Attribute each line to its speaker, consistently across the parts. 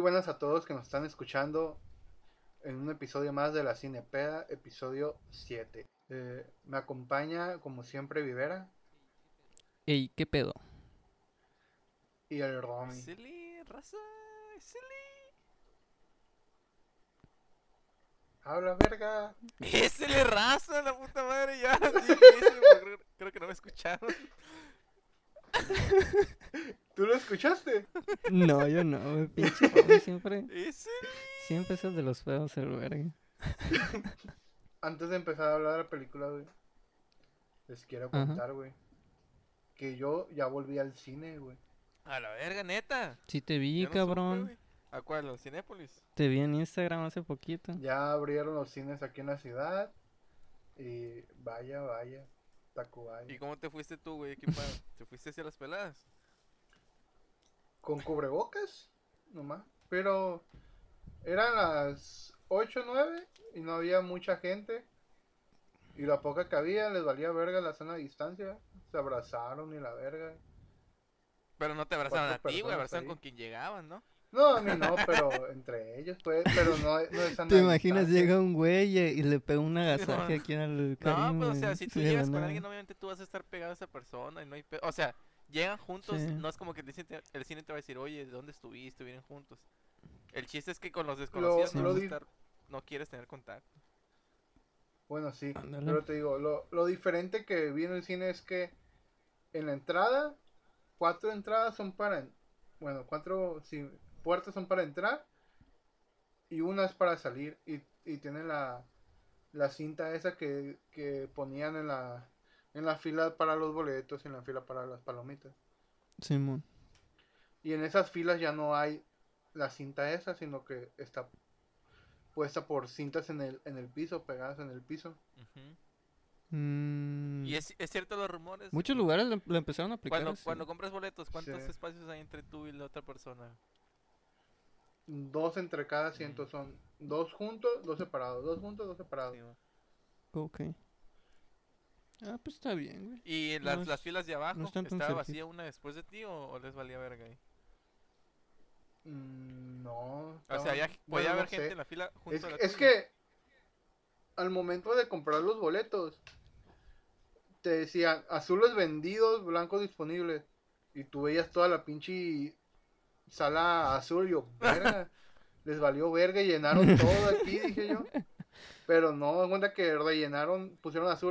Speaker 1: buenas a todos que nos están escuchando en un episodio más de la Cinepeda, episodio 7. Me acompaña, como siempre, Vivera
Speaker 2: Ey, ¿qué pedo?
Speaker 1: y el Romy.
Speaker 3: Silly, raza, silly.
Speaker 1: ¡Habla, verga!
Speaker 3: Silly, raza, la puta madre, ya. Dije eso, pero creo que no me escucharon.
Speaker 1: ¿Tú lo escuchaste?
Speaker 2: No, yo no, güey. Pinche Romy siempre
Speaker 3: Silly.
Speaker 2: es el de los feos, el verga.
Speaker 1: Antes de empezar a hablar de la película, güey, les quiero
Speaker 2: Ajá.
Speaker 1: contar, güey, que yo ya volví al cine, güey.
Speaker 3: A la verga, neta.
Speaker 2: Sí te vi,
Speaker 3: Yo no
Speaker 2: cabrón.
Speaker 3: supe, güey. ¿A cuál? ¿Al Cinépolis?
Speaker 2: Te vi en Instagram hace poquito.
Speaker 1: Ya abrieron los cines aquí en la ciudad y vaya,
Speaker 3: ¿Y
Speaker 1: Tacubaya.
Speaker 3: cómo te fuiste tú, güey? ¿Qué pedo? ¿Te fuiste hacia las peladas?
Speaker 1: Con cubrebocas, nomás. Pero eran las 8 o 9 y no había mucha gente. Y la poca que había les valía verga la sana distancia. Se abrazaron y la verga.
Speaker 3: Pero no te abrazaron
Speaker 1: Cuatro
Speaker 3: a ti, güey.
Speaker 1: personas
Speaker 3: Abrazaron
Speaker 1: ahí.
Speaker 3: con quien llegaban, ¿no?
Speaker 1: No, a mí no, pero entre ellos, pues. Pero no es sana
Speaker 2: ¿Te imaginas?
Speaker 1: distancia.
Speaker 2: Llega un güey y le pega un agasaje
Speaker 3: no.
Speaker 2: aquí al
Speaker 3: No,
Speaker 2: Karim,
Speaker 3: pues, o sea,
Speaker 2: güey,
Speaker 3: si tú
Speaker 2: de la
Speaker 3: llegas con
Speaker 2: nada.
Speaker 3: alguien, obviamente tú vas a estar pegado a esa persona y no hay O sea, llegan juntos,
Speaker 2: Sí.
Speaker 3: no es como que el cine te va a decir, oye, ¿de dónde estuviste? Vienen juntos. El chiste es que con los desconocidos
Speaker 2: Sí.
Speaker 3: no vas a estar, no quieres tener contacto.
Speaker 1: Bueno, sí.
Speaker 2: Ándale.
Speaker 1: Pero te digo, lo diferente que vi en el cine es que en la entrada, 4 entradas son para. Bueno, 4 sí, puertas son para entrar y una es para salir. Y tienen la cinta esa que ponían en la fila para los boletos y en la fila para las palomitas.
Speaker 2: Simón.
Speaker 1: Y en esas filas ya no hay la cinta esa, sino que está puesta por cintas en el piso, pegadas en el piso.
Speaker 3: Ujú.
Speaker 2: Mm,
Speaker 3: Y es cierto los rumores.
Speaker 2: Muchos lugares lo empezaron a aplicar así.
Speaker 3: Cuando compras boletos, ¿cuántos
Speaker 1: Sí.
Speaker 3: espacios hay entre tú y la otra persona?
Speaker 1: 2 entre cada asiento son 2 juntos, 2 separados, 2 juntos, 2 separados.
Speaker 3: Sí, va.
Speaker 2: Ok. Ah, pues está bien, güey.
Speaker 3: ¿Y
Speaker 2: No
Speaker 3: las
Speaker 2: es-
Speaker 3: filas de abajo?
Speaker 2: no están tan
Speaker 3: ¿Estaba
Speaker 2: cerquita.
Speaker 3: vacía una después de ti o les valía verga ahí?
Speaker 1: No.
Speaker 3: O sea,
Speaker 1: estaban-
Speaker 3: ya
Speaker 1: bueno,
Speaker 3: podía
Speaker 1: no
Speaker 3: haber
Speaker 1: sé.
Speaker 3: gente en la fila junto
Speaker 1: Es,
Speaker 3: a la
Speaker 1: es
Speaker 3: tuya.
Speaker 1: que al momento de comprar los boletos, te decían azules vendidos, blancos disponibles. Y tú veías toda la pinche sala azul. Y yo, verga, les valió verga y llenaron todo aquí, dije yo. Pero no, da cuenta que rellenaron, pusieron azul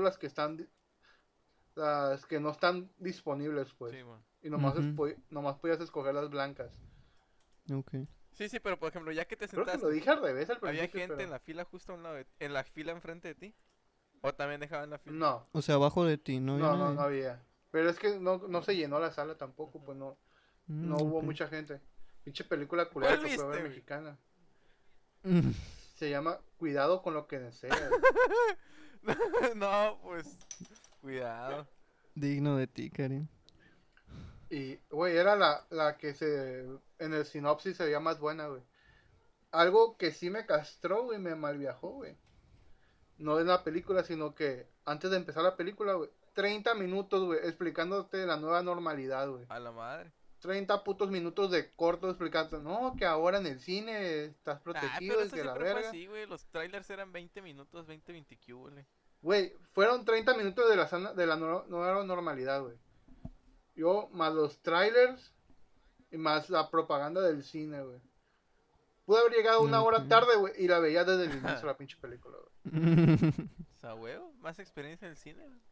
Speaker 1: las que no están disponibles, pues.
Speaker 3: Sí, man.
Speaker 1: Y nomás,
Speaker 2: Ujú.
Speaker 1: nomás podías escoger las blancas.
Speaker 2: Ok.
Speaker 3: Sí, pero por ejemplo, ya que te
Speaker 1: Creo que lo
Speaker 3: sentaste,
Speaker 1: dije al revés al
Speaker 3: ¿había
Speaker 1: principio,
Speaker 3: gente
Speaker 1: pero...
Speaker 3: en la fila justo a un lado en la fila enfrente de ti? ¿O también dejaban la fila?
Speaker 1: No,
Speaker 2: O sea, abajo de ti, no había
Speaker 1: no
Speaker 2: nadie.
Speaker 1: había. Pero es que no se llenó la sala tampoco, pues no hubo
Speaker 2: Ok.
Speaker 1: mucha gente. Pinche película culera
Speaker 3: ¿Cuál
Speaker 1: que fue a ver
Speaker 3: viste, güey?
Speaker 1: mexicana.
Speaker 2: Mm,
Speaker 1: Se llama Cuidado con lo que deseas.
Speaker 3: No, pues, cuidado.
Speaker 2: Digno de ti, Karim.
Speaker 1: Y, güey, era la que en el sinopsis se veía más buena, güey. Algo que sí me castró, güey, me malviajó, güey. No es la película, sino que antes de empezar la película, güey, 30 minutos, güey, explicándote la nueva normalidad, güey.
Speaker 3: A la madre.
Speaker 1: 30 putos minutos de corto explicando, no, que ahora en el cine estás protegido
Speaker 3: Pero
Speaker 1: y
Speaker 3: eso
Speaker 1: que la
Speaker 3: siempre fue
Speaker 1: verga.
Speaker 3: así, güey. Los trailers eran 20 minutos, 20 güey.
Speaker 1: Güey, fueron 30 minutos de la nueva normalidad, güey. Yo, más los trailers y más la propaganda del cine, güey. Pude haber llegado una hora
Speaker 2: Ok.
Speaker 1: tarde, güey, y la veía desde el inicio de la pinche película, güey.
Speaker 3: O sea, huevo, más experiencia en el cine, güey.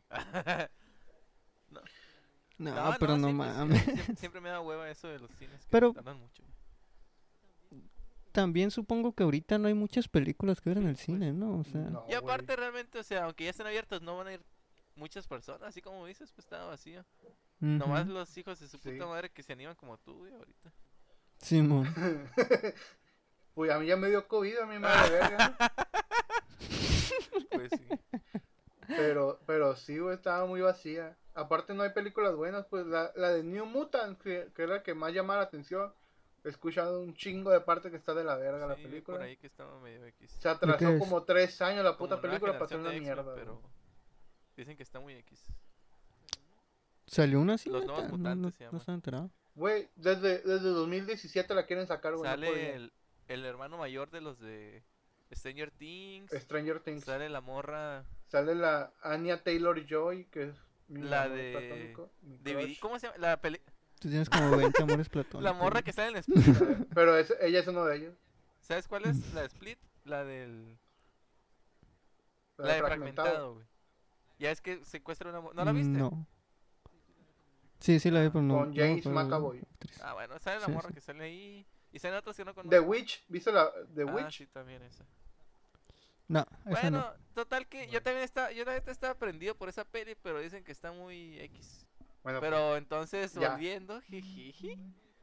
Speaker 3: No,
Speaker 2: No, pero no
Speaker 3: sí, pues,
Speaker 2: mames.
Speaker 3: siempre me da hueva eso de los cines que
Speaker 2: Pero-
Speaker 3: tardan mucho.
Speaker 2: También supongo que ahorita no hay muchas películas que ver en
Speaker 3: Sí,
Speaker 2: el cine, ¿no? O sea,
Speaker 1: No,
Speaker 3: Y aparte,
Speaker 1: güey.
Speaker 3: realmente, o sea, aunque ya estén abiertos, no van a ir muchas personas, así como dices, pues estaba vacío.
Speaker 2: ujú.
Speaker 3: Nomás los hijos de su
Speaker 1: Sí.
Speaker 3: puta madre que se animan como tú, güey, ahorita.
Speaker 2: Simón.
Speaker 1: Pues a mí ya me dio COVID, a mí me da verga.
Speaker 3: Pues sí.
Speaker 1: Pero sí, güey, estaba muy vacía. Aparte no hay películas buenas, pues la de New Mutant, que es la que más llama la atención. He escuchado un chingo de parte que está de la verga la
Speaker 3: Sí, vi por
Speaker 1: película.
Speaker 3: ahí que estaba medio X.
Speaker 1: Se
Speaker 2: ¿De qué
Speaker 1: atrasó
Speaker 2: es?
Speaker 1: como 3 años la
Speaker 3: Como
Speaker 1: puta
Speaker 3: nueva
Speaker 1: película para hacer
Speaker 3: generación
Speaker 1: una
Speaker 3: de X-Men,
Speaker 1: mierda.
Speaker 3: pero
Speaker 1: Güey.
Speaker 3: dicen que está muy X.
Speaker 2: ¿Salió una
Speaker 3: Los
Speaker 2: cinta?
Speaker 3: Nuevos
Speaker 2: No,
Speaker 3: Mutantes se
Speaker 2: no
Speaker 3: llama.
Speaker 2: estaba enterado.
Speaker 1: Güey, desde 2017 la quieren sacar, güey, no
Speaker 3: Sale
Speaker 1: podía.
Speaker 3: el hermano mayor de los de Stranger Things.
Speaker 1: Stranger Things.
Speaker 3: Sale la morra.
Speaker 1: Sale la Anya Taylor-Joy, que es mi
Speaker 3: La
Speaker 1: amor
Speaker 3: de
Speaker 1: platónico, mi
Speaker 3: DVD.
Speaker 1: crush.
Speaker 3: ¿Cómo se llama? La,
Speaker 2: Tú tienes como 20 amores
Speaker 3: la
Speaker 2: platónicos.
Speaker 3: morra
Speaker 2: güey.
Speaker 3: que sale en Split.
Speaker 1: Pero ella es uno de ellos.
Speaker 3: ¿Sabes cuál es? La de Split. La del.
Speaker 1: La
Speaker 3: La
Speaker 1: de
Speaker 3: de
Speaker 1: Fragmentado.
Speaker 3: Fragmentado, güey. Ya es que secuestra una ¿No la viste?
Speaker 2: No. Sí, sí la vi, pero no.
Speaker 1: Con
Speaker 2: no me
Speaker 1: James
Speaker 2: acuerdo de la
Speaker 1: McAvoy.
Speaker 2: actriz.
Speaker 3: Ah, bueno, sale la
Speaker 2: Sí,
Speaker 3: morra
Speaker 2: sí.
Speaker 3: que sale ahí. Y salen otros que no
Speaker 1: The
Speaker 3: conozco.
Speaker 1: Witch, ¿viste la The
Speaker 3: Ah,
Speaker 1: Witch?
Speaker 3: sí, también esa.
Speaker 2: No, esa no.
Speaker 3: Bueno, total que yo también estaba prendido por esa peli, pero dicen que está muy X.
Speaker 1: Bueno,
Speaker 3: Pero entonces,
Speaker 1: ya.
Speaker 3: volviendo, jijiji.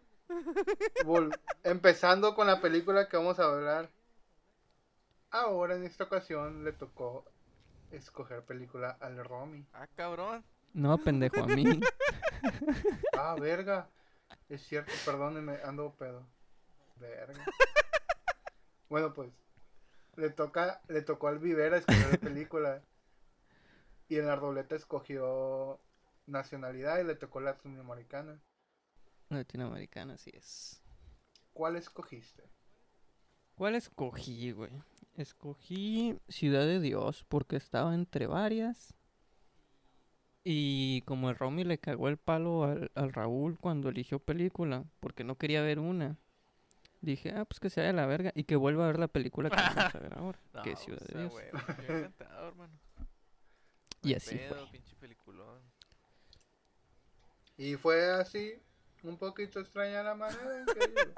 Speaker 1: empezando con la película que vamos a hablar. Ahora en esta ocasión le tocó escoger película al Romy.
Speaker 3: Ah, cabrón.
Speaker 2: No, pendejo, a mí.
Speaker 1: Ah, verga. Es cierto, perdónenme, ando pedo. Verga. Bueno, pues le tocó al Vivera escoger película. Y en la roleta escogió nacionalidad y le tocó latinoamericana.
Speaker 2: Latinoamericana, sí es.
Speaker 1: ¿Cuál escogiste?
Speaker 2: ¿Cuál escogí, güey? Escogí Ciudad de Dios porque estaba entre varias. Y como el Romy le cagó el palo al Raúl cuando eligió película, porque no quería ver una, dije, pues que se vaya a la verga y que vuelva a ver la película que vamos a ver ahora,
Speaker 3: No,
Speaker 2: que es Ciudad de Dios.
Speaker 3: güey, yo encantado, hermano.
Speaker 2: Y
Speaker 3: Hay
Speaker 2: así
Speaker 3: pedo,
Speaker 2: fue.
Speaker 3: pinche peliculón.
Speaker 1: Y fue así, un poquito extraña la manera en que llegó.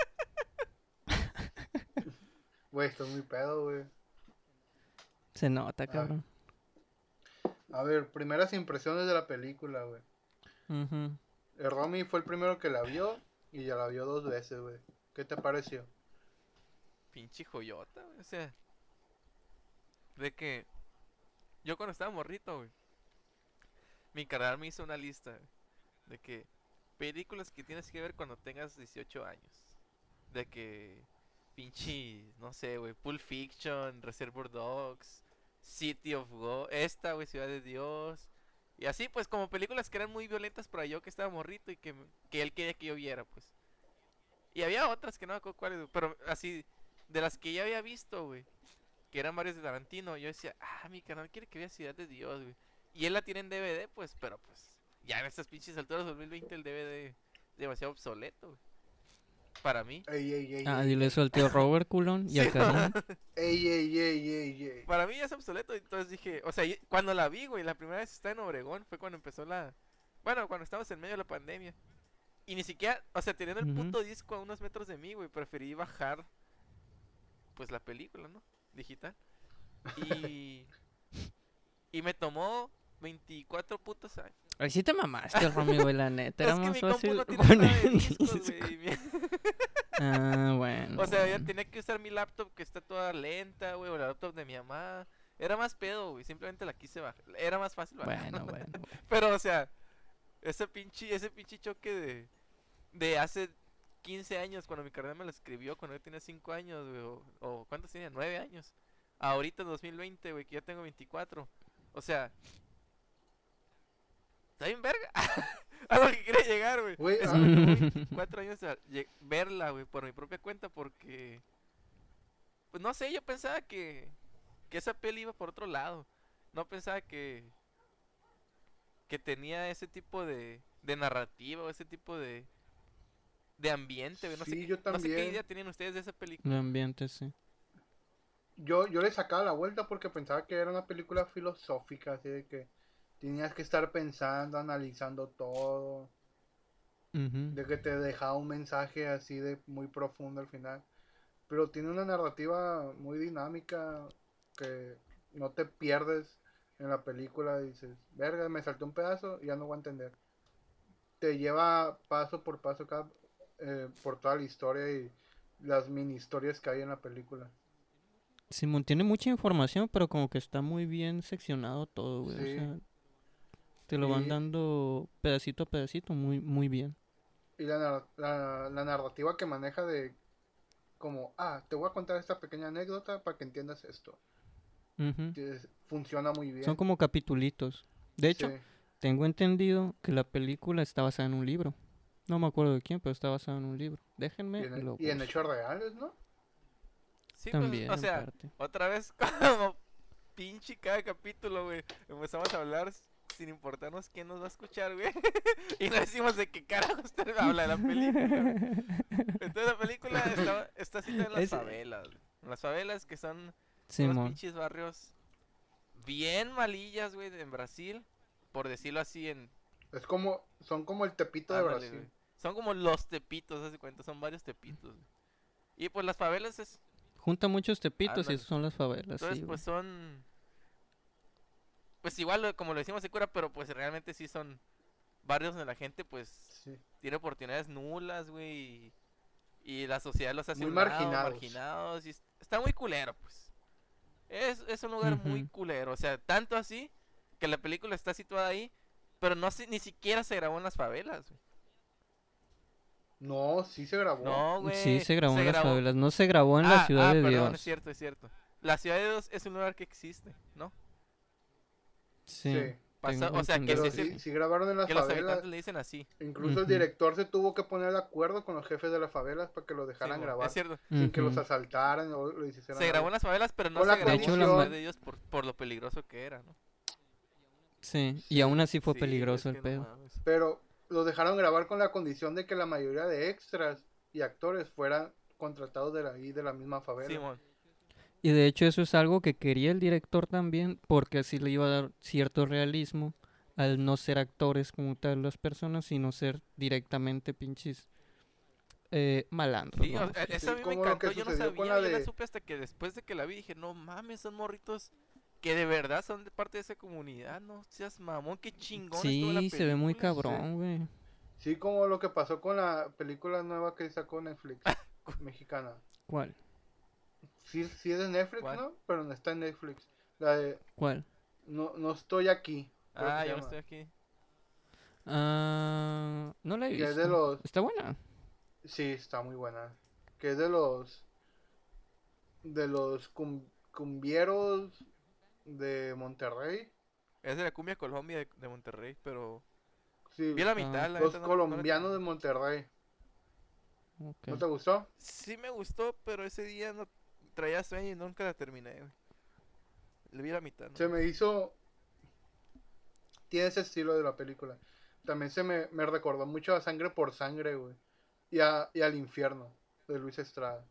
Speaker 1: Güey, estoy muy pedo, güey.
Speaker 2: Se nota, cabrón.
Speaker 1: A ver, primeras impresiones de la película, güey.
Speaker 2: Ujú.
Speaker 1: El Romy fue el primero que la vio y ya la vio 2 veces, güey. ¿Qué te pareció?
Speaker 3: Pinche joyota, güey. O sea, de que yo cuando estaba morrito, güey, mi carnal me hizo una lista güey, de que películas que tienes que ver cuando tengas 18 años. De que pinche, no sé, güey, Pulp Fiction, Reservoir Dogs, City of God, esta, güey, Ciudad de Dios. Y así, pues, como películas que eran muy violentas para yo que estaba morrito y que él quería que yo viera, pues. Y había otras que no me acuerdo cuáles, güey, pero así, de las que ya había visto, güey, que eran varias de Tarantino, yo decía, mi canal quiere que vea Ciudad de Dios, güey. Y él la tiene en DVD, pues, pero pues, ya en estas pinches alturas de 2020 el DVD es demasiado obsoleto, güey. Para mí.
Speaker 1: Ey,
Speaker 2: Dile eso al tío Robert, culón, y
Speaker 3: Sí,
Speaker 2: al Karim.
Speaker 1: ey.
Speaker 3: Para mí ya es obsoleto, entonces dije, o sea, cuando la vi, güey, la primera vez estaba en Obregón, fue cuando empezó bueno, cuando estábamos en medio de la pandemia. Y ni siquiera, o sea, teniendo el
Speaker 2: Ujú.
Speaker 3: puto disco a unos metros de mí, güey, preferí bajar, pues, la película, ¿no? Digital. Y, y me tomó 24 putos años.
Speaker 2: Ahí sí te mamaste, Romy, güey, la neta. Era
Speaker 3: Es que
Speaker 2: más
Speaker 3: mi compu
Speaker 2: fácil
Speaker 3: no tiene
Speaker 2: poner
Speaker 3: nada de
Speaker 2: el
Speaker 3: discos,
Speaker 2: disco.
Speaker 3: güey.
Speaker 2: Bueno.
Speaker 3: O sea, ya
Speaker 2: bueno.
Speaker 3: tenía que usar mi laptop que está toda lenta, güey, o la laptop de mi mamá. Era más pedo, güey, simplemente la quise bajar. Era más fácil bajar.
Speaker 2: Bueno.
Speaker 3: Pero, o sea, ese pinche choque de hace 15 años, cuando mi carnal me lo escribió, cuando yo tenía 5 años, güey, o ¿cuántos tenía? 9 años. Ahorita en 2020, güey, que ya tengo 24. O sea, está bien verga. A lo que quería llegar, güey.
Speaker 1: Güey,
Speaker 3: Es
Speaker 1: ah.
Speaker 3: que me tomó 24 años verla, güey, por mi propia cuenta, porque... Pues no sé, yo pensaba que esa peli iba por otro lado. No pensaba que tenía ese tipo de narrativa o ese tipo de ambiente, güey.
Speaker 1: Sí, yo
Speaker 3: no sé qué
Speaker 1: también.
Speaker 3: idea tenían ustedes de esa película.
Speaker 2: El ambiente, sí.
Speaker 1: Yo le sacaba la vuelta porque pensaba que era una película filosófica, así de que tenías que estar pensando, analizando todo,
Speaker 2: Ujú.
Speaker 1: de que te dejaba un mensaje así de muy profundo al final. Pero tiene una narrativa muy dinámica que no te pierdes en la película. Dices, verga, me salté un pedazo y ya no voy a entender. Te lleva paso por paso por toda la historia y las mini historias que hay en la película.
Speaker 2: Simón tiene mucha información, pero como que está muy bien seccionado todo, güey.
Speaker 1: Sí.
Speaker 2: O sea, te lo van
Speaker 1: Y,
Speaker 2: dando pedacito a pedacito, muy bien.
Speaker 1: y la narrativa que maneja de como, te voy a contar esta pequeña anécdota para que entiendas esto.
Speaker 2: Ujú.
Speaker 1: Funciona muy bien.
Speaker 2: Son como capitulitos. De hecho,
Speaker 1: Sí.
Speaker 2: tengo entendido que la película está basada en un libro. No me acuerdo de quién, pero está basado en un libro. Déjenme
Speaker 1: Y
Speaker 2: y lo
Speaker 1: y en
Speaker 2: busco.
Speaker 1: hechos reales, ¿no?
Speaker 3: Sí,
Speaker 2: También,
Speaker 3: pues, o
Speaker 2: en
Speaker 3: sea,
Speaker 2: parte.
Speaker 3: otra vez como pinche cada capítulo, güey. Empezamos a hablar sin importarnos quién nos va a escuchar, güey. Y no decimos de qué carajos usted habla de la película, güey. Entonces la película está situada en las
Speaker 2: Es-
Speaker 3: favelas, güey. En las favelas que son unos
Speaker 2: Simón.
Speaker 3: pinches barrios bien malillas, güey, en Brasil. Por decirlo así,
Speaker 1: Son como el Tepito de
Speaker 3: ándale,
Speaker 1: Brasil.
Speaker 3: güey. Son como los tepitos, haz de cuenta, son varios tepitos, güey. Y pues las favelas es,
Speaker 2: Junta muchos tepitos y
Speaker 3: ándale.
Speaker 2: esos son las favelas,
Speaker 3: Entonces,
Speaker 2: sí,
Speaker 3: pues
Speaker 2: güey.
Speaker 3: son. Pues igual, como lo decimos de cura, pero pues realmente sí son barrios donde la gente, pues,
Speaker 1: Sí.
Speaker 3: tiene oportunidades nulas, güey. Y la sociedad los hace
Speaker 1: Muy
Speaker 3: un lado,
Speaker 1: marginados.
Speaker 3: marginados. Y está muy culero, pues. Es un lugar muy
Speaker 2: Ujú.
Speaker 3: culero. O sea, tanto así que la película está situada ahí, pero no ni siquiera se grabó en las favelas, güey.
Speaker 1: No, sí se grabó.
Speaker 3: No,
Speaker 2: Sí,
Speaker 3: güey.
Speaker 2: se grabó
Speaker 3: Se
Speaker 2: en las
Speaker 3: grabó.
Speaker 2: favelas. No se grabó en la ciudad de
Speaker 3: Perdón,
Speaker 2: Dios.
Speaker 3: es cierto. La ciudad de Dios es un lugar que existe, ¿no?
Speaker 2: Sí,
Speaker 1: Sí.
Speaker 3: Pasa-
Speaker 2: tengo
Speaker 3: o sea, que
Speaker 2: entendido
Speaker 1: Pero
Speaker 3: sí
Speaker 2: que
Speaker 3: se-
Speaker 1: sí grabaron en las
Speaker 3: Que los
Speaker 1: favelas.
Speaker 3: habitantes le dicen así.
Speaker 1: Incluso el
Speaker 2: Ujú.
Speaker 1: director se tuvo que poner de acuerdo con los jefes de las favelas para que lo dejaran
Speaker 3: Simón,
Speaker 1: grabar.
Speaker 3: es cierto.
Speaker 1: Sin que los
Speaker 2: Ujú.
Speaker 1: asaltaran o lo hicieran
Speaker 3: Se grabó
Speaker 1: algo.
Speaker 3: en las favelas, pero no
Speaker 1: Con
Speaker 3: se
Speaker 1: la
Speaker 3: grabó
Speaker 2: De hecho,
Speaker 3: en
Speaker 2: la
Speaker 3: la
Speaker 2: ma-
Speaker 3: ciudad de Dios por lo peligroso que era, ¿no?
Speaker 2: Sí, y
Speaker 1: Sí.
Speaker 2: aún así fue
Speaker 3: Sí,
Speaker 2: peligroso
Speaker 3: es
Speaker 2: el
Speaker 3: que no
Speaker 2: pedo.
Speaker 3: mames.
Speaker 1: Pero lo dejaron grabar con la condición de que la mayoría de extras y actores fueran contratados de la misma favela.
Speaker 3: Simón.
Speaker 2: Y de hecho eso es algo que quería el director también, porque así le iba a dar cierto realismo al no ser actores como tal las personas, sino ser directamente pinches malandros,
Speaker 3: Sí,
Speaker 2: vamos a
Speaker 3: esa a
Speaker 1: Sí,
Speaker 3: mí me
Speaker 1: como lo que
Speaker 3: encantó, yo no
Speaker 1: sucedió con
Speaker 3: sabía,
Speaker 1: la
Speaker 3: yo la
Speaker 1: de...
Speaker 3: supe hasta que después de que la vi dije, no mames, son morritos que de verdad son de parte de esa comunidad, no seas mamón, qué chingón estuvo la
Speaker 2: Sí, se ve muy
Speaker 3: película.
Speaker 2: cabrón, güey.
Speaker 1: Sí, como lo que pasó con la película nueva que sacó Netflix, mexicana.
Speaker 2: ¿Cuál?
Speaker 1: Sí, sí es de Netflix,
Speaker 3: ¿Cuál?
Speaker 1: ¿no? Pero no está en Netflix. La de
Speaker 2: ¿Cuál?
Speaker 1: No estoy aquí, creo que se
Speaker 3: Yo no
Speaker 1: llama.
Speaker 3: estoy aquí.
Speaker 2: Ah, no la he
Speaker 1: Que es de
Speaker 2: visto.
Speaker 1: los...
Speaker 2: Está buena.
Speaker 1: Sí, está muy buena. Que es de los cumbieros de Monterrey.
Speaker 3: Es de la Cumbia Colombia de Monterrey, pero
Speaker 1: Sí,
Speaker 3: vi la mitad, la
Speaker 1: los
Speaker 3: neta no la
Speaker 1: colombianos de
Speaker 3: terminé.
Speaker 1: Monterrey.
Speaker 2: Ok.
Speaker 1: ¿No te gustó?
Speaker 3: Sí me gustó, pero ese día no traía sueño y nunca la terminé, güey. Le vi la mitad, ¿no?
Speaker 1: Se me hizo... Tiene ese estilo de la película. También me recordó mucho a Sangre por Sangre, güey. Y al Infierno, de Luis Estrada.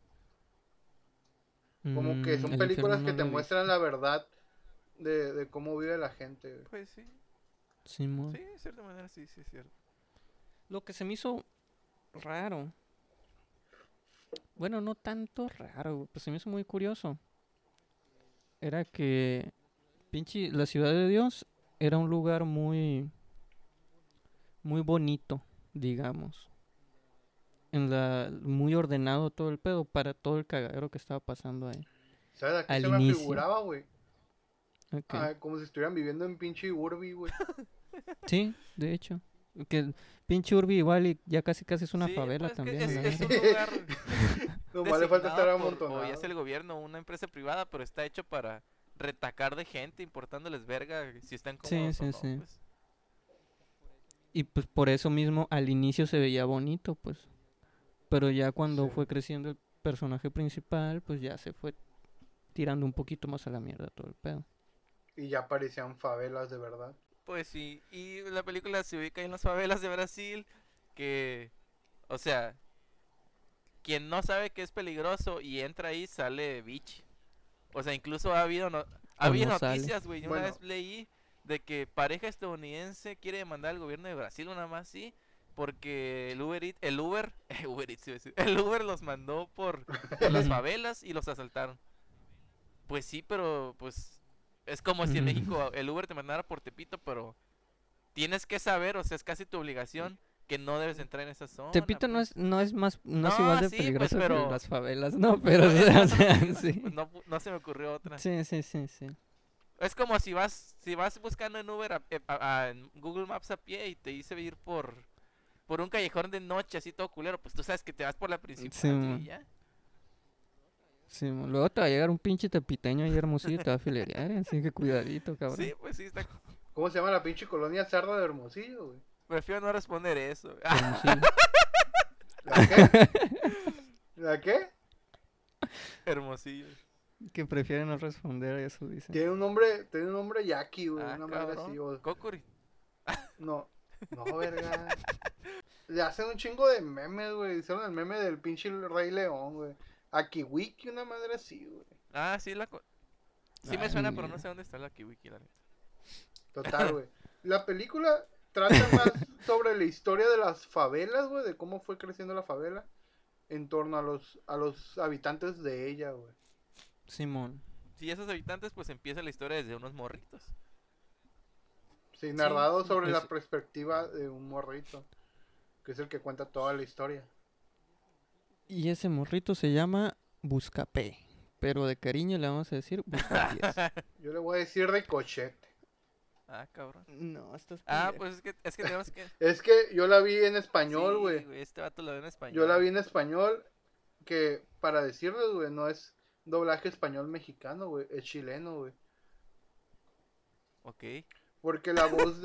Speaker 1: Como que son
Speaker 2: El infierno
Speaker 1: películas
Speaker 2: no
Speaker 1: que
Speaker 2: lo
Speaker 1: te
Speaker 2: he
Speaker 1: muestran
Speaker 2: visto.
Speaker 1: la verdad de cómo vive la gente, güey.
Speaker 3: Pues sí,
Speaker 2: Simón.
Speaker 3: sí, de cierta manera sí, sí es cierto.
Speaker 2: Lo que se me hizo raro. Bueno, no tanto raro, güey, pues se me hizo muy curioso. Era que pinche la ciudad de Dios era un lugar muy bonito, digamos. Muy ordenado todo el pedo para todo el cagadero que estaba pasando ahí.
Speaker 1: ¿Sabes? Aquí
Speaker 2: Al
Speaker 1: se me
Speaker 2: inicio.
Speaker 1: figuraba, güey.
Speaker 2: Ok.
Speaker 1: Como si estuvieran viviendo en pinche Urbi, güey.
Speaker 2: Sí, de hecho. Que pinche Urbi igual y ya casi es una
Speaker 3: Sí,
Speaker 2: favela
Speaker 3: pues, que
Speaker 2: también. a la
Speaker 3: es
Speaker 2: verga.
Speaker 3: un lugar
Speaker 1: Nomás le falta estar
Speaker 3: designado
Speaker 1: amontonado.
Speaker 3: o ya sea el gobierno o una empresa privada, pero está hecho para retacar de gente, importándoles verga si están
Speaker 2: Sí,
Speaker 3: cómodos
Speaker 2: sí,
Speaker 3: o no,
Speaker 2: sí.
Speaker 3: pues.
Speaker 2: Y pues por eso mismo al inicio se veía bonito, pues. Pero ya cuando
Speaker 1: Sí.
Speaker 2: fue creciendo el personaje principal, pues ya se fue tirando un poquito más a la mierda todo el pedo.
Speaker 1: Y ya parecían favelas de verdad.
Speaker 3: Pues sí, y la película se ubica en las favelas de Brasil, que, o sea, quien no sabe que es peligroso y entra ahí sale bichi. O sea, incluso ha habido, ha
Speaker 2: O
Speaker 3: habido
Speaker 2: no sale.
Speaker 3: noticias, güey. Una
Speaker 1: Bueno.
Speaker 3: vez leí de que pareja estadounidense quiere demandar al gobierno de Brasil, una más sí, porque Uber Eats, iba a decir, el Uber los mandó por las
Speaker 2: Ujú.
Speaker 3: favelas y los asaltaron. Pues sí, pero pues es como si en
Speaker 2: Ujú.
Speaker 3: México el Uber te mandara por Tepito, pero tienes que saber, o sea, es casi tu obligación que no debes entrar en esa zona.
Speaker 2: Tepito
Speaker 3: pues.
Speaker 2: no es
Speaker 3: No,
Speaker 2: igual de
Speaker 3: sí, pues,
Speaker 2: peligroso
Speaker 3: pero-
Speaker 2: que las favelas, no, pero
Speaker 3: Pues,
Speaker 2: o sea, sí.
Speaker 3: Pues no se me ocurrió otra.
Speaker 2: Sí.
Speaker 3: Es como si vas buscando en Uber en Google Maps a pie y te dice ir por un callejón de noche así todo culero, pues tú sabes que te vas por la principal
Speaker 2: Sí,
Speaker 3: y
Speaker 2: mon.
Speaker 3: ya.
Speaker 2: Sí, luego te va a llegar un pinche tepiteño ahí hermosillo y te va a filerear, así que cuidadito, cabrón.
Speaker 3: Sí, pues sí está.
Speaker 1: ¿Cómo se llama la pinche colonia Cerda de Hermosillo, güey?
Speaker 3: Prefiero no responder eso.
Speaker 2: Hermosillo.
Speaker 1: ¿La qué? ¿La qué?
Speaker 3: Hermosillo.
Speaker 2: Que prefieren no responder a eso, dice.
Speaker 1: Tiene un nombre yaqui, güey, una madre así, o...
Speaker 3: Kokuri.
Speaker 1: No, no, verga. Le hacen un chingo de memes, güey. Hicieron el meme del pinche Rey León, güey. A Kiwiki, una madre así, güey.
Speaker 3: Ah, sí, sí me
Speaker 2: Ay,
Speaker 3: suena,
Speaker 2: ni
Speaker 3: pero no
Speaker 2: idea.
Speaker 3: sé dónde está la Kiwiki, la neta.
Speaker 1: Total, güey. La película trata más sobre la historia de las favelas, güey, de cómo fue creciendo la favela en torno a los habitantes de ella, güey.
Speaker 2: Simón.
Speaker 3: Sí, esos habitantes, pues empieza la historia desde unos morritos.
Speaker 1: Sí, narrado
Speaker 2: sí,
Speaker 1: sobre la
Speaker 2: es-
Speaker 1: perspectiva de un morrito, que es el que cuenta toda la historia.
Speaker 2: Y ese morrito se llama Buscapé. Pero de cariño le vamos a decir Buscapiés.
Speaker 1: Yo le voy a decir Ricochete.
Speaker 3: Ah, cabrón.
Speaker 2: No, estás
Speaker 3: Ah, pues es que tenemos que...
Speaker 1: Es que yo la vi en español,
Speaker 3: Sí,
Speaker 1: güey.
Speaker 3: güey, este vato lo ve en español.
Speaker 1: Yo la vi en español, que para decirles, güey, no es doblaje español mexicano, güey, es chileno, güey.
Speaker 3: Ok.
Speaker 1: Porque la voz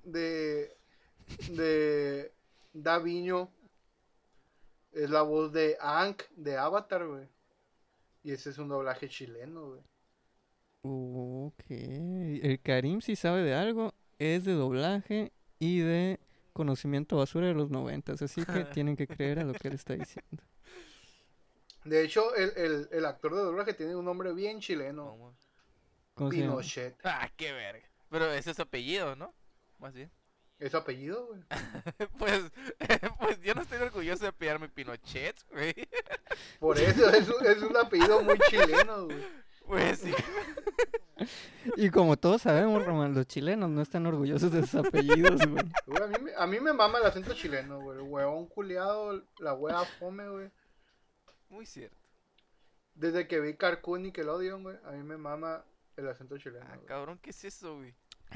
Speaker 1: de Daviño es la voz de Aang de Avatar, güey. Y ese es un doblaje chileno, güey.
Speaker 2: Ok. El Karim si sabe de algo, es de doblaje y de conocimiento basura de los 90, así que tienen que creer a lo que él está diciendo.
Speaker 1: De hecho, el actor de doblaje tiene un nombre bien chileno.
Speaker 3: ¿Cómo?
Speaker 2: ¿Cómo se llama?
Speaker 1: Pinochet.
Speaker 3: Ah, qué verga. Pero ese es su apellido, ¿no? Más bien.
Speaker 1: ¿Es su apellido, güey?
Speaker 3: Pues, pues yo no estoy orgulloso de apellidarme Pinochet, güey.
Speaker 1: Por eso es un apellido muy chileno, güey.
Speaker 3: Pues sí.
Speaker 2: Y como todos sabemos, Román, los chilenos no están orgullosos de sus apellidos, güey.
Speaker 1: Güey, a mí me mama el acento chileno, güey. El huevón culiado, la wea fome, güey.
Speaker 3: Muy cierto.
Speaker 1: Desde que vi Cartoon y Nickelodeon, güey, a mí me mama el acento chileno,
Speaker 3: Ah,
Speaker 1: güey.
Speaker 3: cabrón, ¿qué es eso, güey?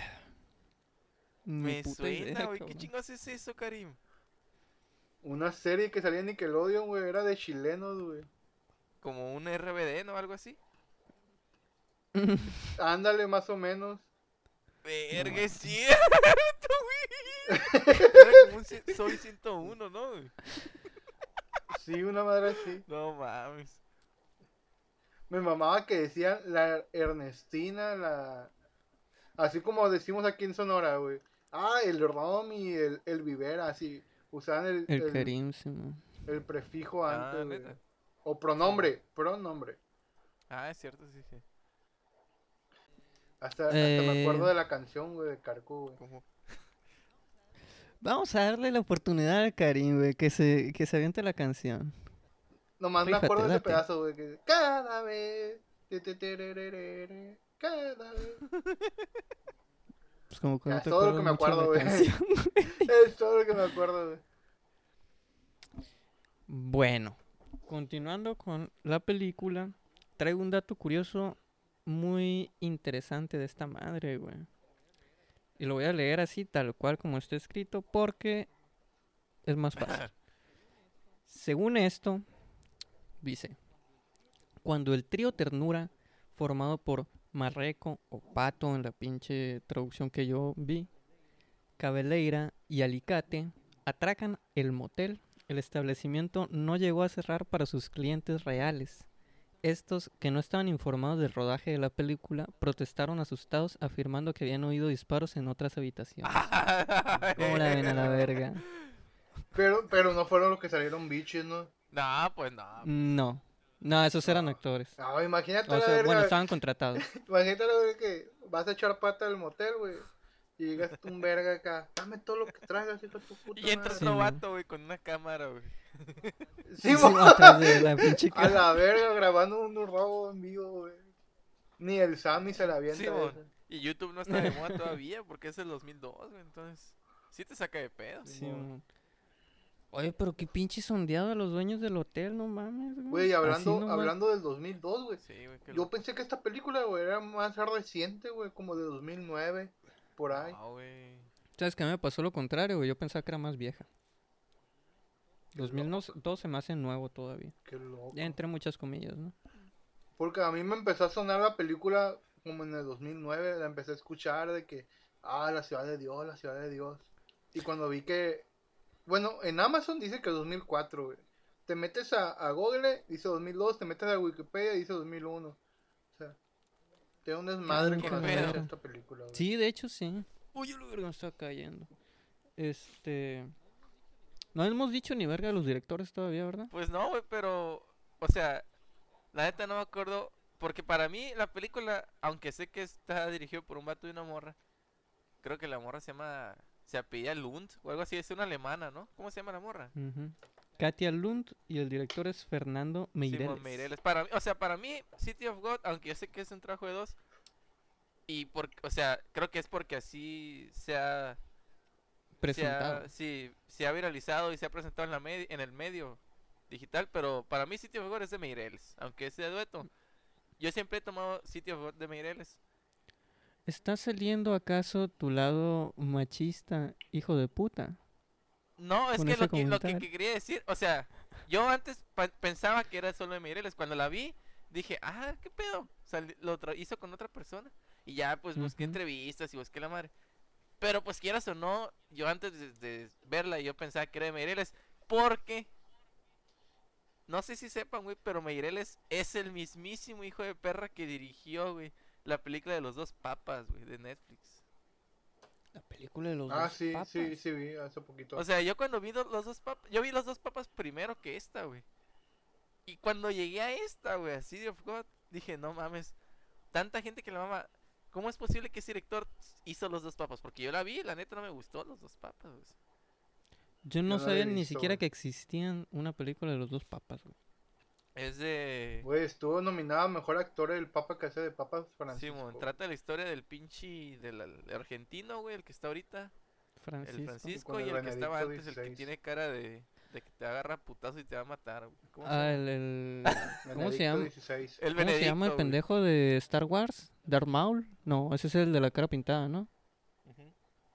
Speaker 2: Ni
Speaker 3: Me
Speaker 2: puta
Speaker 3: suena,
Speaker 2: idea,
Speaker 3: güey. ¿Qué
Speaker 2: cabrón.
Speaker 3: chingados es eso, Karim?
Speaker 1: Una serie que salía en Nickelodeon, güey, era de chilenos, güey.
Speaker 3: Como un RBD, ¿no? Algo así.
Speaker 1: Ándale, más o menos.
Speaker 3: Verga,
Speaker 2: No.
Speaker 3: es cierto, güey. Era como un Soy 101, ¿no, güey?
Speaker 1: Sí, una madre así.
Speaker 3: No mames.
Speaker 1: Me mamaba que decían la Ernestina, así como decimos aquí en Sonora, güey. Ah, el Rom y el Vivera, así. Usaban
Speaker 2: El Karim, Simón.
Speaker 1: el prefijo antes,
Speaker 3: Ah,
Speaker 1: güey.
Speaker 3: neta.
Speaker 1: O pronombre.
Speaker 3: Ah, es cierto, sí, sí.
Speaker 1: Hasta me acuerdo de la canción, güey, de Carco, güey.
Speaker 3: Como...
Speaker 2: Vamos a darle la oportunidad al Karim, güey, que se aviente la canción.
Speaker 1: Nomás me
Speaker 2: Rífate,
Speaker 1: acuerdo de ese
Speaker 2: date.
Speaker 1: pedazo, güey, que cada vez, cada vez.
Speaker 2: Pues como que
Speaker 1: Ya,
Speaker 2: no
Speaker 1: es
Speaker 2: te
Speaker 1: todo lo que
Speaker 2: acuerdas
Speaker 1: me
Speaker 2: mucho de la
Speaker 1: acuerdo, güey.
Speaker 2: canción.
Speaker 1: Es todo lo que me acuerdo, güey.
Speaker 2: Bueno, continuando con la película, traigo un dato curioso muy interesante de esta madre, güey. Y lo voy a leer así, tal cual como está escrito, porque es más fácil. Según esto, dice, cuando el trío Ternura, formado por Marreco o Pato en la pinche traducción que yo vi, Cabeleira y Alicate, atracan el motel, el establecimiento no llegó a cerrar para sus clientes reales. Estos, que no estaban informados del rodaje de la película, protestaron asustados afirmando que habían oído disparos en otras habitaciones. ¿Cómo la ven a la verga?
Speaker 1: Pero no fueron los que salieron bichos, ¿no?
Speaker 3: No, pues no.
Speaker 2: No, esos eran actores.
Speaker 1: Ah, imagínate
Speaker 2: O
Speaker 1: la
Speaker 2: sea,
Speaker 1: verga.
Speaker 2: bueno, estaban contratados.
Speaker 1: Imagínate la verga que vas a echar pata al motel, güey. Y llegas tú un verga acá. Dame todo lo que traigas, hijo de tu puta
Speaker 3: Y entra
Speaker 2: Sí,
Speaker 3: otro
Speaker 2: man.
Speaker 3: vato, güey, con una cámara, güey.
Speaker 1: Sí,
Speaker 2: Sí, atrás de la pinche
Speaker 1: a
Speaker 2: cara.
Speaker 1: la verga grabando un robo en vivo, güey. Ni el Sammy se la avienta
Speaker 3: Simón.
Speaker 1: esa.
Speaker 3: Y YouTube no está de moda todavía porque es el 2002, güey. Entonces, sí te saca de pedo.
Speaker 2: Sí, man. Oye, pero qué pinche sondeado a los dueños del hotel, no mames, güey.
Speaker 1: Güey,
Speaker 2: Así nomás.
Speaker 1: hablando del 2002, güey.
Speaker 3: Sí, güey, qué
Speaker 1: Yo
Speaker 3: loco.
Speaker 1: pensé que esta película, güey, era más reciente, güey, como de 2009, por ahí.
Speaker 3: No, güey.
Speaker 2: ¿Sabes qué me pasó lo contrario, güey? Yo pensaba que era más vieja.
Speaker 1: Qué
Speaker 2: 2002 se me hace nuevo todavía.
Speaker 1: Qué loco.
Speaker 2: Ya entre muchas comillas, ¿no?
Speaker 1: Porque a mí me empezó a sonar la película como en el 2009, la empecé a escuchar de que, la ciudad de Dios, la ciudad de Dios. Y cuando vi que... Bueno, en Amazon dice que 2004, güey. Te metes a Google, dice 2002. Te metes a Wikipedia, dice 2001. O sea, tiene un desmadre
Speaker 2: Ay,
Speaker 1: con
Speaker 3: qué
Speaker 1: las
Speaker 3: pedo.
Speaker 1: fechas de esta película, güey.
Speaker 2: Sí, de hecho sí. Uy, lo verga me está cayendo. No hemos dicho ni verga a los directores todavía, ¿verdad?
Speaker 3: Pues no, güey, pero, o sea, la neta no me acuerdo, porque para mí la película, aunque sé que está dirigido por un vato y una morra, creo que la morra se apellida Lund o algo así, es una alemana, ¿no? ¿Cómo se llama la morra?
Speaker 2: Ujú. Katia Lund y el director es Fernando Meireles.
Speaker 3: Simón Meireles. Para mí, o sea, para mí, City of God, aunque yo sé que es un trabajo de dos, o sea, creo que es porque así
Speaker 2: Presentado.
Speaker 3: sí, se ha viralizado y se ha presentado en el medio digital, pero para mí City of God es de Meireles, aunque es de dueto. Yo siempre he tomado City of God de Meireles.
Speaker 2: ¿Está saliendo acaso tu lado machista, hijo de puta?
Speaker 3: No, es
Speaker 2: Con
Speaker 3: que
Speaker 2: ese
Speaker 3: lo que
Speaker 2: comentario.
Speaker 3: quería decir, o sea, yo antes pensaba que era solo de Meireles, cuando la vi dije, ah, qué pedo, hizo con otra persona y ya pues busqué
Speaker 2: Ujú.
Speaker 3: entrevistas y busqué la madre. Pero pues quieras o no, yo antes de verla yo pensaba que era de Meireles, porque no sé si sepan, güey, pero Meireles es el mismísimo hijo de perra que dirigió, güey, la película de los dos papas, güey, de Netflix.
Speaker 2: La película de los
Speaker 1: Ah,
Speaker 2: dos
Speaker 1: sí,
Speaker 2: papas.
Speaker 1: sí vi hace poquito.
Speaker 3: O sea, yo cuando vi los dos papas, yo vi los dos papas primero que esta, güey. Y cuando llegué a esta, güey, a City of God, dije, no mames, tanta gente que la mama, ¿cómo es posible que ese director hizo los dos papas? Porque yo la vi, la neta no me gustó los dos papas, güey.
Speaker 2: Yo
Speaker 1: Yo
Speaker 2: no
Speaker 1: no la
Speaker 2: sabía
Speaker 1: he
Speaker 2: ni
Speaker 1: visto,
Speaker 2: siquiera
Speaker 1: güey.
Speaker 2: que existían una película de los dos papas, güey.
Speaker 3: Es de...
Speaker 1: Güey, estuvo nominado a mejor actor el Papa que hace de Papa
Speaker 3: Simón,
Speaker 1: Francisco.
Speaker 3: trata la historia del pinche del argentino, güey, el que está ahorita, el
Speaker 2: Francisco.
Speaker 3: Francisco,
Speaker 1: Con
Speaker 3: y
Speaker 1: el
Speaker 3: el que estaba
Speaker 1: Benedicto
Speaker 3: antes, el que
Speaker 1: 16.
Speaker 3: tiene cara de que te agarra putazo y te va a matar, güey. ¿Cómo se
Speaker 2: Ah,
Speaker 3: llama?
Speaker 2: ¿Cómo se
Speaker 1: Benedicto
Speaker 2: llama?
Speaker 1: 16.
Speaker 3: El
Speaker 2: ¿Cómo se llama el
Speaker 3: Benedicto, güey.
Speaker 2: pendejo de Star Wars? ¿Darth Maul? No, ese es el de la cara pintada, ¿no?
Speaker 3: Ujú.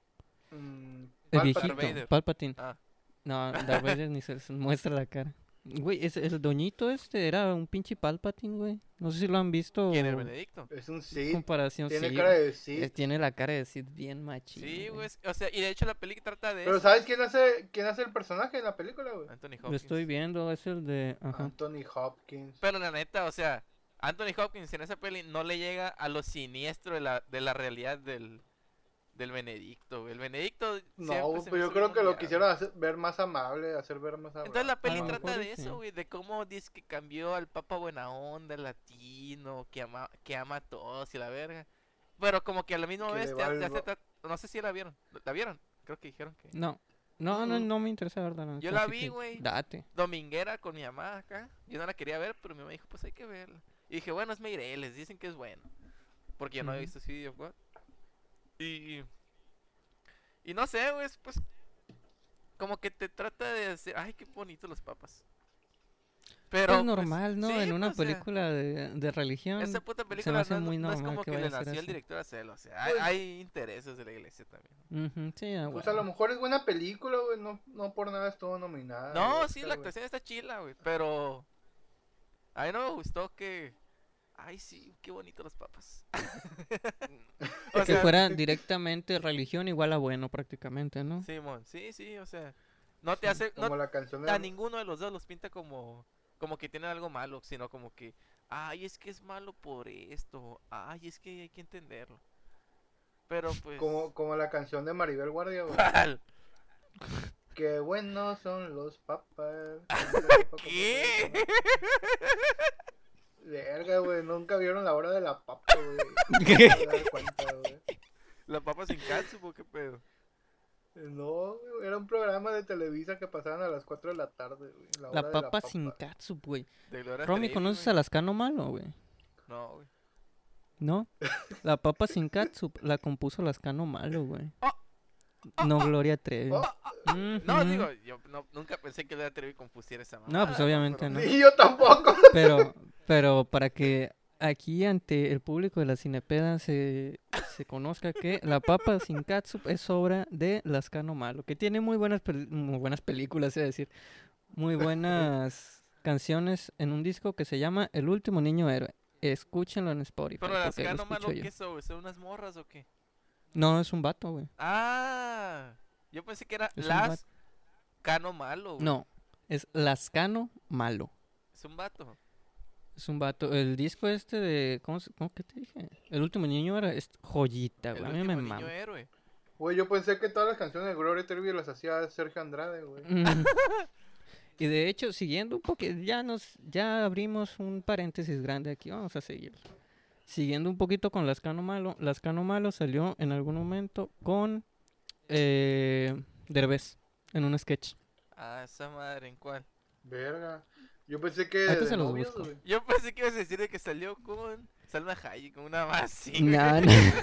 Speaker 2: El
Speaker 1: Palpatine.
Speaker 2: viejito,
Speaker 3: Vader.
Speaker 2: Palpatine.
Speaker 3: Ah,
Speaker 2: No, Darth Vader ni se les muestra la cara. Güey, el doñito era un pinche Palpatine, güey. No sé si lo han visto.
Speaker 3: ¿quién? El Benedicto.
Speaker 1: Es un
Speaker 2: En
Speaker 1: Sith.
Speaker 2: comparación,
Speaker 1: Tiene
Speaker 2: sí.
Speaker 1: cara de Sith.
Speaker 2: Tiene la cara de Sith bien machín,
Speaker 3: Sí,
Speaker 2: güey.
Speaker 3: güey, o sea, y de hecho la película trata de
Speaker 1: Pero
Speaker 3: eso.
Speaker 1: ¿sabes quién hace el personaje en la película, güey?
Speaker 3: Anthony
Speaker 2: Lo
Speaker 3: Hopkins.
Speaker 2: estoy viendo, es el de... Ajá.
Speaker 1: Anthony Hopkins.
Speaker 3: Pero la neta, o sea, Anthony Hopkins en esa peli no le llega a lo siniestro de la realidad del Benedicto, güey. El Benedicto
Speaker 1: No,
Speaker 3: siempre se me
Speaker 1: pero yo
Speaker 3: hizo
Speaker 1: creo
Speaker 3: bien
Speaker 1: que lo
Speaker 3: odiado.
Speaker 1: quisieron ver más amable, hacer ver más amable.
Speaker 3: Entonces la peli
Speaker 2: lo
Speaker 3: trata
Speaker 2: mejor
Speaker 3: de
Speaker 2: y sí.
Speaker 3: eso, güey, de cómo dice que cambió al Papa buena onda, latino, que ama a todos y la verga. Pero como que a la misma
Speaker 1: Que
Speaker 3: vez
Speaker 1: le va el
Speaker 3: no sé si la vieron. ¿La vieron? Creo que dijeron que
Speaker 2: No. No, no,
Speaker 1: Mm.
Speaker 2: no me interesa verla. la
Speaker 3: Yo
Speaker 2: neta,
Speaker 3: la
Speaker 2: así
Speaker 3: vi,
Speaker 2: que
Speaker 3: güey.
Speaker 2: Date.
Speaker 3: dominguera con mi mamá acá. Yo no la quería ver, pero mi mamá dijo, pues hay que verla. Y dije, bueno, es Meireles, dicen que es bueno. Porque yo no había
Speaker 2: Ujú.
Speaker 3: visto City of God. Y, y no sé, güey, pues como que te trata de decir, ay, qué bonitos los papas. Pero
Speaker 2: Es normal, ¿no?
Speaker 3: sí,
Speaker 2: En una
Speaker 3: pues, o sea,
Speaker 2: película de religión
Speaker 3: esa puta
Speaker 2: se me
Speaker 3: película
Speaker 2: hace muy
Speaker 3: no es
Speaker 2: normal
Speaker 3: como
Speaker 2: que
Speaker 3: que
Speaker 2: vaya
Speaker 3: le
Speaker 2: a ser
Speaker 3: nació el
Speaker 2: así.
Speaker 3: director a hacerlo. O sea,
Speaker 1: Pues-
Speaker 3: hay intereses de la iglesia también.
Speaker 2: Ujú, sí, ah,
Speaker 1: Pues a lo
Speaker 2: bueno.
Speaker 1: mejor es buena película, güey. No por nada estuvo nominada.
Speaker 3: No,
Speaker 1: al
Speaker 3: sí,
Speaker 1: Oscar,
Speaker 3: la
Speaker 1: güey.
Speaker 3: actuación está chila, güey. Pero a mí no me gustó que... Ay, sí, qué bonitos los papas. O
Speaker 2: Que
Speaker 3: sea,
Speaker 2: fuera directamente religión igual a bueno prácticamente, ¿no?
Speaker 3: Simón, sí, o sea, no te hace, no,
Speaker 1: Como la canción de
Speaker 3: a ninguno de los dos los pinta como que tienen algo malo, sino como que, ay, es que es malo por esto, ay, es que hay que entenderlo. Pero pues,
Speaker 1: como la canción de Maribel Guardia, güey.
Speaker 3: ¿cuál?
Speaker 1: Qué buenos son los papas.
Speaker 3: ¿Qué?
Speaker 1: Verga, güey. Nunca vieron la hora de la papa, güey. No me dar cuenta, güey.
Speaker 3: ¿La papa sin catsup o qué pedo?
Speaker 1: No, güey, era un programa de Televisa que pasaban a las 4 de la tarde, güey. La hora
Speaker 2: La
Speaker 1: de
Speaker 2: papa sin catsup, güey.
Speaker 3: De Gloria
Speaker 2: Romy,
Speaker 3: Trevi,
Speaker 2: ¿conoces
Speaker 3: güey.
Speaker 2: a Lascano Malo, güey?
Speaker 3: No, güey.
Speaker 2: ¿No? La papa sin catsup la compuso Lascano Malo, güey.
Speaker 3: Oh,
Speaker 2: No Gloria Trevi.
Speaker 1: Oh,
Speaker 3: No,
Speaker 2: Ujú.
Speaker 3: digo, yo nunca pensé que Gloria Trevi compusiera esa mamá.
Speaker 2: No, pues obviamente no.
Speaker 1: Ni yo tampoco.
Speaker 2: Pero para que aquí ante el público de la Cinepeda se conozca que La papa sin catsup es obra de Lascano Malo, que tiene muy buenas películas, es decir, muy buenas canciones en un disco que se llama El último niño héroe. Escúchenlo en Spotify,
Speaker 3: Pero
Speaker 2: porque lo
Speaker 3: las malo,
Speaker 2: escucho yo.
Speaker 3: ¿qué son? ¿Son unas morras o qué?
Speaker 2: No, es un vato, güey.
Speaker 3: Ah, Yo pensé que era
Speaker 2: Es un
Speaker 3: Las Cano Malo, güey.
Speaker 2: No, es Lascano Malo.
Speaker 3: Es un vato.
Speaker 2: Es un vato. El disco este de... ¿Cómo que te dije? El último niño era joyita,
Speaker 3: El
Speaker 2: güey. A mí me
Speaker 3: último niño
Speaker 2: mama.
Speaker 3: héroe.
Speaker 1: Güey, yo pensé que todas las canciones de Gloria Trevi las hacía Sergio Andrade, güey.
Speaker 2: Y de hecho, siguiendo un poco, ya abrimos un paréntesis grande aquí, vamos a seguir. Siguiendo un poquito con Lascano Malo salió en algún momento con Derbez en un sketch.
Speaker 3: Ah, esa madre, ¿en cuál?
Speaker 1: Verga. Yo pensé que
Speaker 2: Ahorita
Speaker 1: de
Speaker 2: se los
Speaker 1: novios,
Speaker 2: busco.
Speaker 1: güey.
Speaker 3: Yo pensé que ibas a decir de que salió con Salma Hayek, con una más así, güey.
Speaker 2: Nah,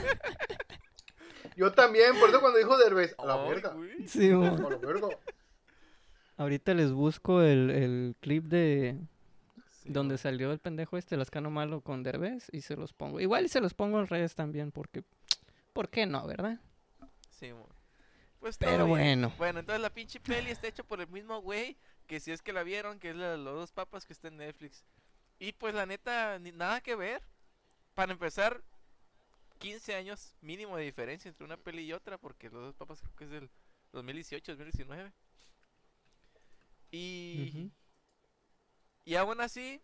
Speaker 1: Yo también, por eso cuando dijo Derbez, a la
Speaker 3: Ay,
Speaker 1: verga.
Speaker 3: güey.
Speaker 2: sí,
Speaker 1: A
Speaker 2: mo.
Speaker 1: la verga.
Speaker 2: Ahorita les busco el clip de
Speaker 3: Sí,
Speaker 2: donde
Speaker 3: güey.
Speaker 2: salió el pendejo Lascano Malo con Derbez y se los pongo. Igual y se los pongo en redes también porque... ¿Por qué no, verdad?
Speaker 3: Sí, mo. Pues todo
Speaker 2: Pero
Speaker 3: bien.
Speaker 2: bueno.
Speaker 3: Bueno, entonces la pinche peli está hecha por el mismo güey que si es que la vieron, que es la de los dos papas que está en Netflix. Y pues la neta, nada que ver. Para empezar, 15 años mínimo de diferencia entre una peli y otra, porque los dos papas creo que es del 2018, 2019. Y,
Speaker 2: Ujú.
Speaker 3: y aún así,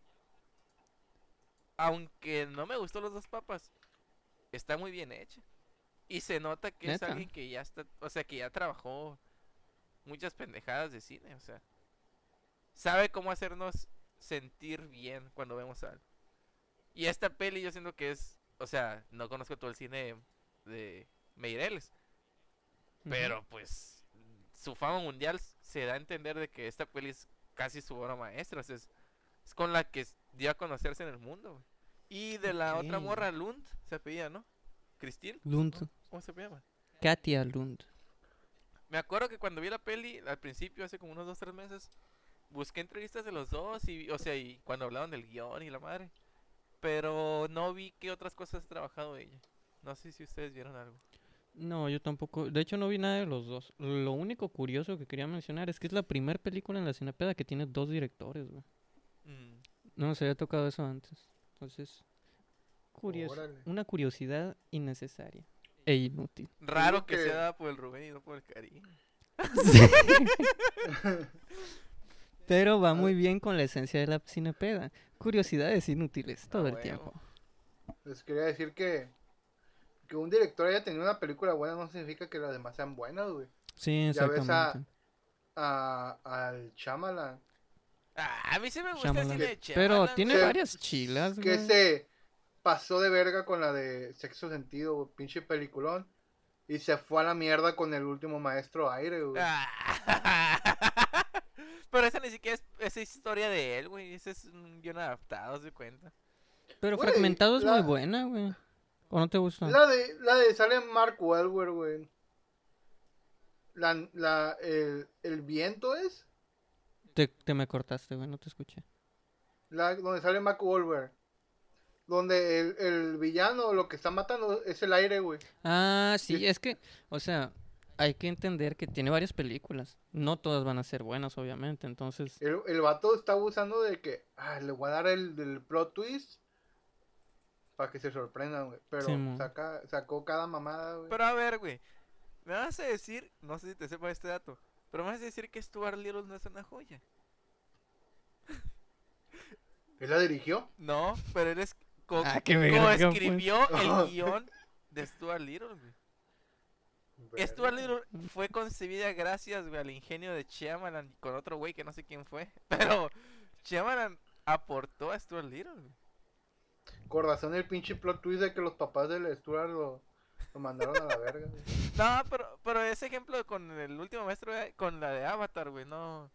Speaker 3: aunque no me gustó los dos papas, está muy bien hecha. Y se nota que es
Speaker 2: ¿Neta?
Speaker 3: alguien que ya está, o sea, que ya trabajó muchas pendejadas de cine, o sea, sabe cómo hacernos sentir bien cuando vemos algo. Y esta peli yo siento que es, o sea, no conozco todo el cine de Meireles, pero pues su fama mundial se da a entender de que esta peli es casi su obra maestra, o sea, es con la que dio a conocerse en el mundo, güey. Y de la otra
Speaker 2: Ok.
Speaker 3: morra, Lund, se apellida, ¿no? ¿Cristil?
Speaker 2: Lund.
Speaker 3: ¿No? ¿Cómo se llama?
Speaker 2: Katia Lund.
Speaker 3: Me acuerdo que cuando vi la peli, al principio, hace como unos 2-3 meses, busqué entrevistas de los dos y, o sea, y cuando hablaban del guión y la madre, pero no vi qué otras cosas ha trabajado ella. No sé si ustedes vieron algo.
Speaker 2: No, yo tampoco. De hecho, no vi nada de los dos. Lo único curioso que quería mencionar es que es la primera película en la Cinepeda que tiene dos directores, güey.
Speaker 3: Mm,
Speaker 2: No se había tocado eso antes. Entonces,
Speaker 1: Órale.
Speaker 2: una curiosidad innecesaria e inútil.
Speaker 3: Raro
Speaker 1: Digo
Speaker 3: que
Speaker 1: que-
Speaker 3: sea dada por el Rubén y no por el Karim.
Speaker 2: Pero va muy bien con la esencia de la Cinepeda. Curiosidades inútiles todo el
Speaker 3: huevo.
Speaker 2: tiempo.
Speaker 1: Les quería decir que un director haya tenido una película buena no significa que las demás sean buenas, güey.
Speaker 2: Sí,
Speaker 1: Ya ves
Speaker 2: exactamente.
Speaker 1: al Shyamalan,
Speaker 3: A mí sí me gusta el
Speaker 2: Shyamalan.
Speaker 3: cine de
Speaker 2: Pero
Speaker 3: Shyamalan,
Speaker 2: tiene
Speaker 3: güey.
Speaker 2: varias chilas,
Speaker 1: que
Speaker 2: güey.
Speaker 1: se pasó de verga con la de Sexto Sentido, güey, pinche peliculón. Y se fue a la mierda con El Último Maestro Aire, güey.
Speaker 3: Pero esa ni siquiera es historia de él, güey. Ese es un guión adaptado, ¿se cuenta?
Speaker 2: Pero
Speaker 1: Güey,
Speaker 2: Fragmentado es muy
Speaker 1: la-
Speaker 2: buena, güey. ¿O no te gusta?
Speaker 1: La de sale Mark Wahlberg, güey. El viento es
Speaker 2: Te me cortaste, güey, no te escuché.
Speaker 1: donde sale Mark Wahlberg. Donde el villano lo que está matando es el aire, güey.
Speaker 2: Ah, sí,
Speaker 1: Sí.
Speaker 2: es que, o sea, hay que entender que tiene varias películas. No todas van a ser buenas, obviamente. Entonces,
Speaker 1: El vato está abusando de que le voy a dar el plot twist para que se sorprendan, güey. Pero
Speaker 2: Sí, mo.
Speaker 1: sacó cada mamada, güey.
Speaker 3: Pero a ver, güey. Me vas a decir, no sé si te sepa este dato, pero me vas a decir que Stuart Little no es una joya.
Speaker 1: ¿Él la dirigió?
Speaker 3: No, pero él es
Speaker 2: qué verga,
Speaker 3: escribió
Speaker 1: pues.
Speaker 3: el guión de Stuart Little, güey.
Speaker 1: Verga.
Speaker 3: Stuart Little fue concebida gracias, güey, al ingenio de Shyamalan con otro güey que no sé quién fue. Pero Shyamalan aportó a Stuart Little, güey.
Speaker 1: Con razón el pinche plot twist de que los papás del Stuart lo mandaron a la verga, güey.
Speaker 3: No, pero ese ejemplo con el último maestro, con la de Avatar, güey, no.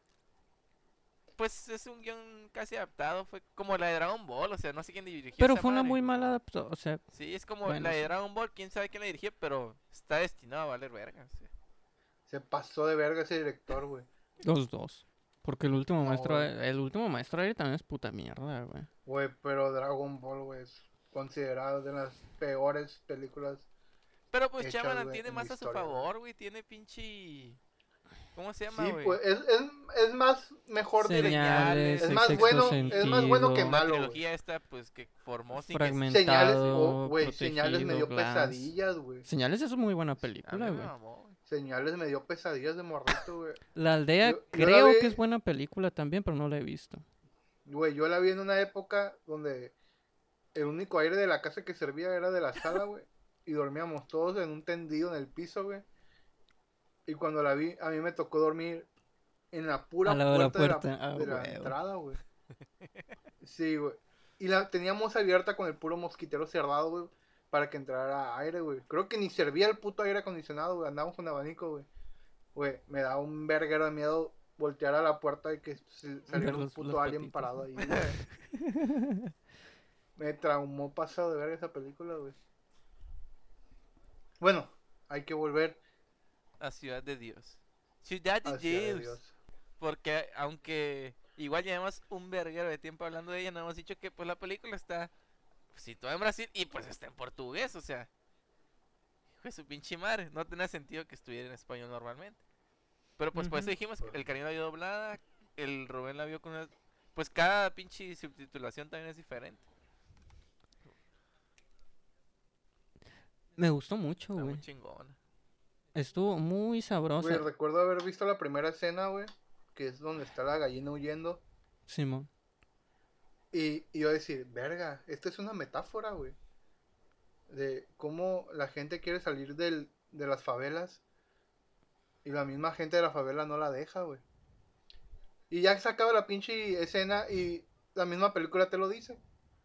Speaker 3: Pues es un guión casi adaptado, fue como la de Dragon Ball, o sea, no sé quién dirigió
Speaker 2: pero
Speaker 3: esa
Speaker 2: fue una
Speaker 3: madre.
Speaker 2: muy mala adaptación, o sea,
Speaker 3: Sí, es como
Speaker 2: Bueno,
Speaker 3: la de
Speaker 2: sí.
Speaker 3: Dragon Ball, quién sabe quién la dirigió, pero está destinado a valer verga. O sea.
Speaker 1: Se pasó de verga ese director, güey.
Speaker 2: los dos. Porque el último
Speaker 1: No,
Speaker 2: maestro,
Speaker 1: güey.
Speaker 2: el último maestro aire también es puta mierda, güey.
Speaker 1: Güey, pero Dragon Ball, güey, es considerado de las peores películas.
Speaker 3: Pero pues
Speaker 1: Hechas,
Speaker 3: Shyamalan
Speaker 1: güey,
Speaker 3: tiene
Speaker 1: en
Speaker 3: más
Speaker 1: la
Speaker 3: a su
Speaker 1: historia, güey.
Speaker 3: favor, güey, tiene pinche... ¿Cómo se llama,
Speaker 1: Sí,
Speaker 3: güey?
Speaker 1: pues es más mejor director.
Speaker 2: Señales,
Speaker 1: Es
Speaker 2: el
Speaker 1: más
Speaker 2: sexto
Speaker 1: bueno-
Speaker 2: sentido,
Speaker 1: es más bueno que
Speaker 3: La
Speaker 1: malo, güey.
Speaker 3: trilogía esta, pues, que formó sin que...
Speaker 2: Fragmentado,
Speaker 1: Señales, güey,
Speaker 2: protegido,
Speaker 1: señales me dio
Speaker 2: Glass.
Speaker 1: pesadillas, güey.
Speaker 2: Señales es muy buena
Speaker 3: A mí
Speaker 2: película,
Speaker 3: me
Speaker 2: güey.
Speaker 3: mamó, güey.
Speaker 1: Señales me dio pesadillas de morrito, güey.
Speaker 2: La aldea
Speaker 1: Yo la
Speaker 2: creo que
Speaker 1: vi,
Speaker 2: es buena película también, pero no la he visto.
Speaker 1: güey, yo la vi en una época donde el único aire de la casa que servía era de la sala, güey. Y dormíamos todos en un tendido en el piso, güey. Y cuando la vi, a mí me tocó dormir en la
Speaker 2: Al
Speaker 1: pura
Speaker 2: lado de la
Speaker 1: puerta
Speaker 2: puerta. Ah,
Speaker 1: de la
Speaker 2: huevo.
Speaker 1: entrada, güey. Sí, güey. Y la teníamos abierta con el puro mosquitero cerrado, güey. Para que entrara aire, güey. Creo que ni servía el puto aire acondicionado, güey. Andábamos con abanico, güey. Güey, me da un verguero de miedo voltear a la puerta y que
Speaker 2: Ver
Speaker 1: saliera un
Speaker 2: las
Speaker 1: puto alien
Speaker 2: patitas.
Speaker 1: parado ahí, güey. Me traumó pasado de ver esa película, güey. Bueno, hay que volver
Speaker 3: A Ciudad de Dios. Ciudad de
Speaker 1: a Ciudad de
Speaker 3: Dios.
Speaker 1: Dios.
Speaker 3: Porque aunque igual llevamos un verguero de tiempo hablando de ella, no hemos dicho que pues la película está situada en Brasil y pues está en portugués, o sea, hijo de su pinche madre, no tenía sentido que estuviera en español normalmente. Pero pues por eso
Speaker 2: Ujú.
Speaker 3: dijimos que el Karina la vio doblada, el Rubén la vio con una... Pues cada pinche subtitulación también es diferente.
Speaker 2: Me gustó mucho,
Speaker 3: Está muy
Speaker 2: güey.
Speaker 3: chingona.
Speaker 2: Estuvo muy
Speaker 1: Güey,
Speaker 2: sabrosa,
Speaker 1: recuerdo haber visto la primera escena, güey. Que es donde está la gallina huyendo.
Speaker 2: Simón.
Speaker 1: Y yo decir, verga, esto es una metáfora, güey. De cómo la gente quiere salir de las favelas. Y la misma gente de la favela no la deja, güey. Y ya se acaba la pinche escena y la misma película te lo dice.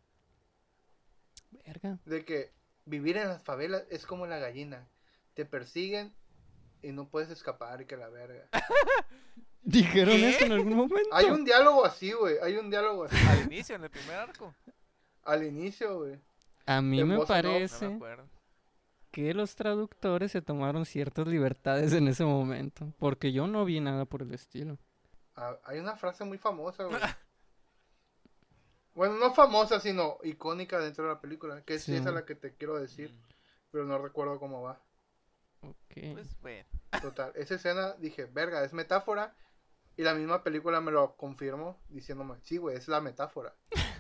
Speaker 2: Verga.
Speaker 1: De que vivir en las favelas es como la gallina. Te persiguen y no puedes escapar y que la verga.
Speaker 2: ¿Dijeron
Speaker 3: ¿Qué?
Speaker 2: eso en algún momento?
Speaker 1: Hay un diálogo así, güey. Hay un diálogo así.
Speaker 3: Al inicio, en el primer arco,
Speaker 1: Al inicio, güey.
Speaker 2: A mí
Speaker 1: En
Speaker 2: me
Speaker 1: voz en off.
Speaker 3: no me
Speaker 2: parece
Speaker 3: acuerdo.
Speaker 2: que los traductores se tomaron ciertas libertades en ese momento, porque yo no vi nada por el estilo.
Speaker 1: Hay una frase muy famosa, güey. Bueno, no famosa, sino icónica dentro de la película. Que es
Speaker 2: Sí,
Speaker 1: esa la que te quiero decir.
Speaker 3: Mm,
Speaker 1: Pero no recuerdo cómo va.
Speaker 2: ok.
Speaker 3: Pues bueno.
Speaker 1: Total, esa escena dije, verga, es metáfora. Y la misma película me lo confirmó diciéndome, sí, güey, es la metáfora.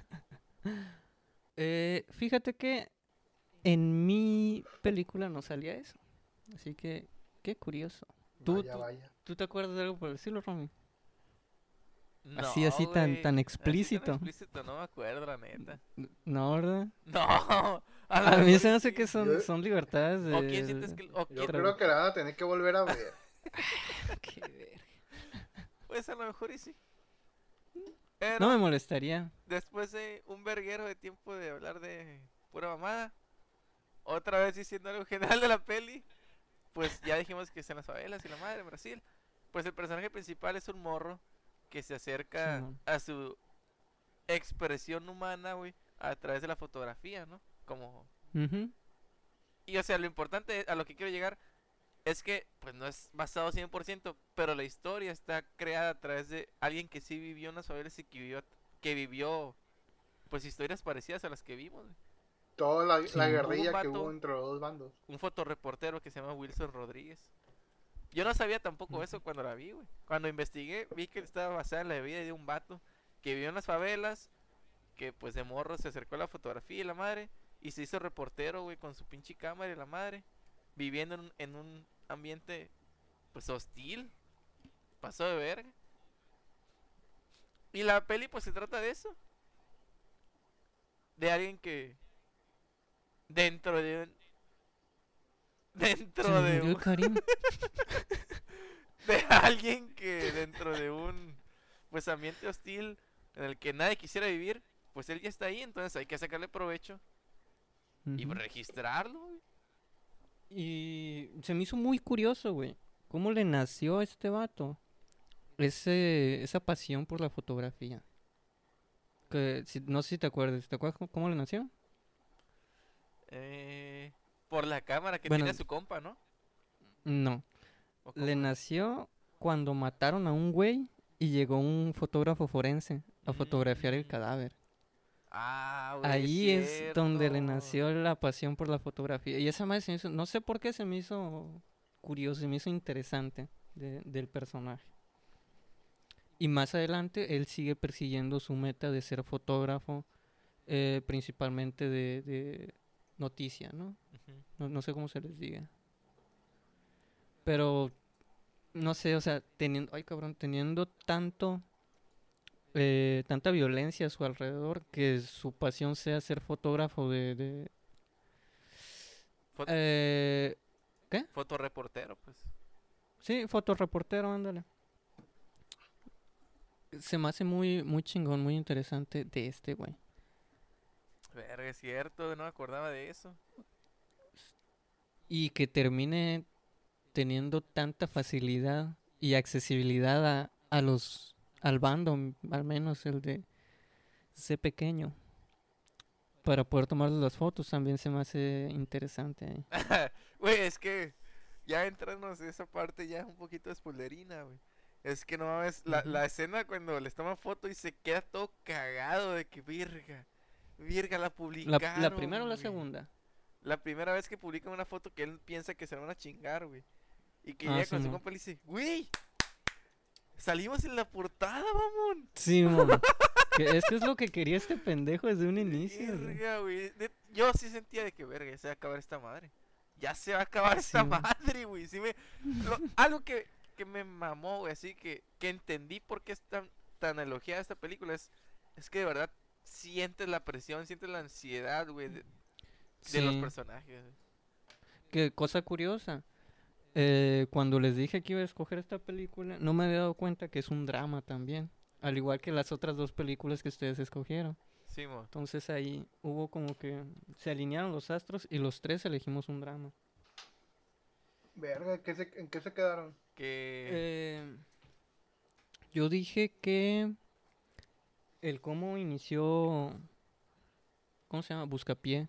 Speaker 2: Fíjate que en mi película no salía eso, así que qué curioso. ¿Tú,
Speaker 1: Vaya,
Speaker 2: tú,
Speaker 1: vaya.
Speaker 2: tú te acuerdas de algo por el estilo, Romy?
Speaker 3: No,
Speaker 2: Así tan
Speaker 3: güey. Así tan
Speaker 2: explícito.
Speaker 3: explícito, no me acuerdo, la neta.
Speaker 2: No, ¿verdad?
Speaker 3: No, a
Speaker 2: A
Speaker 3: lo
Speaker 2: mí
Speaker 3: mejor
Speaker 2: se me
Speaker 3: y
Speaker 2: hace que
Speaker 3: sí.
Speaker 1: Yo,
Speaker 2: son libertades
Speaker 3: ¿O quién sientes
Speaker 2: de...
Speaker 3: que.? O
Speaker 1: yo
Speaker 3: quién,
Speaker 1: creo que la van a tener que volver a ver.
Speaker 2: Qué verga.
Speaker 3: pues a lo mejor y sí.
Speaker 2: No
Speaker 3: Pero
Speaker 2: me molestaría.
Speaker 3: después de un verguero de tiempo de hablar de pura mamada, otra vez diciendo algo general de la peli, pues ya dijimos que es en las favelas y la madre en Brasil. Pues el personaje principal es un morro que se acerca
Speaker 2: Simón.
Speaker 3: a su expresión humana, güey, a través de la fotografía, ¿no? Como...
Speaker 2: Ujú.
Speaker 3: Y o sea, lo importante a lo que quiero llegar es que, pues no es basado 100%, pero la historia está creada a través de alguien que sí vivió en las favelas y que vivió, pues historias parecidas a las que vimos, güey.
Speaker 1: Toda la
Speaker 2: Simón.
Speaker 3: Hubo un
Speaker 1: guerrilla que hubo
Speaker 3: vato,
Speaker 1: entre los dos bandos.
Speaker 3: un fotoreportero que se llama Wilson Rodríguez. Yo no sabía tampoco eso
Speaker 2: Ujú.
Speaker 3: cuando la vi, güey. Cuando investigué, vi que estaba basada en la vida de un vato que vivió en las favelas, que pues de morro se acercó a la fotografía y la madre, y se hizo reportero, güey, con su pinche cámara y la madre, viviendo en un ambiente, pues hostil, pasó de verga. Y la peli, pues se trata de eso, de alguien que dentro de un...
Speaker 2: Se
Speaker 3: Dentro
Speaker 2: nos
Speaker 3: de
Speaker 2: murió el
Speaker 3: un...
Speaker 2: Karim.
Speaker 3: De alguien que dentro de un pues ambiente hostil en el que nadie quisiera vivir, pues él ya está ahí, entonces hay que sacarle provecho y
Speaker 2: Ujú.
Speaker 3: registrarlo, güey.
Speaker 2: Y se me hizo muy curioso, güey. ¿Cómo le nació a este vato esa pasión por la fotografía? No sé si te acuerdas. ¿Te acuerdas cómo le nació?
Speaker 3: Por la cámara que tiene
Speaker 2: Bueno,
Speaker 3: su compa, ¿no?
Speaker 2: no.
Speaker 3: ¿O
Speaker 2: Le
Speaker 3: cómo?
Speaker 2: nació cuando mataron a un güey y llegó un fotógrafo forense a fotografiar el
Speaker 3: Mm.
Speaker 2: cadáver.
Speaker 3: Ah, güey, es
Speaker 2: Ahí es donde le
Speaker 3: cierto.
Speaker 2: nació la pasión por la fotografía. Y esa madre se me hizo, no sé por qué se me hizo curioso, se me hizo interesante del personaje. Y más adelante él sigue persiguiendo su meta de ser fotógrafo, principalmente de noticia, ¿no?
Speaker 3: Ujú.
Speaker 2: No sé cómo se les diga. Pero, no sé, o sea, teniendo, ay cabrón, teniendo tanta violencia a su alrededor, que su pasión sea ser fotógrafo
Speaker 3: Fo-
Speaker 2: eh, ¿qué?
Speaker 3: Fotoreportero, pues.
Speaker 2: Sí, fotoreportero, ándale. Se me hace muy, muy chingón, muy interesante de este güey.
Speaker 3: Verga, es cierto, no me acordaba de eso.
Speaker 2: Y que termine teniendo tanta facilidad y accesibilidad al bando, al menos el de ese pequeño, para poder tomar las fotos también se me hace interesante ahí.
Speaker 3: Güey, es que ya entrarnos en esa parte ya es un poquito spoilerina, güey. Es que no mames,
Speaker 2: Ujú.
Speaker 3: la escena cuando les toma foto y se queda todo cagado de que virga, la
Speaker 2: La primera o
Speaker 3: publicaron,
Speaker 2: la
Speaker 3: güey.
Speaker 2: segunda.
Speaker 3: La primera vez que publican una foto que él piensa que se la van a chingar, güey. Y que
Speaker 2: Ah,
Speaker 3: llega con su
Speaker 2: Simón.
Speaker 3: compa y le dice, güey, salimos en la portada, mamón.
Speaker 2: Simón. Que es lo que quería este pendejo desde un inicio, güey.
Speaker 3: Verga, güey. Yo sí sentía de que, verga, ya se va a acabar esta madre. Ya se va a acabar esta
Speaker 2: Simón.
Speaker 3: madre, güey. Algo que me mamó, güey, así que entendí por qué es tan elogiada esta película. Es que de verdad sientes la presión, sientes la ansiedad, güey, de los
Speaker 2: Sí.
Speaker 3: personajes.
Speaker 2: Qué cosa curiosa. Cuando les dije que iba a escoger esta película, no me había dado cuenta que es un drama también. Al igual que las otras dos películas que ustedes escogieron.
Speaker 3: Sí, mo.
Speaker 2: Entonces ahí hubo como que se alinearon los astros y los tres elegimos un drama.
Speaker 1: Verga, ¿en qué se quedaron?
Speaker 3: Que...
Speaker 2: Eh, yo dije que el cómo inició, ¿cómo se llama? Buscapié,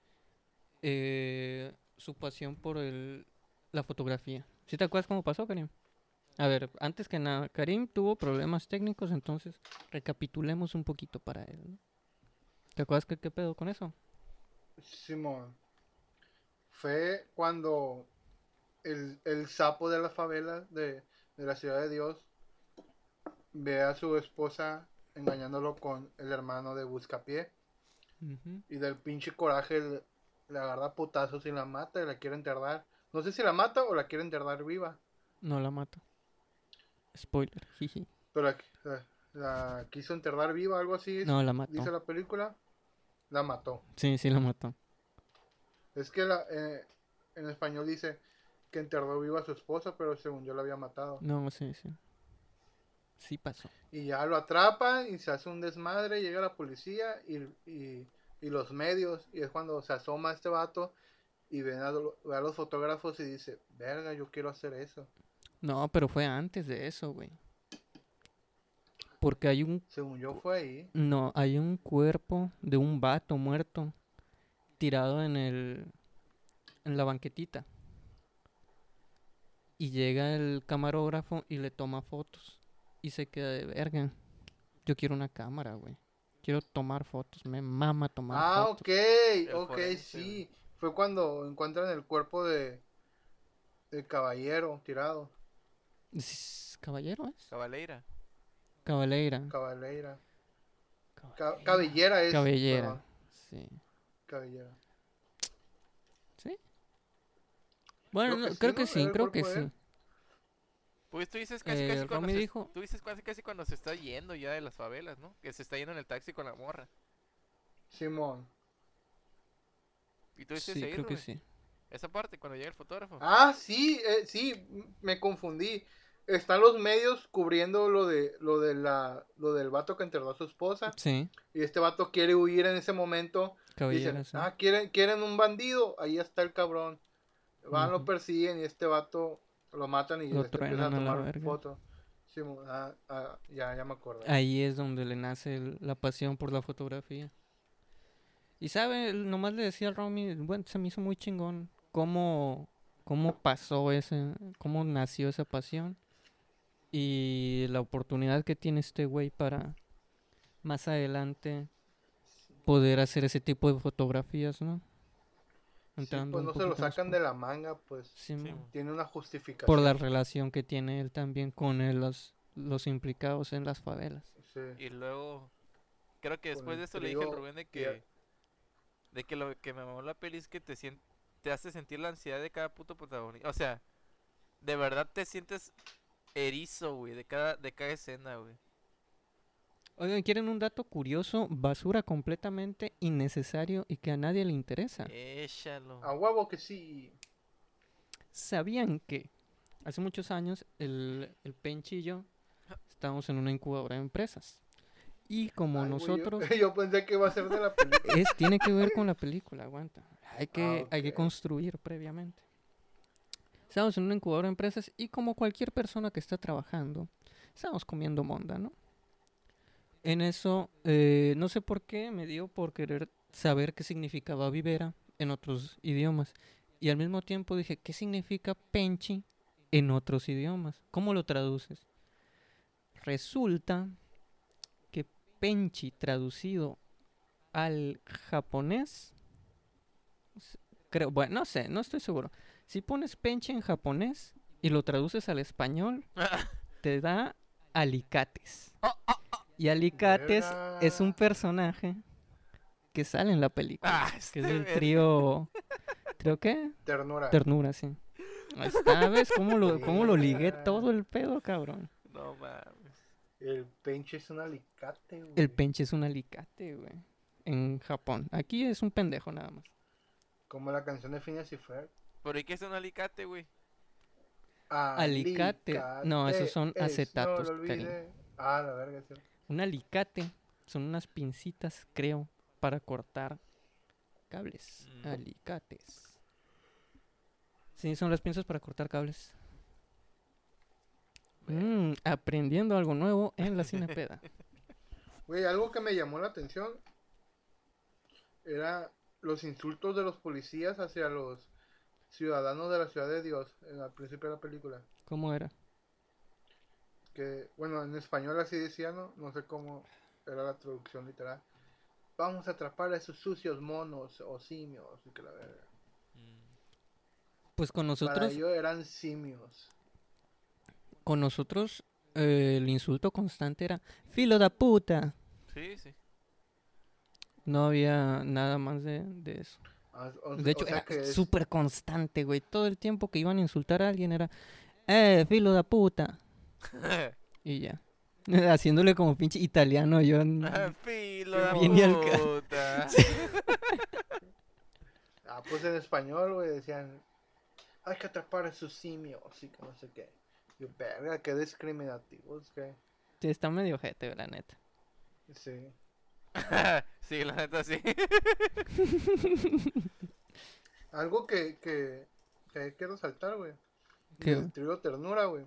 Speaker 2: su pasión por la fotografía. ¿Sí te acuerdas cómo pasó, Karim? A ver, antes que nada, Karim tuvo problemas técnicos, entonces recapitulemos un poquito para él, ¿no? ¿Te acuerdas qué pedo con eso?
Speaker 1: Simón. Fue cuando el sapo de la favela de la ciudad de Dios ve a su esposa engañándolo con el hermano de Buscapié.
Speaker 2: Ujú.
Speaker 1: Y del pinche coraje le agarra a putazos y la mata y la quiere enterrar. No sé si la mata o la quiere enterrar viva.
Speaker 2: No la mata. Spoiler, jiji.
Speaker 1: Pero la quiso enterrar viva, algo así
Speaker 2: No la mató.
Speaker 1: dice la película. La mató.
Speaker 2: Sí, sí la mató.
Speaker 1: Es que en español dice que enterró viva a su esposa, pero según yo la había matado.
Speaker 2: No, sí, sí. Sí pasó.
Speaker 1: Y ya lo atrapan y se hace un desmadre, llega la policía y los medios. Y es cuando se asoma este vato y ve a los fotógrafos y dice, verga, yo quiero hacer eso.
Speaker 2: No, pero fue antes de eso, güey. Porque hay
Speaker 1: Según yo fue ahí.
Speaker 2: no, hay un cuerpo de un vato muerto tirado en la banquetita. Y llega el camarógrafo y le toma fotos. Y se queda de verga. Yo quiero una cámara, güey. Quiero tomar fotos. Me mama tomar
Speaker 1: Ah,
Speaker 2: fotos.
Speaker 1: ok,
Speaker 3: El
Speaker 1: ok,
Speaker 3: forense, güey.
Speaker 1: sí. Fue cuando encuentran el cuerpo del caballero tirado.
Speaker 2: ¿Caballero es?
Speaker 3: Cabaleira.
Speaker 2: Cabaleira.
Speaker 1: Caballera.
Speaker 2: Caballera.
Speaker 1: Cabellera es.
Speaker 2: Cabellera.
Speaker 1: Perdón,
Speaker 2: Sí.
Speaker 1: cabellera.
Speaker 2: ¿Sí? Bueno,
Speaker 1: Creo que
Speaker 2: no,
Speaker 1: sí,
Speaker 2: creo
Speaker 1: ¿no?
Speaker 2: que
Speaker 1: Era
Speaker 2: sí,
Speaker 1: el
Speaker 2: creo que
Speaker 1: cuerpo de
Speaker 2: sí.
Speaker 1: él.
Speaker 3: Pues tú dices casi cuando
Speaker 2: Romy dijo,
Speaker 3: tú dices casi cuando se está yendo ya de las favelas, ¿no? Que se está yendo en el taxi con la morra.
Speaker 1: Simón.
Speaker 3: Y tú dices
Speaker 2: sí,
Speaker 3: ahí,
Speaker 2: creo que
Speaker 3: Rubén.
Speaker 2: sí.
Speaker 3: Esa parte cuando llega el fotógrafo.
Speaker 1: Ah, sí, sí, me confundí. Están los medios cubriendo lo del vato que enterró a su esposa.
Speaker 2: Sí,
Speaker 1: Y este vato quiere huir en ese momento.
Speaker 2: cabellera,
Speaker 1: Dicen,
Speaker 2: sí.
Speaker 1: quieren un bandido. Ahí está el cabrón. Van, lo
Speaker 2: Ujú.
Speaker 1: persiguen y este vato lo matan y
Speaker 2: Lo
Speaker 1: este empiezan
Speaker 2: truenan
Speaker 1: a
Speaker 2: a la
Speaker 1: tomar
Speaker 2: verga.
Speaker 1: fotos. Sí, ya me acordé.
Speaker 2: Ahí es donde le nace la pasión por la fotografía. Y sabe, nomás le decía al Romy, bueno, se me hizo muy chingón cómo pasó cómo nació esa pasión. Y la oportunidad que tiene este güey para más adelante poder hacer ese tipo de fotografías, ¿no?
Speaker 1: Sí,
Speaker 2: Entrando
Speaker 1: pues
Speaker 2: un
Speaker 1: no se lo
Speaker 2: poquito más
Speaker 1: sacan de la manga, pues
Speaker 3: Sí,
Speaker 2: Simón.
Speaker 3: mo.
Speaker 1: tiene una
Speaker 2: Por
Speaker 1: justificación.
Speaker 2: la relación que tiene él también con los implicados en las favelas.
Speaker 1: Sí,
Speaker 3: Y luego creo que
Speaker 1: con
Speaker 3: después de
Speaker 1: el
Speaker 3: eso le dije al
Speaker 1: trío
Speaker 3: Rubén de
Speaker 1: y a-
Speaker 3: que lo que me mamó la peli es que te hace sentir la ansiedad de cada puto protagonista. O sea, de verdad te sientes erizo, güey, de cada escena, güey.
Speaker 2: Oigan, ¿quieren un dato curioso? Basura completamente innecesario y que a nadie le interesa.
Speaker 3: Échalo.
Speaker 1: A huevo que sí.
Speaker 2: ¿Sabían que hace muchos años el Penchi y yo estábamos en una incubadora de empresas? Y como
Speaker 1: Ay, güey,
Speaker 2: nosotros...
Speaker 1: yo pensé que iba a ser de la película.
Speaker 2: tiene que ver con la película, aguanta. Hay que
Speaker 1: Ok.
Speaker 2: construir previamente. Estábamos en una incubadora de empresas y como cualquier persona que está trabajando, estábamos comiendo monda, ¿no? En eso, no sé por qué, me dio por querer saber qué significaba vivera en otros idiomas. Y al mismo tiempo dije, ¿qué significa penchi en otros idiomas? ¿Cómo lo traduces? Resulta que penchi traducido al japonés, creo, bueno, no sé, no estoy seguro. Si pones penchi en japonés y lo traduces al español, te da alicates. Y Alicates es un
Speaker 1: Verga.
Speaker 2: personaje que sale en la película,
Speaker 3: Ah,
Speaker 2: que es
Speaker 3: este
Speaker 2: del
Speaker 3: verga.
Speaker 2: trío, ¿trío qué?
Speaker 1: Ternura.
Speaker 2: Ternura, sí. Ahí está, ¿ves cómo lo ligué
Speaker 1: Verga.
Speaker 2: todo el pedo, cabrón?
Speaker 3: No mames.
Speaker 1: El penche es un alicate, güey.
Speaker 2: El penche es un alicate, güey, en Japón. Aquí es un pendejo nada más.
Speaker 1: Como la canción de Phineas y Ferb.
Speaker 3: ¿Pero y qué es un alicate, güey?
Speaker 2: Alicate, no, esos son
Speaker 1: es,
Speaker 2: acetatos,
Speaker 1: no lo
Speaker 2: cariño.
Speaker 1: olvide. Ah, la verga, sí.
Speaker 2: Un alicate son unas pincitas, creo, para cortar cables.
Speaker 3: Mm.
Speaker 2: Alicates. Sí, son las pinzas para cortar cables. Aprendiendo algo nuevo en la cinepeda.
Speaker 1: Güey, algo que me llamó la atención era los insultos de los policías hacia los ciudadanos de la Ciudad de Dios al principio de la película.
Speaker 2: ¿Cómo era?
Speaker 1: Que, bueno, en español así decía, ¿no? No sé cómo era la traducción literal. Vamos a atrapar a esos sucios monos o simios. Y que la verga.
Speaker 2: Pues
Speaker 1: Para ellos eran simios.
Speaker 2: con nosotros el insulto constante era filo da puta.
Speaker 3: Sí, sí.
Speaker 2: No había nada más de eso. De hecho,
Speaker 1: O sea
Speaker 2: era
Speaker 1: que es...
Speaker 2: súper constante, güey. Todo el tiempo que iban a insultar a alguien era, filo da puta. Y ya. Haciéndole como pinche italiano yo.
Speaker 3: Filo de
Speaker 2: Bien y al
Speaker 3: puta.
Speaker 1: Ah, pues en español, güey, decían... Hay que atrapar a esos simios y que no sé qué. Yo, verga, qué discriminativos, que...
Speaker 2: Sí, está medio jete, la neta.
Speaker 1: Sí.
Speaker 3: Sí, la neta sí.
Speaker 1: Algo que hay que resaltar, güey.
Speaker 2: ¿Qué?
Speaker 1: Del trío Ternura, güey.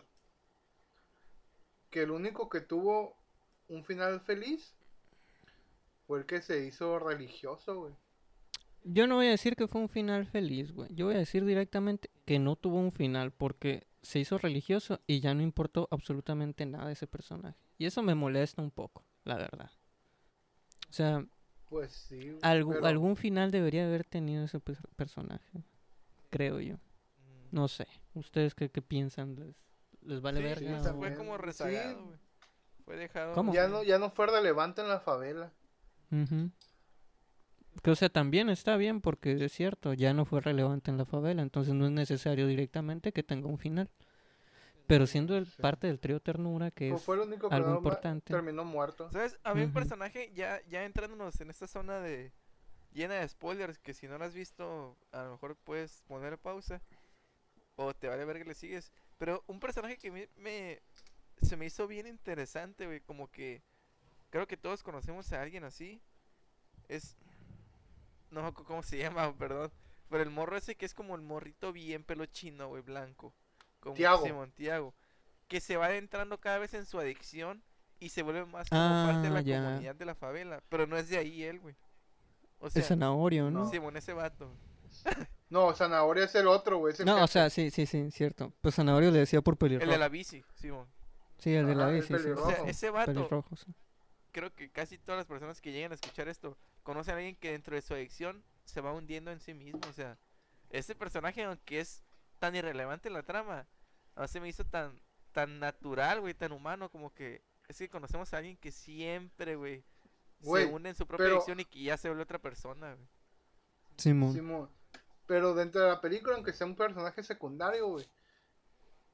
Speaker 1: Que el único que tuvo un final feliz fue el que se hizo religioso, güey.
Speaker 2: Yo no voy a decir que fue un final feliz, güey. Yo voy a decir directamente que no tuvo un final porque se hizo religioso y ya no importó absolutamente nada de ese personaje. Y eso me molesta un poco, la verdad. O sea,
Speaker 1: Pues sí, güey, pero
Speaker 2: algún final debería haber tenido ese personaje, creo yo. No sé, ¿ustedes qué piensan? ¿Les vale
Speaker 3: Sí,
Speaker 2: verga?
Speaker 3: pues,
Speaker 2: o-
Speaker 3: fue como rezagado, güey. Fue dejado.
Speaker 2: ¿Cómo?
Speaker 1: ya no fue relevante en la favela.
Speaker 2: Ujú. Que, o sea, también está bien porque es cierto, ya no fue relevante en la favela, entonces no es necesario directamente que tenga un final. Pero siendo
Speaker 1: Sí.
Speaker 2: parte del trío Ternura, que
Speaker 1: Pues
Speaker 2: es
Speaker 1: fue el único que
Speaker 2: algo
Speaker 1: no
Speaker 2: importante.
Speaker 1: terminó muerto.
Speaker 3: ¿Sabes? Había un
Speaker 2: Ujú.
Speaker 3: personaje ya entrándonos en esta zona de llena de spoilers que si no lo has visto, a lo mejor puedes poner pausa o te vale ver que le sigues. Pero un personaje que se me hizo bien interesante, güey, como que creo que todos conocemos a alguien así. Es no me acuerdo cómo se llama, perdón, pero el morro ese que es como el morrito bien pelo chino, güey, blanco, como
Speaker 1: Tiago.
Speaker 3: Simón Tiago, que se va adentrando cada vez en su adicción y se vuelve más como parte de la
Speaker 2: Ya.
Speaker 3: comunidad de la favela, pero no es de ahí él, güey. O
Speaker 2: El
Speaker 3: sea,
Speaker 2: zanahorio, ¿no?
Speaker 1: No.
Speaker 3: Simón, ese vato.
Speaker 1: No, Zanahoria es el otro, güey. es el
Speaker 2: No, o
Speaker 1: jefe.
Speaker 2: sea, sí, cierto. Pues zanahorio le decía por
Speaker 3: El de
Speaker 2: pelirrojo.
Speaker 3: la bici, Simón.
Speaker 2: Sí, el de la
Speaker 1: Ajá, el
Speaker 2: bici, sí.
Speaker 3: O sea,
Speaker 1: pelirrojo.
Speaker 3: ese vato,
Speaker 2: Pelirrojo, sí.
Speaker 3: creo que casi todas las personas que llegan a escuchar esto conocen a alguien que dentro de su adicción se va hundiendo en sí mismo. O sea, ese personaje, aunque es tan irrelevante en la trama, a se me hizo tan natural, güey, tan humano, como que es que conocemos a alguien que siempre, güey, se
Speaker 1: Güey,
Speaker 3: hunde en su propia
Speaker 1: pero-
Speaker 3: adicción y que ya se vuelve otra persona, güey.
Speaker 2: Simón.
Speaker 1: Simón. Pero dentro de la película, aunque sea un personaje secundario, güey,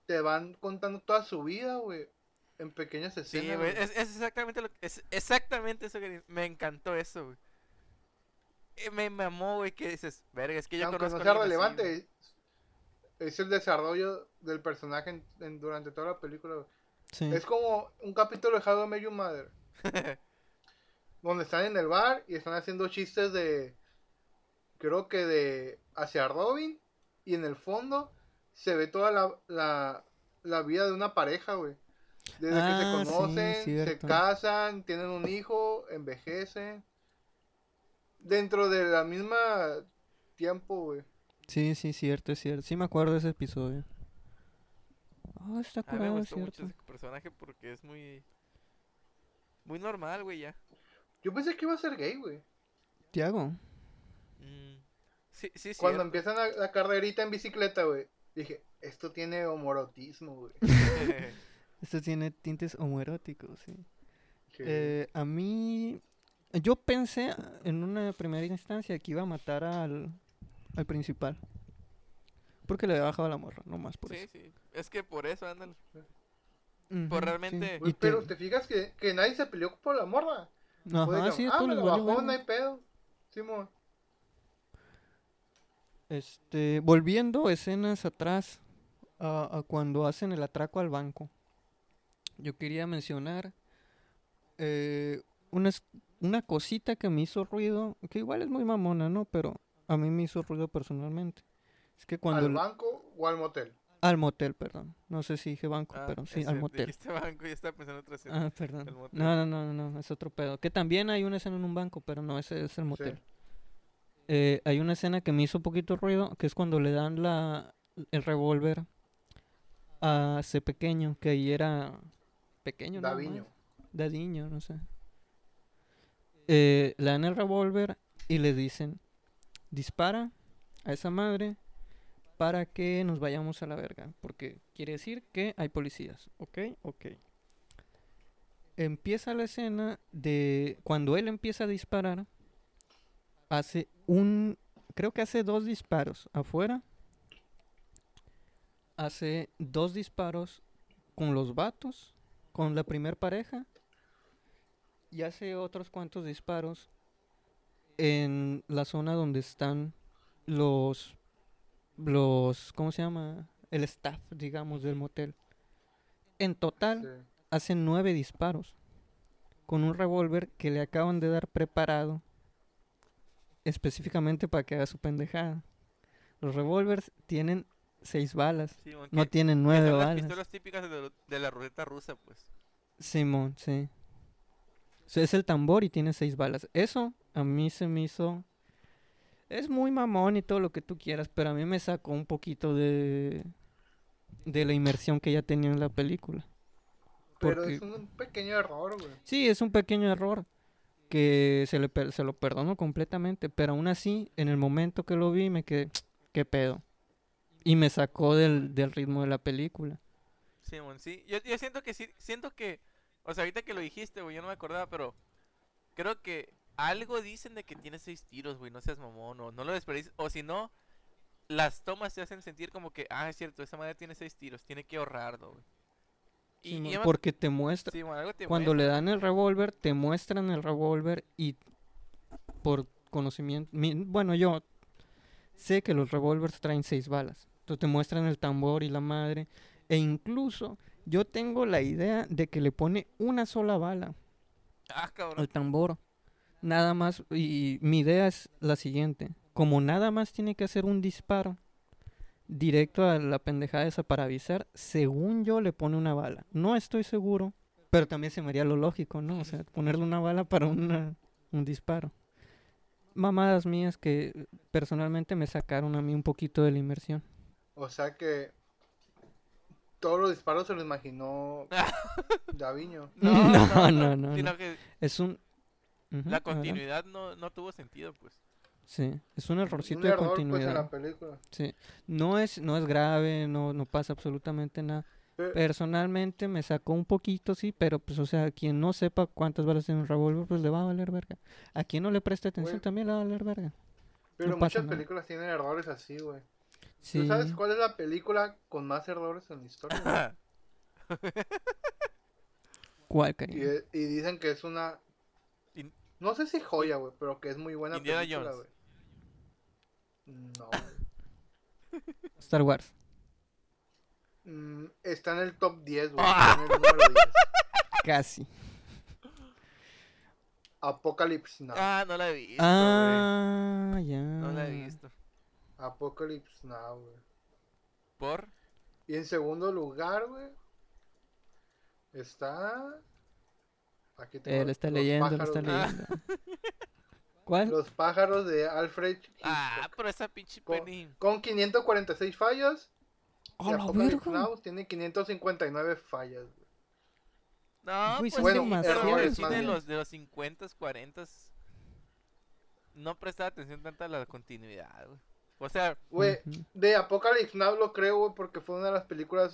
Speaker 1: te van contando toda su vida, güey, en pequeñas
Speaker 3: Sí,
Speaker 1: escenas,
Speaker 3: güey,
Speaker 1: güey.
Speaker 3: es exactamente es exactamente eso que me encantó eso, güey. Me mamó, güey, que dices, verga, es que
Speaker 1: Y
Speaker 3: yo
Speaker 1: aunque no
Speaker 3: conozco a
Speaker 1: sea
Speaker 3: alguien así, güey.
Speaker 1: relevante, es el desarrollo del personaje durante toda la película, güey.
Speaker 2: Sí.
Speaker 1: Es como un capítulo de How I Met Your Mother, donde están en el bar y están haciendo chistes de, creo que de hacia Robin, y en el fondo se ve toda la vida de una pareja, güey. Desde que se
Speaker 2: Ah, sí,
Speaker 1: conocen, se
Speaker 2: cierto.
Speaker 1: casan, tienen un hijo, envejecen. Dentro de la misma tiempo, güey.
Speaker 2: Sí, sí, cierto, es cierto. Sí me acuerdo de ese episodio. Ah, está
Speaker 3: A mí me
Speaker 2: curado, es
Speaker 3: gustó mucho
Speaker 2: cierto.
Speaker 3: ese personaje porque es muy normal, güey, ya.
Speaker 1: Yo pensé que iba a ser gay, güey.
Speaker 2: Tiago.
Speaker 3: Mm, sí, sí,
Speaker 1: Cuando
Speaker 3: cierto.
Speaker 1: empiezan la carrerita en bicicleta, güey. Dije, esto tiene homorotismo, güey.
Speaker 2: Esto tiene tintes homoeróticos, sí.
Speaker 1: Sí.
Speaker 2: A mí... Yo pensé en una primera instancia que iba a matar al principal. Porque le había bajado la morra, nomás por
Speaker 3: Sí,
Speaker 2: eso.
Speaker 3: sí. Es que por eso, ándale.
Speaker 2: Ujú,
Speaker 3: Pues
Speaker 2: sí.
Speaker 3: realmente.
Speaker 1: Güey,
Speaker 2: Y
Speaker 1: pero te fijas que nadie se peleó por la morra. Pues
Speaker 2: Ajá,
Speaker 1: dijeron,
Speaker 2: sí, a
Speaker 1: ah,
Speaker 2: todos
Speaker 1: me
Speaker 2: les
Speaker 1: lo
Speaker 2: valió
Speaker 1: bajó, no
Speaker 2: verga.
Speaker 1: hay pedo. Simón.
Speaker 2: Volviendo escenas atrás a cuando hacen el atraco al banco. Yo quería mencionar eh, una cosita que me hizo ruido, que igual es muy mamona, ¿no? Pero a mí me hizo ruido personalmente. Es que cuando...
Speaker 1: ¿Al banco o al motel?
Speaker 2: Al motel, perdón. No sé si dije banco,
Speaker 3: Ah,
Speaker 2: pero sí, al
Speaker 3: ese,
Speaker 2: motel.
Speaker 3: dijiste banco y estaba pensando en otra escena.
Speaker 2: Ah, perdón.
Speaker 3: El motel.
Speaker 2: No, es otro pedo. Que también hay una escena en un banco, pero no, ese es el
Speaker 1: Sí.
Speaker 2: motel. Hay una escena que me hizo poquito ruido, que es cuando le dan el revólver a ese pequeño, que ahí era pequeño nada más.
Speaker 1: Daviño.
Speaker 2: Dadiño, no sé. Le dan el revólver y le dicen, dispara a esa madre para que nos vayamos a la verga. Porque quiere decir que hay policías. ¿Ok? Ok. Empieza la escena de cuando él empieza a disparar. Creo que hace 2 disparos afuera. Hace 2 disparos con los vatos, con la primer pareja. Y hace otros cuantos disparos en la zona donde están ¿cómo se llama? El staff, digamos, del motel. En total,
Speaker 1: Sí.
Speaker 2: hacen 9 disparos con un revólver que le acaban de dar preparado específicamente para que haga su pendejada. Los revólveres tienen 6 balas,
Speaker 3: Sí,
Speaker 2: no tienen
Speaker 3: que
Speaker 2: 9
Speaker 3: son las
Speaker 2: balas.
Speaker 3: pistolas típicas de la ruleta rusa, pues.
Speaker 2: Simón, sí. O sea, es el tambor y tiene 6 balas. Eso a mí se me hizo... Es muy mamón y todo lo que tú quieras, pero a mí me sacó un poquito de la inmersión que ya tenía en la película.
Speaker 1: Pero
Speaker 2: Porque
Speaker 1: es un pequeño error, güey.
Speaker 2: sí, es un pequeño error que se lo perdono completamente, pero aún así, en el momento que lo vi, me quedé, ¿qué pedo? Y me sacó del ritmo de la película.
Speaker 3: Sí, mon, sí. Yo siento que sí, siento que, o sea, ahorita que lo dijiste, güey, yo no me acordaba, pero creo que algo dicen de que tiene 6 tiros, güey, no seas mamón, o no lo desperdicies, o si no, las tomas te hacen sentir como que, es cierto, esa madre tiene 6 tiros, tiene que ahorrarlo, güey.
Speaker 2: Simón,
Speaker 3: yo me
Speaker 2: porque te muestra,
Speaker 3: sí, mon, algo te
Speaker 2: cuando le
Speaker 3: muestra,
Speaker 2: dan el revólver, te muestran el revólver y por conocimiento, bueno, yo sé que los revólveres traen 6 balas. Entonces te muestran el tambor y la madre. E incluso yo tengo la idea de que le pone una sola bala
Speaker 3: cabrón.
Speaker 2: al tambor. Nada más, y mi idea es la siguiente. Como nada más tiene que hacer un disparo directo a la pendejada esa para avisar, según yo le pone una bala. No estoy seguro, pero también se me haría lo lógico, ¿no? O sea, ponerle una bala para un disparo. Mamadas mías que personalmente me sacaron a mí un poquito de la inmersión.
Speaker 1: O sea que todos los disparos se los imaginó Daviño.
Speaker 2: No.
Speaker 3: Sino que
Speaker 2: Es un... Ujú,
Speaker 3: la
Speaker 2: adelante.
Speaker 3: continuidad no tuvo sentido, pues.
Speaker 2: Sí, es un errorcito
Speaker 1: Un
Speaker 2: de
Speaker 1: error, pues, en
Speaker 2: continuidad.
Speaker 1: la película.
Speaker 2: Sí, no es grave, no pasa absolutamente nada.
Speaker 1: Pero,
Speaker 2: Personalmente me sacó un poquito, sí, pero pues, o sea, quien no sepa cuántas balas tiene un revólver, pues le va a valer verga. A quien no le preste atención
Speaker 1: güey,
Speaker 2: también le va a valer verga.
Speaker 1: pero
Speaker 2: No pasa
Speaker 1: muchas
Speaker 2: nada.
Speaker 1: películas tienen errores así, güey. ¿Tú sabes
Speaker 2: Sí.
Speaker 1: cuál es la película con más errores en la historia?
Speaker 2: ¿Cuál,
Speaker 1: Y,
Speaker 2: cariño?
Speaker 1: y dicen que es una,
Speaker 3: In-
Speaker 1: no sé si joya, güey, pero que es muy buena
Speaker 3: Indiana
Speaker 1: película,
Speaker 3: Jones.
Speaker 1: güey. No, güey.
Speaker 2: Star Wars.
Speaker 1: Está en el top 10, güey.
Speaker 3: Ah.
Speaker 1: Está en el número 10.
Speaker 2: Casi.
Speaker 1: Apocalypse Now.
Speaker 3: Ah, no la he visto, güey.
Speaker 2: Ah, ya.
Speaker 3: No la he visto.
Speaker 1: Apocalypse Now, güey.
Speaker 3: ¿Por?
Speaker 1: Y en segundo lugar, güey, está... Aquí tengo
Speaker 2: Él está
Speaker 1: los
Speaker 2: leyendo, lo
Speaker 1: pájaros,
Speaker 2: está
Speaker 1: güey.
Speaker 2: leyendo. ¿Cuál?
Speaker 1: Los pájaros de Alfred
Speaker 3: Ah,
Speaker 1: Hitchcock.
Speaker 3: pero esa pinche
Speaker 1: Con,
Speaker 3: peli.
Speaker 1: con 546 fallos.
Speaker 2: ¡A
Speaker 1: Y
Speaker 2: la
Speaker 1: Apocalypse
Speaker 2: verga!
Speaker 1: Now tiene 559 fallas, güey.
Speaker 3: No,
Speaker 2: Güey,
Speaker 3: pues
Speaker 2: son
Speaker 1: Bueno,
Speaker 3: sí, pero
Speaker 2: demasiadas,
Speaker 3: el cine
Speaker 1: más
Speaker 3: de
Speaker 1: bien.
Speaker 3: los 50, 40 no prestaba atención tanto a la continuidad, güey. O sea,
Speaker 1: Güey,
Speaker 2: Ujú.
Speaker 1: de Apocalypse Now lo creo, güey, porque fue una de las películas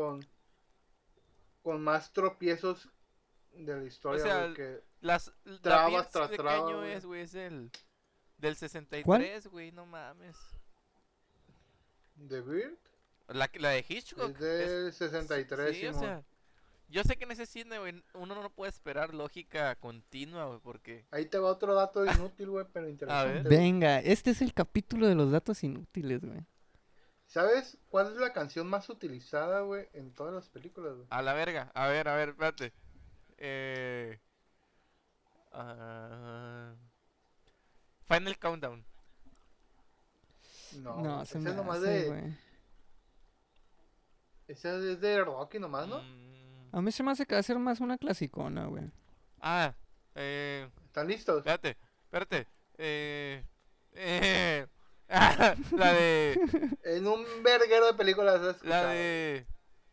Speaker 1: con más tropiezos de la historia,
Speaker 3: sea,
Speaker 1: güey, que
Speaker 3: la
Speaker 1: trabas
Speaker 3: Birds,
Speaker 1: tras
Speaker 3: ¿de qué
Speaker 1: trabas,
Speaker 3: año
Speaker 1: güey.
Speaker 3: es, güey? Es del 63, güey, no mames.
Speaker 1: The Bird
Speaker 3: La de Hitchcock.
Speaker 1: es del 63,
Speaker 3: Sí, o
Speaker 1: Simón.
Speaker 3: sea, yo sé que en ese cine, güey, uno no puede esperar lógica continua, güey, porque...
Speaker 1: Ahí te va otro dato inútil, güey, pero interesante.
Speaker 3: ver.
Speaker 1: güey.
Speaker 2: Venga, este es el capítulo de los datos inútiles, güey.
Speaker 1: ¿Sabes cuál es la canción más utilizada, güey, en todas las películas, güey?
Speaker 3: A la verga. A ver, espérate. Ah, Final Countdown.
Speaker 1: No,
Speaker 2: No,
Speaker 1: güey,
Speaker 2: se
Speaker 1: esa
Speaker 2: me
Speaker 1: es nomás
Speaker 2: hace,
Speaker 1: de...
Speaker 2: güey.
Speaker 1: Esa es de Rocky nomás, ¿no?
Speaker 2: A mí se me hace que va a ser más una clasicona, güey.
Speaker 3: Ah,
Speaker 1: ¿Están listos?
Speaker 3: espérate. La de...
Speaker 1: En un verguero de películas has escuchado.
Speaker 3: La de...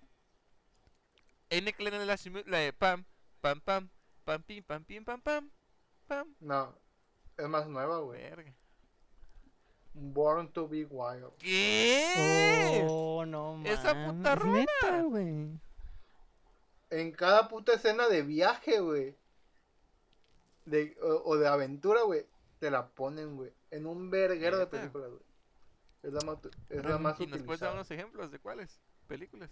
Speaker 3: La de pam, pam, pam, pam, pim, pam, pim, pam, pam, pam.
Speaker 1: No, es más nueva, güey.
Speaker 3: Verga.
Speaker 1: Born to be Wild.
Speaker 3: ¿Qué?
Speaker 2: Oh, no mames.
Speaker 3: Esa puta rola.
Speaker 2: Neta, güey.
Speaker 1: En cada puta escena de viaje, güey. O de aventura, güey. Te la ponen, güey. En un verguero de
Speaker 3: ¿Neta?
Speaker 1: películas, güey. Es la más
Speaker 3: ¿Y nos puedes dar
Speaker 1: utilizada.
Speaker 3: unos ejemplos de cuáles películas?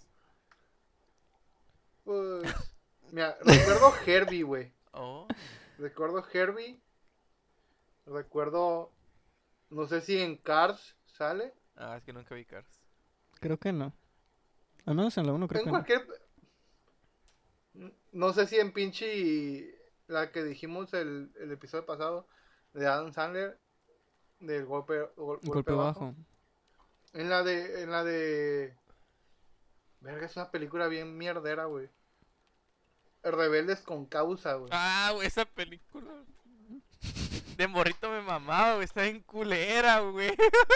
Speaker 1: Pues... Mira, recuerdo Herbie, güey.
Speaker 3: Oh,
Speaker 1: Recuerdo Herbie. Recuerdo... No sé si en Cars sale.
Speaker 3: es que nunca vi Cars.
Speaker 2: Creo que no. Al menos en la 1 creo
Speaker 1: En
Speaker 2: que
Speaker 1: cualquier... No sé si en pinche... La que dijimos el episodio pasado. De Adam Sandler. Del
Speaker 2: no.
Speaker 1: golpe
Speaker 2: Golpe
Speaker 1: bajo.
Speaker 2: bajo.
Speaker 1: En la de... Verga, es una película bien mierdera, güey. Rebeldes con causa, güey.
Speaker 3: Ah, güey, esa película. De morrito me mamaba, güey. Está bien culera, güey.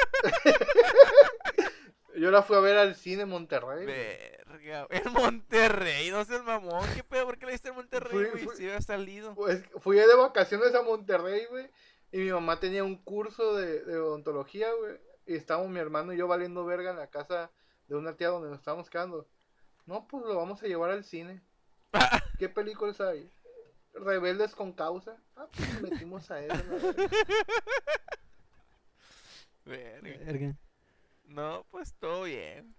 Speaker 1: Yo la fui a ver al cine en Monterrey, güey.
Speaker 3: Verga, en Monterrey, no seas mamón. ¿Qué pedo? ¿Por qué la viste en Monterrey, güey?
Speaker 1: Fui-
Speaker 3: Si hubiera salido.
Speaker 1: Pues fui de vacaciones a Monterrey, güey. Y mi mamá tenía un curso de odontología, güey. Y estábamos mi hermano y yo valiendo verga en la casa de una tía donde nos estábamos quedando. No, pues lo vamos a llevar al cine. ¿Qué películas hay? Rebeldes con causa. Ah, pues nos metimos a eso. ¿No?
Speaker 3: Verga.
Speaker 2: Verga.
Speaker 3: No, pues todo bien.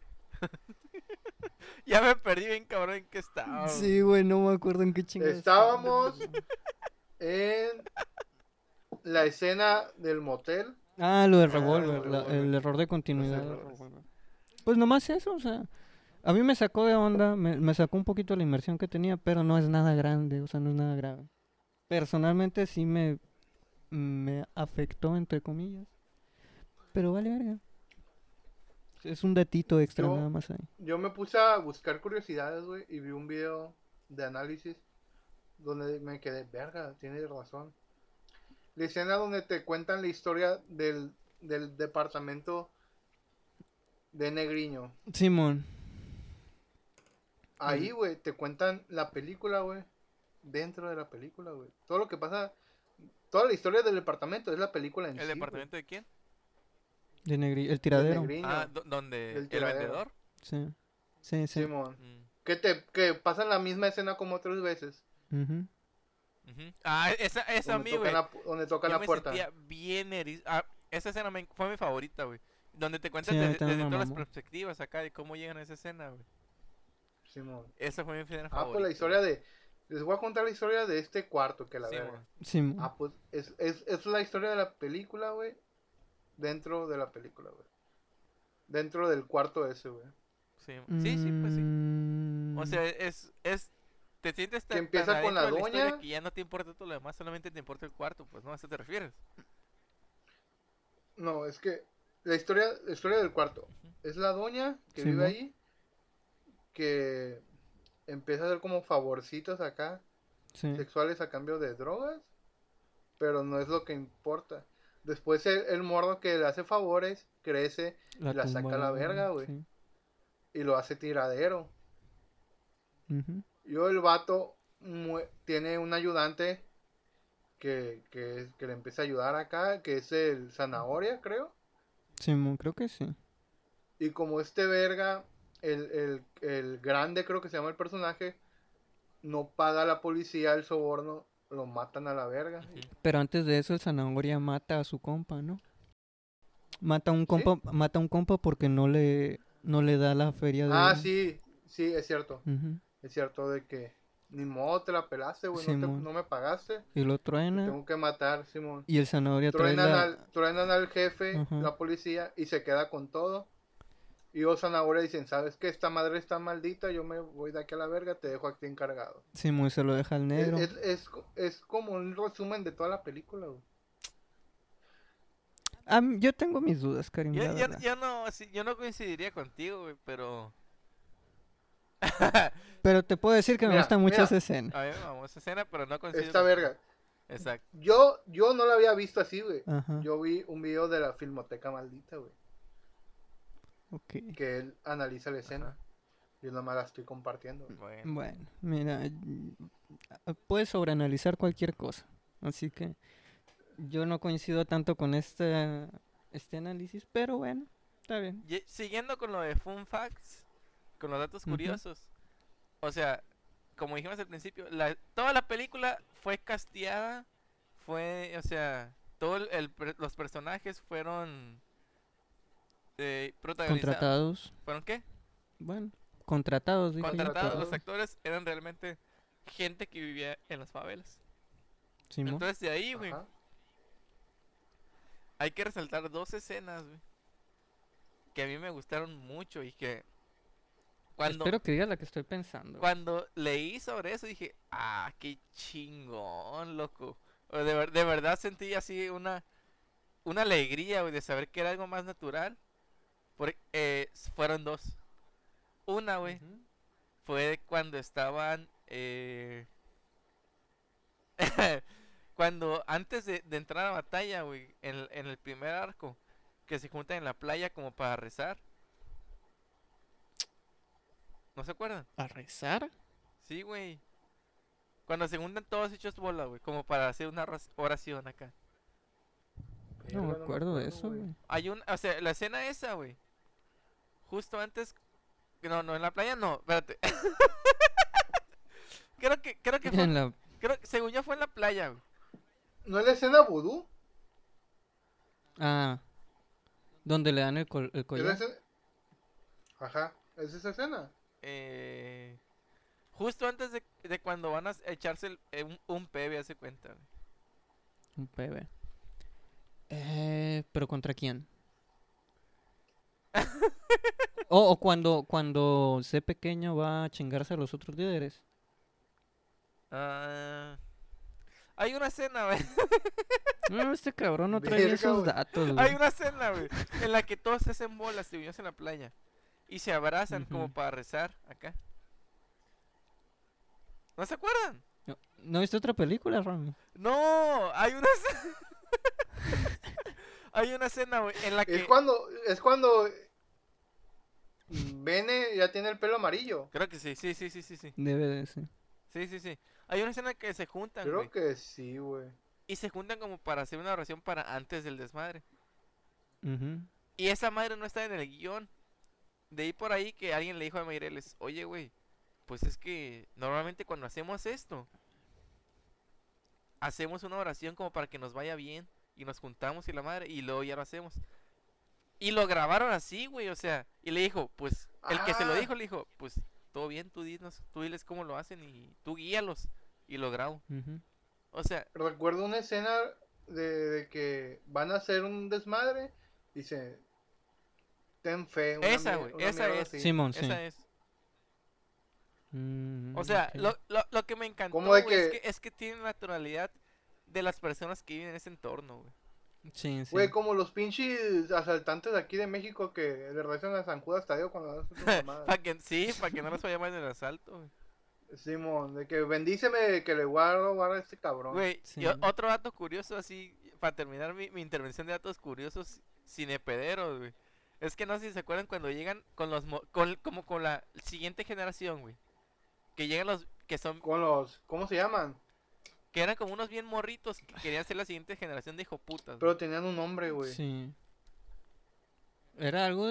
Speaker 3: Ya me perdí bien cabrón en qué estaba.
Speaker 2: Sí, güey, no me acuerdo en qué chingados.
Speaker 1: Estábamos en la escena del motel.
Speaker 2: Ah, lo del
Speaker 1: Ah,
Speaker 2: revólver,
Speaker 1: lo del revólver.
Speaker 2: el error de continuidad.
Speaker 1: Los
Speaker 2: del
Speaker 1: errores.
Speaker 2: revólver. Pues nomás eso, o sea, a mí me sacó de onda, me sacó un poquito la inmersión que tenía, pero no es nada grande, o sea, no es nada grave. Personalmente sí me afectó, entre comillas, pero vale verga. Es un datito extra
Speaker 1: Yo-
Speaker 2: nada más ahí.
Speaker 1: Yo me puse a buscar curiosidades, güey, y vi un video de análisis donde me quedé, verga, tienes razón. La escena donde te cuentan la historia del departamento de Negriño.
Speaker 2: Simón,
Speaker 1: Ahí, güey, te cuentan la película, güey, dentro de la película, güey. Todo lo que pasa, toda la historia del departamento es la película en
Speaker 3: ¿El
Speaker 1: sí,
Speaker 3: departamento de quién?
Speaker 2: el
Speaker 1: güey.
Speaker 2: tiradero.
Speaker 1: De Negriño,
Speaker 3: ¿Dónde?
Speaker 1: Del
Speaker 3: ¿El
Speaker 1: tiradero.
Speaker 3: vendedor?
Speaker 2: Sí, sí, sí.
Speaker 1: Simón.
Speaker 3: Mm,
Speaker 1: Que pasan la misma escena como 3 veces.
Speaker 2: Ujú.
Speaker 3: ujú. esa a
Speaker 1: Donde
Speaker 3: mí, güey.
Speaker 1: donde tocan
Speaker 3: Yo
Speaker 1: la
Speaker 3: me
Speaker 1: puerta.
Speaker 3: sentía bien esa escena fue mi favorita, güey. Donde te cuentan
Speaker 2: Sí, a mí
Speaker 3: desde,
Speaker 2: también
Speaker 3: desde
Speaker 2: me
Speaker 3: todas las
Speaker 2: mamó.
Speaker 3: perspectivas acá de cómo llegan a esa escena, güey.
Speaker 1: Simón.
Speaker 3: Esa fue mi escena
Speaker 1: Pues la
Speaker 3: favorita.
Speaker 1: historia de... Les voy a contar la historia de este cuarto, que la
Speaker 3: Sí,
Speaker 1: verga.
Speaker 3: mon.
Speaker 2: Simón.
Speaker 1: Pues es la historia de la película, güey. Dentro de la película, güey. Dentro del cuarto ese, güey.
Speaker 3: Sí, sí, sí, pues sí. O
Speaker 2: Mm,
Speaker 3: sea, te sientes
Speaker 1: Que
Speaker 3: tan
Speaker 1: empieza con
Speaker 3: adentro
Speaker 1: la
Speaker 3: de la historia
Speaker 1: doña.
Speaker 3: que ya no te importa todo lo demás, solamente te importa el cuarto, pues, ¿no? ¿A eso te refieres?
Speaker 1: No, es que la historia del cuarto.
Speaker 3: Ujú.
Speaker 1: Es la doña que vive
Speaker 2: Simón.
Speaker 1: ahí. Que empieza a hacer como favorcitos acá.
Speaker 2: Sí.
Speaker 1: Sexuales a cambio de drogas. Pero no es lo que importa. Después el morro que le hace favores crece
Speaker 2: La
Speaker 1: y la
Speaker 2: tumba
Speaker 1: saca a
Speaker 2: la
Speaker 1: la
Speaker 2: verga.
Speaker 1: verga, güey.
Speaker 2: Sí.
Speaker 1: Y lo hace tiradero.
Speaker 2: Ujú.
Speaker 1: Y el vato tiene un ayudante que le empieza a ayudar acá, que es el Zanahoria, creo.
Speaker 2: Simón, creo que sí.
Speaker 1: Y como este verga, el grande creo que se llama el personaje, no paga a la policía el soborno, lo matan a la verga.
Speaker 3: Ujú.
Speaker 2: Pero antes de eso el zanahoria mata a su compa, ¿no?
Speaker 1: ¿Sí?
Speaker 2: Mata a un compa porque no le da la feria
Speaker 1: Ah,
Speaker 2: de.
Speaker 1: sí, sí, es cierto.
Speaker 2: Ujú.
Speaker 1: Es cierto de que ni modo te la pelaste, güey,
Speaker 2: Simón.
Speaker 1: no me pagaste,
Speaker 2: Y lo
Speaker 1: te
Speaker 2: truena.
Speaker 1: tengo que matar, Simón.
Speaker 2: Y el zanahoria trae la.
Speaker 1: Truenan al jefe,
Speaker 2: Ajá.
Speaker 1: la policía, y se queda con todo. Y los Zanahoria dicen, ¿sabes qué? Esta madre está maldita, yo me voy de aquí a la verga, te dejo aquí encargado.
Speaker 2: Simón se lo deja al
Speaker 1: Es,
Speaker 2: negro.
Speaker 1: es, es, es como un resumen de toda la película, güey.
Speaker 2: Yo tengo mis dudas, Karim, la verdad.
Speaker 3: Yo no, sí, yo no coincidiría contigo, güey, pero...
Speaker 2: Pero te puedo decir que me gusta mucho esa escena.
Speaker 3: A mí me mamó esa escena, pero no coincido
Speaker 1: Esta
Speaker 3: contigo.
Speaker 1: verga.
Speaker 3: Exacto.
Speaker 1: Yo no la había visto así, güey.
Speaker 2: Ajá.
Speaker 1: Yo vi un video de la Filmoteca Maldita, güey.
Speaker 2: Ok.
Speaker 1: Que él analiza la escena.
Speaker 3: Ajá.
Speaker 1: Yo nomás la estoy compartiendo.
Speaker 3: Bueno.
Speaker 2: Bueno, mira, puedes sobreanalizar cualquier cosa. Así que yo no coincido tanto con este análisis, pero bueno, está bien.
Speaker 3: Siguiendo con lo de Fun Facts, con los datos
Speaker 2: Ujú.
Speaker 3: curiosos. O sea, como dijimos al principio, toda la película fue casteada, o sea, los personajes fueron protagonizados.
Speaker 2: Contratados.
Speaker 3: ¿Fueron qué?
Speaker 2: Bueno, contratados, dije yo,
Speaker 3: Contratados.
Speaker 2: por
Speaker 3: Los actores eran realmente gente que vivía en las favelas.
Speaker 2: Simón.
Speaker 3: Entonces de ahí, güey,
Speaker 1: Ajá.
Speaker 3: hay que resaltar dos escenas, güey, que a mí me gustaron mucho y que
Speaker 2: Espero que digas la que estoy pensando.
Speaker 3: cuando leí sobre eso dije, ah, qué chingón, loco. De verdad sentí así una alegría, güey, de saber que era algo más natural. Fueron dos. Una, güey,
Speaker 2: Ujú.
Speaker 3: fue cuando estaban... cuando antes de entrar a batalla, güey, en el primer arco, que se juntan en la playa como para rezar. ¿No se acuerdan?
Speaker 2: ¿A rezar?
Speaker 3: Sí, güey. Cuando se juntan todos hechos bola, güey, como para hacer una oración acá.
Speaker 2: No me
Speaker 1: Verga,
Speaker 2: acuerdo de eso, güey.
Speaker 3: O sea, la escena esa, güey. Justo antes. No, en la playa no, espérate. creo que fue.
Speaker 2: En la...
Speaker 3: Según yo fue en la playa, güey.
Speaker 1: ¿No es la escena vudú?
Speaker 2: Ah, donde le dan el
Speaker 1: ¿Es la
Speaker 2: collar.
Speaker 1: escena? Ajá, ¿es esa escena?
Speaker 3: Justo antes de cuando van a echarse un pebe, hace cuenta, güey.
Speaker 2: Un PB. ¿Pero contra quién? O cuando C pequeño va a chingarse a los otros líderes.
Speaker 3: Ah, hay una escena, güey.
Speaker 2: No, este cabrón no trae
Speaker 1: Verga,
Speaker 2: esos
Speaker 1: güey.
Speaker 2: datos,
Speaker 3: Hay
Speaker 2: güey.
Speaker 3: una escena, güey, en la que todos se hacen bolas divididos en la playa. Y se abrazan como
Speaker 2: Ujú.
Speaker 3: para rezar acá. ¿No se acuerdan?
Speaker 2: ¿No viste otra película, Rami?
Speaker 3: No, hay una escena. Hay una escena, güey, en la que.
Speaker 1: Es cuando Bene ya tiene el pelo amarillo.
Speaker 3: Creo que sí, sí.
Speaker 2: Debe de ser.
Speaker 3: Sí. Hay una escena que se juntan,
Speaker 1: Creo
Speaker 3: güey.
Speaker 1: que sí, güey.
Speaker 3: Y se juntan como para hacer una oración para antes del desmadre.
Speaker 2: Ujú.
Speaker 3: Y esa madre no está en el guión. De ahí por ahí que alguien le dijo a Meireles, oye, güey, pues es que normalmente cuando hacemos esto, hacemos una oración como para que nos vaya bien. Y nos juntamos y la madre, y luego ya lo hacemos. Y lo grabaron así, güey, o sea, y le dijo, pues, el que se lo
Speaker 1: Ah,
Speaker 3: dijo le dijo, pues, todo bien, tú diles cómo lo hacen y tú guíalos. Y lo grabo.
Speaker 2: Ujú.
Speaker 3: O sea,
Speaker 1: recuerdo una escena de que van a hacer un desmadre. Dice, ten fe,
Speaker 3: esa, güey,
Speaker 1: una
Speaker 3: esa
Speaker 1: mierda
Speaker 3: es,
Speaker 1: así.
Speaker 2: Simón, sí.
Speaker 3: esa es. O
Speaker 2: Mm,
Speaker 3: sea,
Speaker 2: ok.
Speaker 3: lo que me
Speaker 1: Como
Speaker 3: encantó,
Speaker 1: de
Speaker 3: güey,
Speaker 1: que,
Speaker 3: es que tiene naturalidad de las personas que viven en ese entorno, güey.
Speaker 2: Sí,
Speaker 1: güey,
Speaker 2: sí.
Speaker 1: como los pinches asaltantes de aquí de México que le rezan a San Judas Tadeo cuando hacen sus mamadas.
Speaker 3: Para que no nos vaya mal en el asalto, güey.
Speaker 1: Simón, de que bendíceme que le voy a robar a este cabrón.
Speaker 3: Güey, y
Speaker 2: Sí.
Speaker 3: otro dato curioso así, para terminar mi intervención de datos curiosos cinepederos, güey. Es que no sé si se acuerdan cuando llegan con como con la siguiente generación, güey. Que llegan los, que son,
Speaker 1: Con los, ¿cómo se llaman?
Speaker 3: que eran como unos bien morritos que querían ser la siguiente generación de hijoputas, güey.
Speaker 1: Pero tenían un nombre, güey.
Speaker 2: Sí. Era algo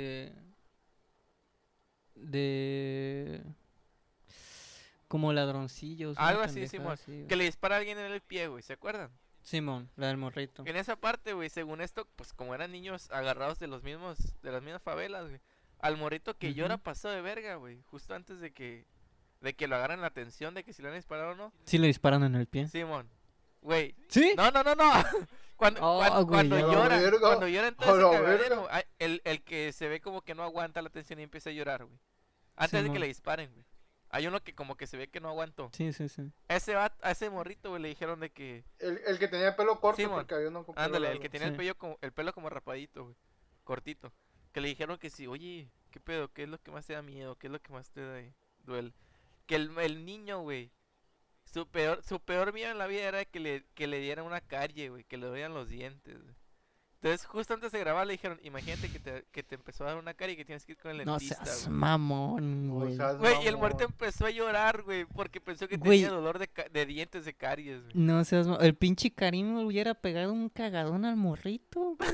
Speaker 2: de como ladroncillos, una
Speaker 3: Algo así,
Speaker 2: pendejada
Speaker 3: Simón.
Speaker 2: así,
Speaker 3: Que
Speaker 2: güey.
Speaker 3: le dispara a alguien en el pie, güey, ¿se acuerdan?
Speaker 2: Simón, la del morrito.
Speaker 3: En esa parte, güey, según esto, pues como eran niños agarrados de las mismas favelas, güey. Al morrito que llora
Speaker 2: Ujú.
Speaker 3: pasó de verga, güey. Justo antes de que lo agarren la atención de que si le han disparado o no.
Speaker 2: Sí le disparan en el pie.
Speaker 3: Simón, güey.
Speaker 2: ¿Sí?
Speaker 3: No, no, no, no.
Speaker 2: Ah, güey,
Speaker 1: A la verga,
Speaker 3: cuando llora en todo
Speaker 1: a
Speaker 3: ese
Speaker 1: la
Speaker 3: cagadero,
Speaker 1: verga.
Speaker 3: el que se ve como que no aguanta la atención y empieza a llorar, güey. Antes de que
Speaker 2: Simón.
Speaker 3: le disparen, güey. Hay uno que como que se ve que no aguantó.
Speaker 2: Sí, sí, sí.
Speaker 3: A ese morrito, güey, le dijeron de que...
Speaker 1: El que tenía el pelo corto
Speaker 3: Simón,
Speaker 1: porque había uno con pelo
Speaker 3: ándale, el
Speaker 1: largo.
Speaker 3: que tenía
Speaker 2: Sí.
Speaker 3: el pelo como rapadito, güey. Cortito. Que le dijeron que sí, oye, ¿qué pedo? ¿Qué es lo que más te da miedo? ¿Qué es lo que más te duele? Que el niño, güey, su peor miedo en la vida era que le dieran una carie, güey, que le dolían los dientes, güey. Entonces, justo antes de grabar le dijeron, imagínate que te empezó a dar una carie y que tienes que ir con el
Speaker 2: No
Speaker 3: dentista,
Speaker 2: seas
Speaker 3: güey.
Speaker 2: mamón,
Speaker 1: O
Speaker 2: güey.
Speaker 1: sea,
Speaker 3: Güey, y el muerto empezó a llorar, güey, porque pensó que tenía
Speaker 2: Güey,
Speaker 3: dolor de dientes de caries, güey.
Speaker 2: no seas el pinche Karim me hubiera pegado un cagadón al morrito, güey.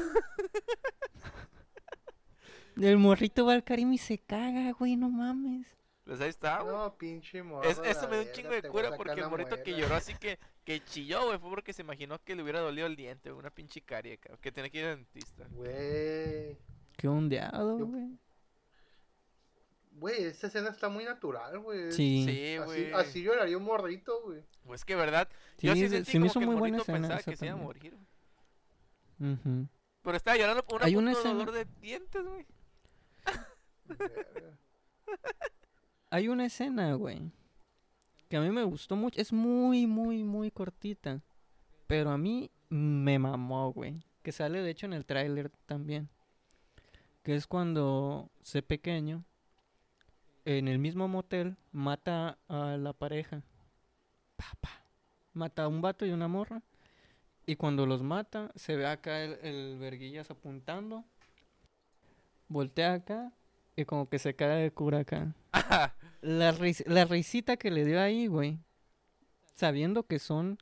Speaker 2: El morrito va al Karim y se caga, güey, no mames.
Speaker 3: Pues ahí está, güey.
Speaker 1: no, pinche morro.
Speaker 3: Eso
Speaker 1: la
Speaker 3: me dio un chingo
Speaker 1: verga,
Speaker 3: de
Speaker 1: te voy a
Speaker 3: cura
Speaker 1: sacar
Speaker 3: porque el
Speaker 1: la
Speaker 3: morrito que
Speaker 1: muela.
Speaker 3: lloró así que chilló, güey, fue porque se imaginó que le hubiera dolido el diente, güey, una pinche carie, cabrón, que tenía que ir al dentista.
Speaker 1: Güey.
Speaker 2: Qué ondeado,
Speaker 1: Yo-
Speaker 2: güey.
Speaker 1: Güey, esta escena está muy natural, güey.
Speaker 2: Sí,
Speaker 3: Sí,
Speaker 1: Así,
Speaker 3: güey.
Speaker 1: así lloraría un morrito, güey.
Speaker 3: Pues que verdad,
Speaker 2: sí,
Speaker 3: yo sí sentí
Speaker 2: se me
Speaker 3: como
Speaker 2: hizo
Speaker 3: que el
Speaker 2: muy buena
Speaker 3: morrito
Speaker 2: escena
Speaker 3: pensaba
Speaker 2: esa
Speaker 3: que se iba a
Speaker 2: también.
Speaker 3: morir, güey.
Speaker 2: Ujú.
Speaker 3: Pero estaba llorando por
Speaker 2: Hay
Speaker 3: una
Speaker 2: una
Speaker 3: puto
Speaker 2: escena,
Speaker 3: dolor de dientes, güey.
Speaker 1: Verga.
Speaker 2: hay una escena, güey, que a mí me gustó mucho. Es muy, muy, muy cortita. Pero a mí me mamó, güey. Que sale de hecho en el tráiler también. Que es cuando C pequeño, en el mismo motel, mata a la pareja. Pa, pa. Mata a un vato y una morra. Y cuando los mata, se ve acá el verguillas apuntando. Voltea acá y como que se caga de cura acá. La risita que le dio ahí, güey. Sabiendo que son,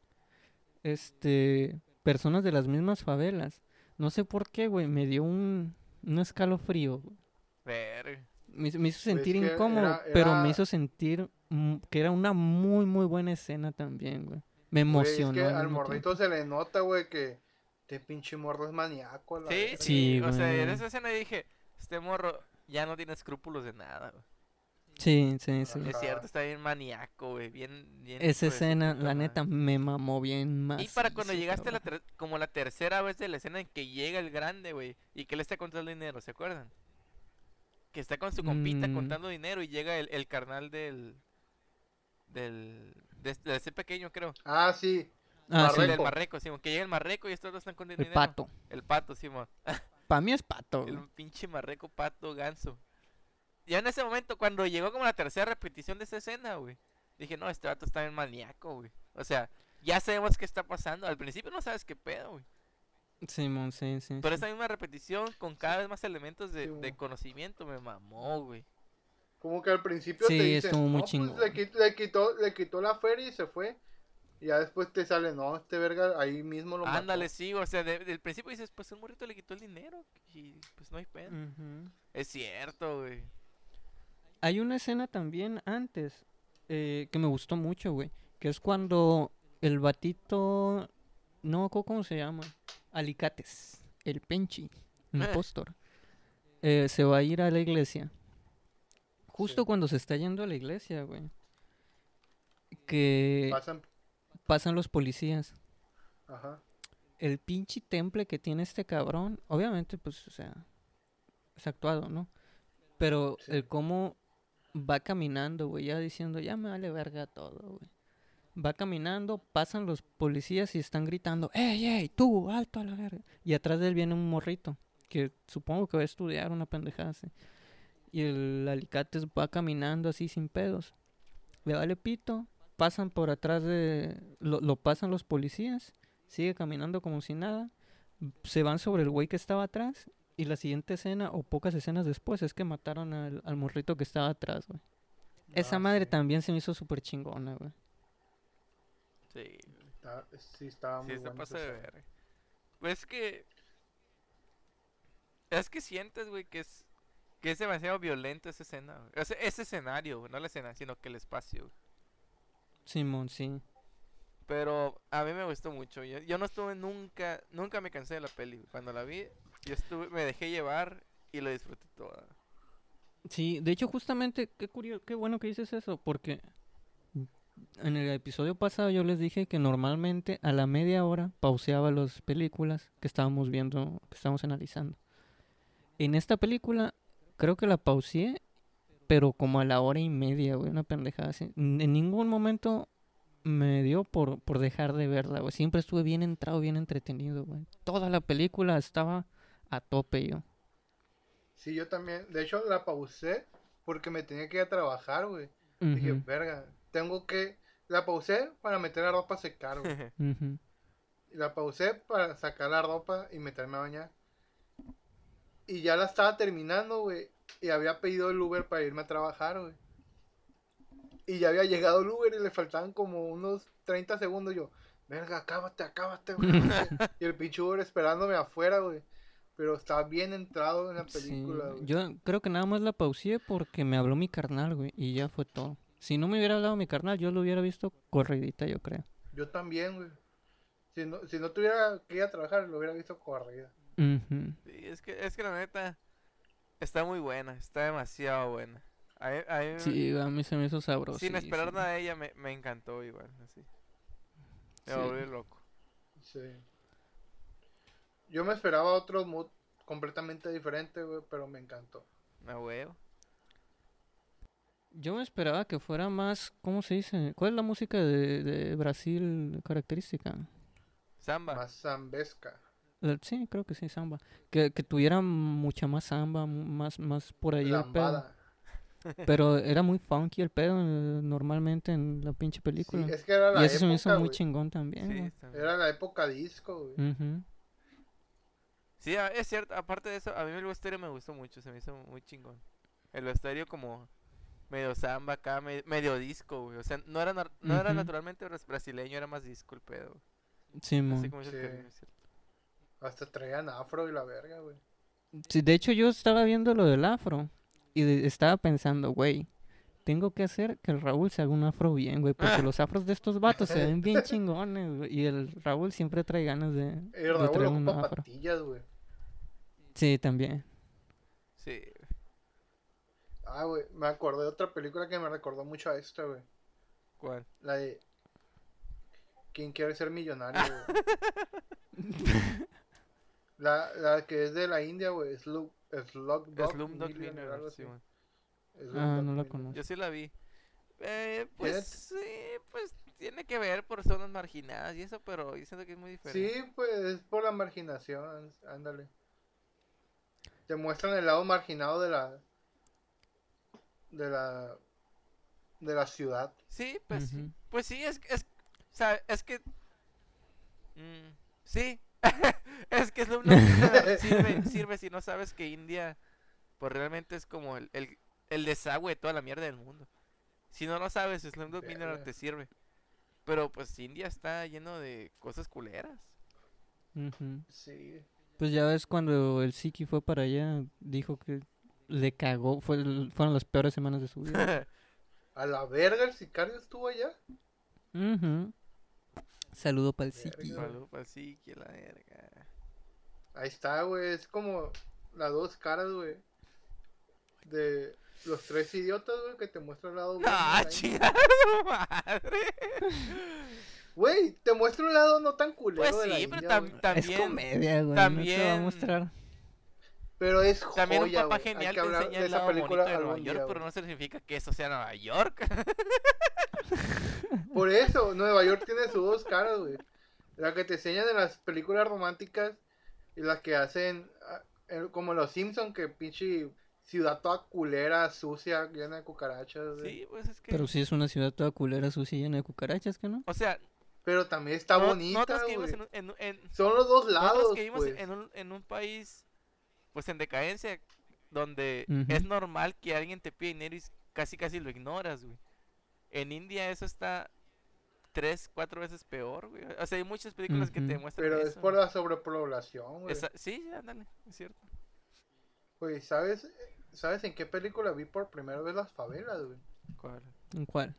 Speaker 2: personas de las mismas favelas. No sé por qué, güey. Me dio un escalofrío, güey.
Speaker 3: Verga.
Speaker 2: Me hizo
Speaker 1: Güey, es
Speaker 2: sentir
Speaker 1: que
Speaker 2: incómodo,
Speaker 1: era-
Speaker 2: pero me
Speaker 1: era-
Speaker 2: hizo sentir que era una muy, muy buena escena también, güey. Me
Speaker 1: Güey, es que
Speaker 2: emocionó al
Speaker 1: al
Speaker 2: mismo
Speaker 1: morrito
Speaker 2: tiempo.
Speaker 1: se le nota, güey, que este pinche morro es maníaco, a la
Speaker 3: Sí,
Speaker 1: verga.
Speaker 3: sí,
Speaker 2: Sí,
Speaker 3: o sea, en
Speaker 2: güey.
Speaker 3: esa escena dije, este morro ya no tiene escrúpulos de nada, güey.
Speaker 2: Sí, sí, sí.
Speaker 3: Es
Speaker 1: Ajá.
Speaker 3: cierto, está bien maníaco, güey, bien
Speaker 2: Esa
Speaker 3: hijo de su
Speaker 2: escena,
Speaker 3: puta
Speaker 2: la
Speaker 3: madre.
Speaker 2: neta, me mamó bien más.
Speaker 3: Y para cuando llegaste a como la tercera vez de la escena en que llega el grande, güey, y que le está contando dinero, ¿se acuerdan? Que está con su compita contando dinero y llega el carnal de ese pequeño, creo.
Speaker 1: Ah, sí.
Speaker 2: Ah, sí.
Speaker 3: Del
Speaker 1: Marreco.
Speaker 3: marreco, Simón, que llega el marreco y estos dos están contando
Speaker 2: El
Speaker 3: dinero.
Speaker 2: pato.
Speaker 3: El pato, Simón.
Speaker 2: Para mí es pato, güey.
Speaker 3: El pinche marreco, pato, ganso. Ya en ese momento, cuando llegó como la tercera repetición de esa escena, güey, dije, no, este vato está bien maníaco, güey. O sea, ya sabemos qué está pasando. Al principio no sabes qué pedo, güey.
Speaker 2: Simón, sí, sí.
Speaker 3: Pero
Speaker 2: sí.
Speaker 3: esa misma repetición con cada vez más elementos
Speaker 1: Sí,
Speaker 3: de
Speaker 1: mo.
Speaker 3: conocimiento me mamó, güey.
Speaker 1: Como que al principio
Speaker 2: Sí,
Speaker 1: te dicen,
Speaker 2: estuvo muy
Speaker 1: no,
Speaker 2: chingón.
Speaker 1: pues le quitó la feria y se fue. Y ya después te sale, no, este verga ahí mismo lo
Speaker 3: Ándale,
Speaker 1: mató.
Speaker 3: sí, o sea, del principio dices, pues un morrito le quitó el dinero y pues no hay pedo.
Speaker 2: Ujú.
Speaker 3: Es cierto, güey.
Speaker 2: Hay una escena también antes que me gustó mucho, güey. Que es cuando el batito. No, ¿cómo se llama? Alicates. El Penchi. un impostor, se va a ir a la iglesia. Justo
Speaker 1: Sí.
Speaker 2: cuando se está yendo a la iglesia, güey, que
Speaker 1: Pasan.
Speaker 2: pasan los policías.
Speaker 1: Ajá.
Speaker 2: El pinche temple que tiene este cabrón, obviamente, pues, o sea, es actuado, ¿no? Pero
Speaker 1: Sí.
Speaker 2: el cómo va caminando, güey, ya diciendo, ya me vale verga todo, güey. Va caminando, pasan los policías y están gritando, ¡ey, ey, tú, alto a la verga! Y atrás de él viene un morrito, que supongo que va a estudiar una pendejada así. Y el alicate va caminando así sin pedos. Le vale pito, pasan por atrás de... Lo pasan los policías, sigue caminando como si nada. Se van sobre el güey que estaba atrás. Y la siguiente escena, o pocas escenas después, es que mataron al morrito que estaba atrás, güey. Esa madre
Speaker 1: Sí.
Speaker 2: también se me hizo súper chingona, güey.
Speaker 3: Sí,
Speaker 1: Sí, estaba muy
Speaker 3: sí, se
Speaker 1: bueno.
Speaker 3: pasa de ver. Pues es que sientes, güey, que es demasiado violento esa escena, güey. O sea, ese escenario, güey, no la escena, sino que el espacio, güey.
Speaker 2: Simón, sí.
Speaker 3: Pero a mí me gustó mucho. Yo no estuve nunca me cansé de la peli, güey. Cuando la vi, me dejé llevar y lo disfruté toda.
Speaker 2: Sí, de hecho, justamente, qué curioso, qué bueno que dices eso, porque en el episodio pasado yo les dije que normalmente a la media hora pauseaba las películas que estábamos viendo, que estábamos analizando. En esta película, creo que la pauseé, pero como a la hora y media, güey, una pendejada así. En ningún momento me dio por dejar de verla, güey. Siempre estuve bien entrado, bien entretenido, güey. Toda la película estaba a tope yo.
Speaker 1: Sí, yo también. De hecho, la pausé porque me tenía que ir a trabajar, güey. Dije,
Speaker 2: Ujú,
Speaker 1: verga, tengo que. La pausé para meter la ropa a secar, güey.
Speaker 2: ujú.
Speaker 1: Y la pausé para sacar la ropa y meterme a bañar. Y ya la estaba terminando, güey. Y había pedido el Uber para irme a trabajar, güey. Y ya había llegado el Uber y le faltaban como unos 30 segundos. Yo, verga, acábate. Y el pinche Uber esperándome afuera, güey. Pero estaba bien entrado en la
Speaker 2: Sí,
Speaker 1: película,
Speaker 2: güey.
Speaker 1: güey.
Speaker 2: Yo creo que nada más la pausé porque me habló mi carnal, güey, y ya fue todo. Si no me hubiera hablado mi carnal, yo lo hubiera visto corridita, yo creo.
Speaker 1: Yo también, güey. Si no tuviera que ir a trabajar, lo hubiera visto corrida.
Speaker 2: Ujú.
Speaker 3: Sí, es que la neta está muy buena, está demasiado buena.
Speaker 2: Sí, a mí se me hizo
Speaker 3: Sin esperar
Speaker 2: sabrosísimo.
Speaker 3: nada de ella me encantó igual, así. Me
Speaker 2: Sí.
Speaker 3: volví loco.
Speaker 1: Sí. Yo me esperaba otro mood completamente diferente, güey, pero me encantó.
Speaker 3: Me huevo.
Speaker 2: Yo me esperaba que fuera más, ¿cómo se dice? ¿Cuál es la música de Brasil característica?
Speaker 3: Samba.
Speaker 1: Más zambesca.
Speaker 2: Sí, creo que sí, samba. Que tuviera mucha más samba, más por ahí el pedo.
Speaker 1: Lambada.
Speaker 2: Pero era muy funky el pedo normalmente en la pinche
Speaker 1: Sí,
Speaker 2: película.
Speaker 1: es que era
Speaker 2: Y
Speaker 1: la
Speaker 2: eso se me hizo
Speaker 1: época,
Speaker 2: muy
Speaker 1: güey.
Speaker 2: chingón también,
Speaker 3: Sí,
Speaker 2: güey.
Speaker 3: también.
Speaker 1: Era la época disco, güey.
Speaker 2: Ujú.
Speaker 3: Sí, es cierto. Aparte de eso, a mí el vestuario me gustó mucho. Se me hizo muy chingón. El vestuario como medio samba acá, medio disco, güey. O sea, no era
Speaker 2: Ujú.
Speaker 3: naturalmente brasileño, era más disco el pedo. Así
Speaker 2: Simón.
Speaker 3: como es el
Speaker 1: Sí.
Speaker 3: Caribe, es cierto.
Speaker 1: Hasta traían afro y la verga, güey.
Speaker 2: Sí, de hecho yo estaba viendo lo del afro y estaba pensando, güey, tengo que hacer que el Raúl se haga un afro bien, güey, porque los afros de estos vatos se ven bien chingones, güey, y el Raúl siempre trae ganas
Speaker 1: Y
Speaker 2: de
Speaker 1: Raúl
Speaker 2: traer un
Speaker 1: ocupa
Speaker 2: afro.
Speaker 1: patillas, güey.
Speaker 2: Sí, también.
Speaker 3: Sí.
Speaker 1: Ah, güey, me acordé de otra película que me recordó mucho a esta, güey.
Speaker 3: ¿Cuál?
Speaker 1: La de ¿Quién quiere ser millonario, güey? La que es de la India, güey. Slumdog
Speaker 3: Slumdog
Speaker 1: Millionaire, algo
Speaker 3: Millionaire, sí,
Speaker 1: así.
Speaker 3: man.
Speaker 2: Ah,
Speaker 1: Slumdog
Speaker 2: no la
Speaker 1: Millionaire.
Speaker 3: Yo
Speaker 2: conozco.
Speaker 3: sí la vi. Pues
Speaker 1: Tiene-
Speaker 3: sí, pues tiene que ver por zonas marginadas y eso, pero yo siento que es muy
Speaker 1: Sí,
Speaker 3: diferente.
Speaker 1: pues es por la marginación, ándale. Te muestran el lado marginado de la de la ciudad.
Speaker 3: Sí, pues sí.
Speaker 2: Ujú.
Speaker 3: Pues sí, o sea, es que sí. Es que Slumdog Millionaire sirve si no sabes que India, pues realmente es como el desagüe de toda la mierda del mundo. Si no lo sabes, Slumdog Millionaire
Speaker 1: Verga.
Speaker 3: te sirve. Pero pues India está lleno de cosas culeras.
Speaker 2: Ujú.
Speaker 1: Sí.
Speaker 2: Pues ya ves cuando el Siki fue para allá, dijo que le cagó, fueron las peores semanas de su vida.
Speaker 1: A la verga el sicario estuvo allá.
Speaker 2: Ujú. Saludo para el Siki.
Speaker 1: Verga.
Speaker 3: Palupa, sí, que la verga.
Speaker 1: Ahí está, güey. Es como las dos caras, güey. De los tres idiotas, güey, que te muestra el lado bueno de
Speaker 3: ¡Ah,
Speaker 1: la India.
Speaker 3: chingada su madre!
Speaker 1: Güey, te muestra un lado no tan culero
Speaker 3: Pues
Speaker 1: de la
Speaker 3: sí, pero
Speaker 1: India, güey.
Speaker 2: Es
Speaker 3: también...
Speaker 2: comedia, güey. No te va a
Speaker 3: también-
Speaker 2: mostrar.
Speaker 1: Pero es
Speaker 3: También un
Speaker 1: joya,
Speaker 3: papá
Speaker 1: güey. Hay
Speaker 3: genial
Speaker 1: que
Speaker 3: te
Speaker 1: hablar
Speaker 3: enseña
Speaker 1: de
Speaker 3: el
Speaker 1: esa
Speaker 3: lado
Speaker 1: película
Speaker 3: bonito de Nueva
Speaker 1: algún
Speaker 3: York,
Speaker 1: día,
Speaker 3: pero
Speaker 1: güey.
Speaker 3: no significa que eso sea Nueva York.
Speaker 1: Por eso, Nueva York tiene sus dos caras, güey. La que te enseñan en las películas románticas y las que hacen como los Simpsons, que pinche ciudad toda culera, sucia, llena de cucarachas, güey.
Speaker 3: Sí, pues es que...
Speaker 2: Pero sí es una ciudad toda culera, sucia y llena de cucarachas, ¿que no?
Speaker 3: O sea,
Speaker 1: Pero también está bonita,
Speaker 3: nosotros que vivimos
Speaker 1: güey.
Speaker 3: en
Speaker 1: Son los dos
Speaker 3: nosotros
Speaker 1: lados,
Speaker 3: que vivimos
Speaker 1: pues.
Speaker 3: en un país, pues en decadencia, donde
Speaker 2: Ujú.
Speaker 3: es normal que alguien te pida dinero y casi lo ignoras, güey. En India eso está 3, 4 veces peor, güey. O sea, hay muchas películas que te
Speaker 2: Ujú.
Speaker 3: demuestran
Speaker 1: Pero es
Speaker 3: eso.
Speaker 1: por la sobrepoblación, güey.
Speaker 3: Sí, ándale, es cierto.
Speaker 1: Güey, ¿sabes en qué película vi por primera vez las favelas, güey?
Speaker 3: ¿Cuál?
Speaker 2: ¿En cuál?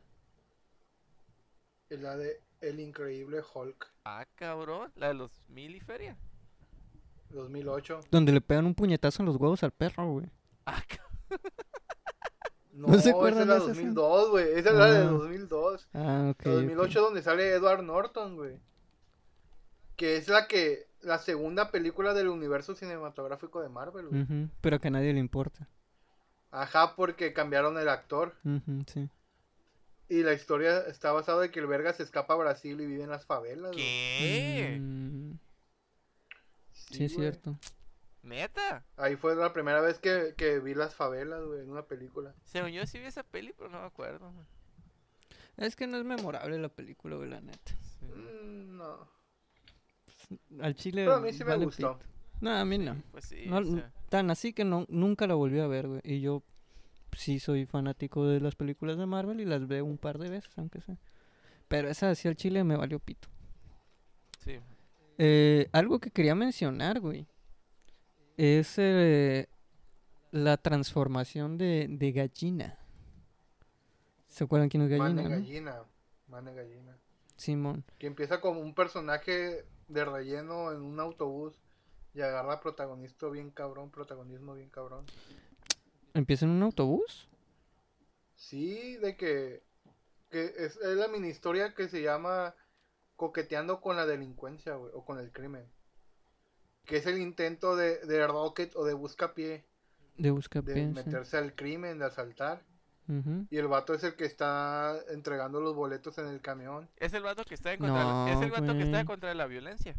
Speaker 1: Es la de El Increíble Hulk,
Speaker 3: Ah, cabrón, la de los mil y feria.
Speaker 1: 2008.
Speaker 2: Donde le pegan un puñetazo en los huevos al perro, güey.
Speaker 3: Ah,
Speaker 1: No,
Speaker 2: ¿No se
Speaker 1: esa
Speaker 2: acuerdan
Speaker 1: es la
Speaker 2: de esa
Speaker 1: 2002, güey. Esa es la de
Speaker 2: Ah.
Speaker 1: 2002.
Speaker 2: Ah, ok.
Speaker 1: La 2008 donde sale Edward Norton, güey. Que es la segunda película del universo cinematográfico de Marvel, güey.
Speaker 2: Ujú, pero que a nadie le importa.
Speaker 1: Ajá, porque cambiaron el actor.
Speaker 2: Ujú, sí.
Speaker 1: Y la historia está basada en que el verga se escapa a Brasil y vive en las favelas, güey.
Speaker 3: ¿qué?
Speaker 2: Mm, sí, es
Speaker 1: güey.
Speaker 2: cierto.
Speaker 3: ¿Neta?
Speaker 1: Ahí fue la primera vez que vi las favelas, güey, en una película.
Speaker 3: Según yo sí vi esa peli, pero no me acuerdo. Güey.
Speaker 2: Es que no es memorable la película, güey, la neta.
Speaker 3: Sí.
Speaker 1: No.
Speaker 2: Al chile
Speaker 1: Pero a mí sí me
Speaker 2: vale
Speaker 1: gustó.
Speaker 2: pito. No, a mí no.
Speaker 3: Pues sí,
Speaker 2: No,
Speaker 3: o sea,
Speaker 2: tan así que no, nunca la volví a ver, güey. Y yo sí soy fanático de las películas de Marvel y las veo un par de veces, aunque sea. Pero esa así al chile me valió pito.
Speaker 3: sí.
Speaker 2: Algo que quería mencionar, güey, es la transformación de Gallina. ¿Se acuerdan quién es Gallina,
Speaker 1: Mane
Speaker 2: no?
Speaker 1: Gallina. Mane Gallina.
Speaker 2: Simón.
Speaker 1: Que empieza como un personaje de relleno en un autobús y agarra protagonismo bien cabrón.
Speaker 2: ¿Empieza en un autobús?
Speaker 1: Sí, de que es la mini historia que se llama Coqueteando con la delincuencia, güey, o con el crimen. Que es el intento de Rocket o de Buscapié
Speaker 2: De
Speaker 1: de
Speaker 2: Buscapié, sí.
Speaker 1: meterse al crimen, de asaltar.
Speaker 2: Ujú.
Speaker 1: Y el vato es el que está entregando los boletos en el camión.
Speaker 3: Es el vato que está en
Speaker 2: No,
Speaker 3: es el vato que está
Speaker 2: güey.
Speaker 3: contra la violencia.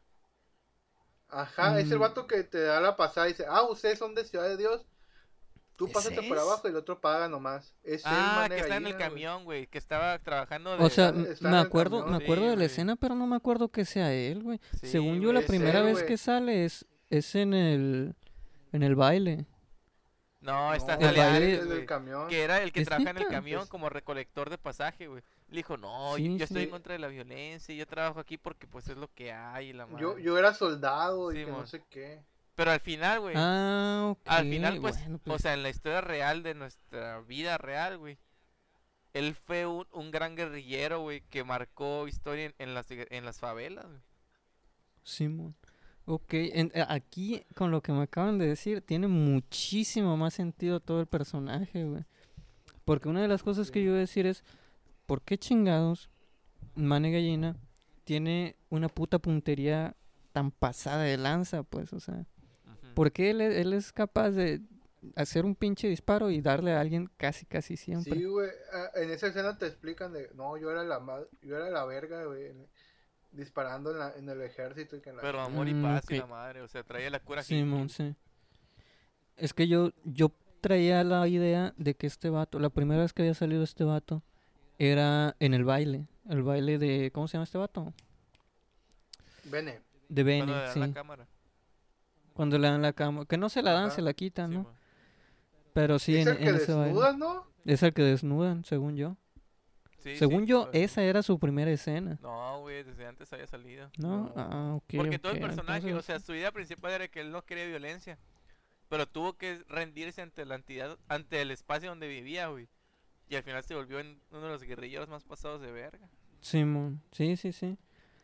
Speaker 1: Ajá, es el
Speaker 2: Mm.
Speaker 1: vato que te da la pasada y dice, ustedes son de Ciudad de Dios. Tú
Speaker 2: ¿Ese
Speaker 1: pásate por
Speaker 2: es?
Speaker 1: abajo y el otro paga nomás. Es el
Speaker 3: Ah,
Speaker 1: Mane
Speaker 3: que está en el
Speaker 1: Gallina, güey.
Speaker 3: camión, güey, que estaba trabajando de...
Speaker 2: O sea,
Speaker 1: está
Speaker 2: me
Speaker 1: en el
Speaker 2: acuerdo,
Speaker 1: camión.
Speaker 2: me acuerdo
Speaker 3: Sí,
Speaker 2: de la
Speaker 3: güey.
Speaker 2: escena, pero no me acuerdo que sea él, güey.
Speaker 3: Sí,
Speaker 2: Según yo,
Speaker 3: güey.
Speaker 2: la
Speaker 1: Es
Speaker 2: primera
Speaker 1: él,
Speaker 2: vez
Speaker 1: güey.
Speaker 2: que sale es en el baile.
Speaker 3: No, está
Speaker 1: No,
Speaker 2: el
Speaker 3: sale
Speaker 2: baile
Speaker 3: Alex,
Speaker 1: del
Speaker 3: güey,
Speaker 1: camión.
Speaker 3: que era el que
Speaker 2: ¿Es
Speaker 3: trabaja en el
Speaker 2: neta?
Speaker 3: camión
Speaker 1: Es-
Speaker 3: como recolector de pasaje, güey. Le dijo, no,
Speaker 2: Sí,
Speaker 3: yo estoy
Speaker 2: sí.
Speaker 3: en contra de la violencia, yo trabajo aquí porque pues es lo que hay y la madre.
Speaker 1: Yo era soldado y que
Speaker 3: Simón.
Speaker 1: no sé qué.
Speaker 3: Pero al final, güey,
Speaker 2: Ah, ok.
Speaker 3: al final, pues,
Speaker 2: Bueno,
Speaker 3: o
Speaker 2: pues,
Speaker 3: sea, en la historia real de nuestra vida real, güey, él fue un gran guerrillero, güey, que marcó historia en las favelas, güey.
Speaker 2: Simón. Ok, aquí con lo que me acaban de decir, tiene muchísimo más sentido todo el personaje, güey. Porque una de las cosas que
Speaker 1: Sí.
Speaker 2: yo iba a decir es, ¿por qué chingados Mane Gallina tiene una puta puntería tan pasada de lanza, pues? O sea,
Speaker 3: Ujú.
Speaker 2: ¿por qué él es capaz de hacer un pinche disparo y darle a alguien casi siempre?
Speaker 1: Sí, güey. En esa escena te explican de, no, yo era la verga, güey. Disparando en el ejército y que en la
Speaker 3: Pero
Speaker 1: chingada.
Speaker 3: amor y paz y
Speaker 2: ok.
Speaker 3: la madre, o sea, traía la cura
Speaker 2: Simón,
Speaker 3: hippie.
Speaker 2: sí. Es que yo traía la idea de que este vato, la primera vez que había salido este vato, era en el baile de, ¿cómo se llama este vato?
Speaker 1: Bene.
Speaker 2: De
Speaker 3: Cuando
Speaker 2: Bene,
Speaker 3: le dan
Speaker 2: sí.
Speaker 3: la cámara.
Speaker 2: Cuando le dan la cama, que no se la dan,
Speaker 1: Ajá.
Speaker 2: se la quitan,
Speaker 3: Sí,
Speaker 2: ¿no?
Speaker 3: man.
Speaker 2: Pero sí,
Speaker 1: Es el que
Speaker 2: en ese baile.
Speaker 1: desnuda, ¿no?
Speaker 2: Es el que desnudan, según yo.
Speaker 3: Sí,
Speaker 2: Según
Speaker 3: sí,
Speaker 2: yo,
Speaker 3: pues.
Speaker 2: esa era su primera escena,
Speaker 3: No, güey, desde antes había salido.
Speaker 2: ¿no?
Speaker 1: No.
Speaker 2: Ah, ok,
Speaker 3: Porque todo el
Speaker 2: ok,
Speaker 3: personaje, o
Speaker 2: entonces-
Speaker 3: sea, su idea principal era que él no quería violencia. Pero tuvo que rendirse ante la entidad, ante el espacio donde vivía, güey. Y al final se volvió en uno de los guerrilleros más pasados de verga.
Speaker 2: Simón, sí.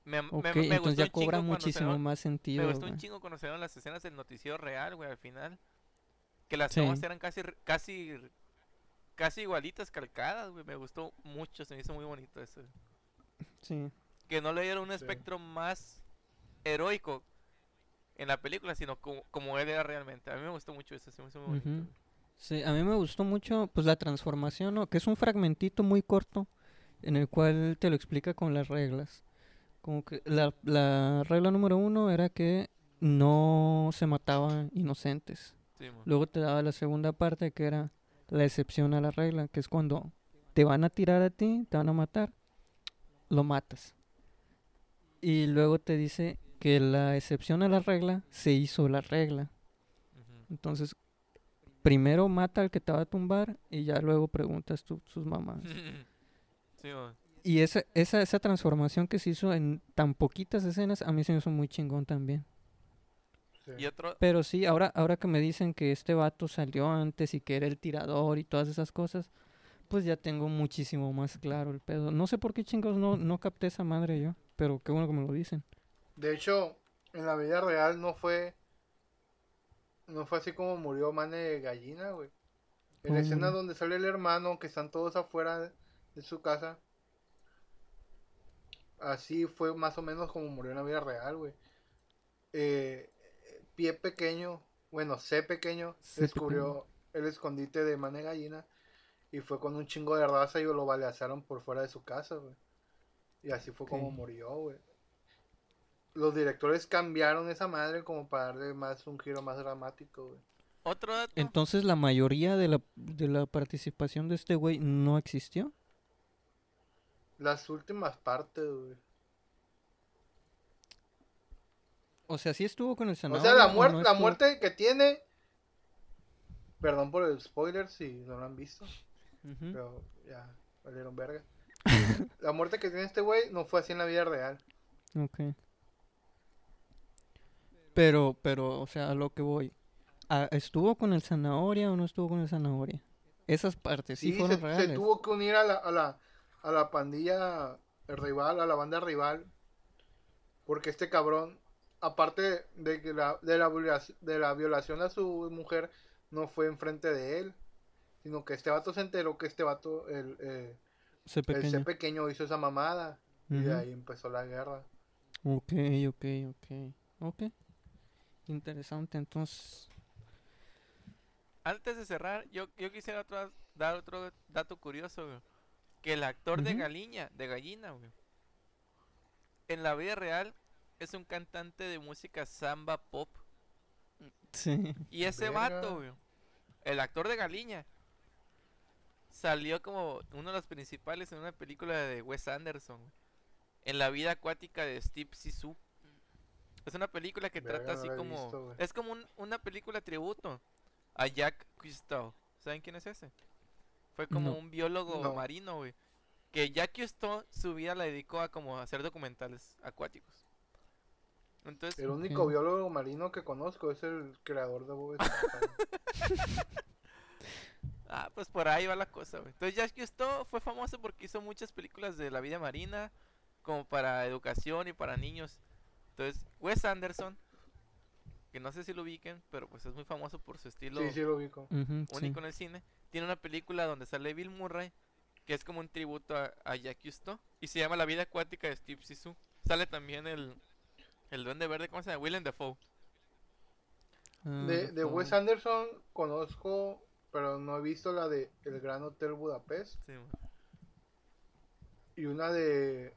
Speaker 2: Ok,
Speaker 3: me
Speaker 2: entonces
Speaker 3: gustó
Speaker 2: ya
Speaker 3: un
Speaker 2: cobra
Speaker 3: chingo cuando
Speaker 2: muchísimo
Speaker 3: salieron,
Speaker 2: más
Speaker 3: me
Speaker 2: sentido,
Speaker 3: gustó un
Speaker 2: güey.
Speaker 3: chingo cuando salieron las escenas del noticiero real, güey, al final. Que las tomas
Speaker 2: Sí,
Speaker 3: eran casi igualitas, calcadas, güey. Me gustó mucho, se me hizo muy bonito eso.
Speaker 2: sí.
Speaker 3: Que no le dieron un
Speaker 1: Sí.
Speaker 3: espectro más heroico en la película, sino como él era realmente. A mí me gustó mucho eso, se me hizo muy bonito,
Speaker 2: Ujú.
Speaker 3: güey.
Speaker 2: Sí, a mí me gustó mucho pues la transformación, ¿no? Que es un fragmentito muy corto en el cual te lo explica con las reglas. Como que la regla número 1 era que no se mataban inocentes.
Speaker 3: Sí, mo.
Speaker 2: Luego te daba la segunda parte que era la excepción a la regla, que es cuando te van a tirar a ti, te van a matar, lo matas. Y luego te dice que la excepción a la regla se hizo la regla.
Speaker 3: Ujú.
Speaker 2: Entonces, primero mata al que te va a tumbar y ya luego preguntas sus mamás.
Speaker 3: Sí, mo.
Speaker 2: Y esa transformación que se hizo en tan poquitas escenas, a mí se me hizo muy chingón también.
Speaker 1: Sí.
Speaker 3: Y otro,
Speaker 2: Pero sí, ahora que me dicen que este vato salió antes y que era el tirador y todas esas cosas, pues ya tengo muchísimo más claro el pedo. No sé por qué chingos no capté esa madre yo, pero qué bueno que me lo dicen.
Speaker 1: De hecho, en la vida real no fue así como murió Mane Gallina, güey. En la
Speaker 2: ¿Cómo
Speaker 1: escena
Speaker 2: murió?
Speaker 1: donde sale el hermano, que están todos afuera de su casa, así fue más o menos como murió en la vida real, güey. Eh, Pie pequeño, bueno, C pequeño,
Speaker 2: Sé pequeño.
Speaker 1: descubrió el escondite de Mane Gallina y fue con un chingo de raza y lo baleazaron por fuera de su casa, güey. Y así fue
Speaker 2: Ok.
Speaker 1: como murió, güey. Los directores cambiaron esa madre como para darle más un giro más dramático, güey.
Speaker 3: otro dato.
Speaker 2: Entonces la mayoría de la participación de este güey no existió.
Speaker 1: Las últimas partes, güey.
Speaker 2: O sea, sí estuvo con el
Speaker 1: O sea, la
Speaker 2: zanahoria o
Speaker 1: muerte,
Speaker 2: no
Speaker 1: la
Speaker 2: estuvo.
Speaker 1: muerte que tiene, perdón por el spoiler si no lo han visto,
Speaker 2: Ujú.
Speaker 1: pero ya valieron verga. La muerte que tiene este güey no fue así en la vida real.
Speaker 2: Ok. Pero, o sea, a lo que voy. ¿Estuvo con el zanahoria o no estuvo con el zanahoria? Esas partes sí
Speaker 1: Sí,
Speaker 2: fueron
Speaker 1: se
Speaker 2: reales.
Speaker 1: tuvo que unir a la pandilla rival, a la banda rival, porque este cabrón, aparte de que de la violación a su mujer, no fue enfrente de él, sino que este vato se enteró que este vato,
Speaker 2: Sé
Speaker 1: el C
Speaker 2: pequeño.
Speaker 1: pequeño hizo esa mamada, y de
Speaker 2: Ujú.
Speaker 1: ahí empezó la guerra.
Speaker 2: Ok, ok, ok. Ok. Interesante, entonces.
Speaker 3: Antes de cerrar, yo quisiera dar otro dato curioso, güey. Que el actor
Speaker 2: Ujú.
Speaker 3: de gallina, güey, en la vida real es un cantante de música samba pop.
Speaker 2: Sí.
Speaker 3: Y ese vato,
Speaker 1: Verga,
Speaker 3: güey, el actor de Galiña, salió como uno de los principales en una película de Wes Anderson, güey, en la vida acuática de Steve Zissou. Es una película que trata
Speaker 1: verga, no
Speaker 3: así
Speaker 1: la he
Speaker 3: como...
Speaker 1: visto, güey.
Speaker 3: Es como una película tributo a Jack Cousteau. ¿Saben quién es ese? Fue como
Speaker 2: No.
Speaker 3: un biólogo
Speaker 1: No,
Speaker 3: marino, güey. Que Jack Cousteau su vida la dedicó a como hacer documentales acuáticos. Entonces,
Speaker 1: el único
Speaker 2: Ok.
Speaker 1: biólogo marino que conozco es el creador de Bob Esponja, güey.
Speaker 3: pues por ahí va la cosa, güey. Entonces Jack Cousteau fue famoso porque hizo muchas películas de la vida marina, como para educación y para niños. Entonces, Wes Anderson, que no sé si lo ubiquen, pero pues es muy famoso por su
Speaker 1: Sí,
Speaker 3: estilo
Speaker 1: sí lo ubico.
Speaker 2: Ujú, sí.
Speaker 3: único en el cine, tiene una película donde sale Bill Murray, que es como un tributo a Jacques Cousteau, y se llama La vida acuática de Steve Zissou. Sale también el duende verde, ¿cómo se llama? Willem Dafoe.
Speaker 2: Ah, The
Speaker 1: De Wes
Speaker 2: Fall.
Speaker 1: Anderson conozco, pero no he visto la de El Gran Hotel Budapest
Speaker 3: Sí, mo.
Speaker 1: y una de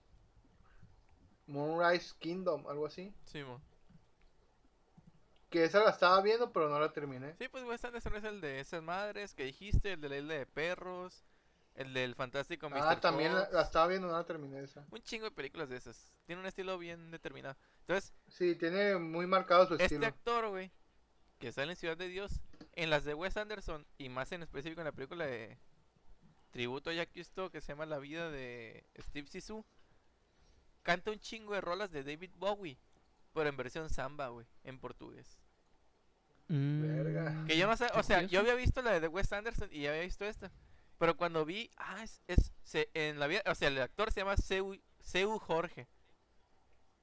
Speaker 1: Moonrise Kingdom, algo así.
Speaker 3: Sí, mo.
Speaker 1: Que esa la estaba viendo, pero no la terminé.
Speaker 3: Sí, pues Wes Anderson es el de esas madres que dijiste, el de la isla de perros, el del fantástico
Speaker 1: Ah,
Speaker 3: Mr.
Speaker 1: también la
Speaker 3: Fox.
Speaker 1: estaba viendo, no la terminé esa.
Speaker 3: Un chingo de películas de esas. Tiene un estilo bien determinado. Entonces,
Speaker 1: Sí, tiene muy marcado su
Speaker 3: este
Speaker 1: estilo.
Speaker 3: actor, güey, que sale en Ciudad de Dios, en las de Wes Anderson, y más en específico en la película de tributo a Jacques Cousteau que se llama La vida de Steve Zissou, canta un chingo de rolas de David Bowie, pero en versión samba, güey, en portugués.
Speaker 1: Verga.
Speaker 3: Que yo no sé,
Speaker 2: Qué
Speaker 3: o sea, yo
Speaker 2: curioso.
Speaker 3: había visto la de Wes Anderson y ya había visto esta, pero cuando vi, en la vida, o sea, el actor se llama Seu Jorge,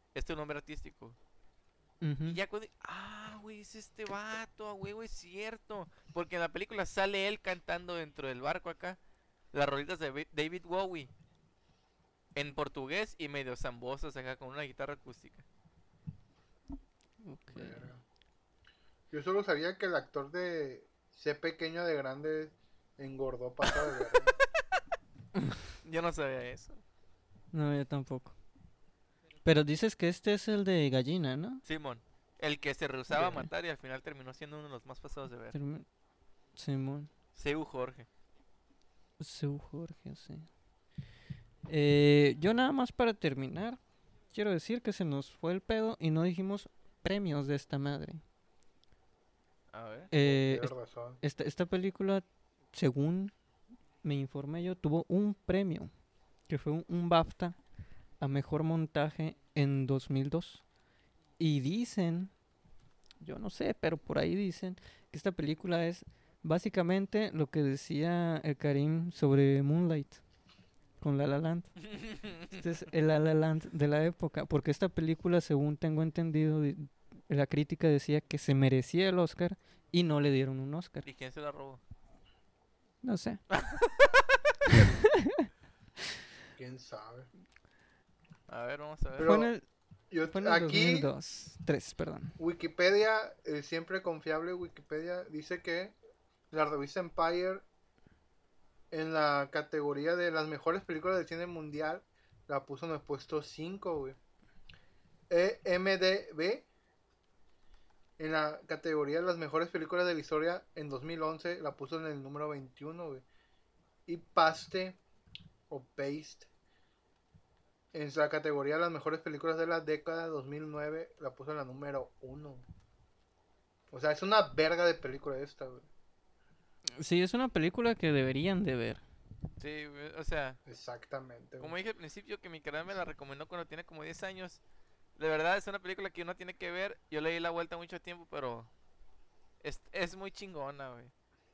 Speaker 3: es tu nombre artístico.
Speaker 2: Ujú.
Speaker 3: Y ya cuando... güey, es este vato, a huevo, es cierto. Porque en la película sale él cantando dentro del barco acá. Las rolitas de David Bowie. En portugués y medio zambosas acá con una guitarra acústica.
Speaker 2: Ok.
Speaker 1: Verga. Yo solo sabía que el actor de Sé Pequeño de Grande engordó pasado de verga.
Speaker 3: Yo no sabía eso.
Speaker 2: No, yo tampoco. Pero dices que este es el de gallina, ¿no?
Speaker 3: Simón, el que se rehusaba a
Speaker 2: Ok.
Speaker 3: matar y al final terminó siendo uno de los más pasados de ver.
Speaker 2: Simón.
Speaker 3: Seu Jorge.
Speaker 2: Seu Jorge, sí. Yo nada más para terminar, quiero decir que se nos fue el pedo y no dijimos premios de esta madre.
Speaker 3: A ver.
Speaker 1: Tienes razón.
Speaker 2: Esta película, según me informé yo, tuvo un premio, que fue un BAFTA a mejor montaje en 2002. Y dicen, yo no sé, pero por ahí dicen que esta película es básicamente lo que decía el Karim sobre Moonlight con La La Land. Este es el La La Land de la época, porque esta película, según tengo entendido, la crítica decía que se merecía el Oscar y no le dieron un Oscar.
Speaker 3: ¿Y quién se la robó?
Speaker 2: No sé.
Speaker 1: ¿Quién sabe?
Speaker 3: A ver, vamos a ver.
Speaker 1: Pero
Speaker 2: Fue en el, fue en el
Speaker 1: aquí
Speaker 2: 2003, perdón.
Speaker 1: Wikipedia, siempre confiable Wikipedia, dice que la revista Empire en la categoría de las mejores películas del cine mundial la puso en el puesto 5, güey. EMDB en la categoría de las mejores películas de la historia en 2011 la puso en el número 21, güey. Y Paste o Paste en la categoría de las mejores películas de la década de 2009 la puso en la número 1. O sea, es una verga de película esta, güey.
Speaker 2: Sí, es una película que deberían de ver.
Speaker 3: Sí, güey, o sea,
Speaker 1: Exactamente,
Speaker 3: como
Speaker 1: güey.
Speaker 3: dije al principio que mi canal me la recomendó cuando tiene como 10 años. De verdad es una película que uno tiene que ver. Yo le di la vuelta mucho tiempo, pero es muy chingona, güey.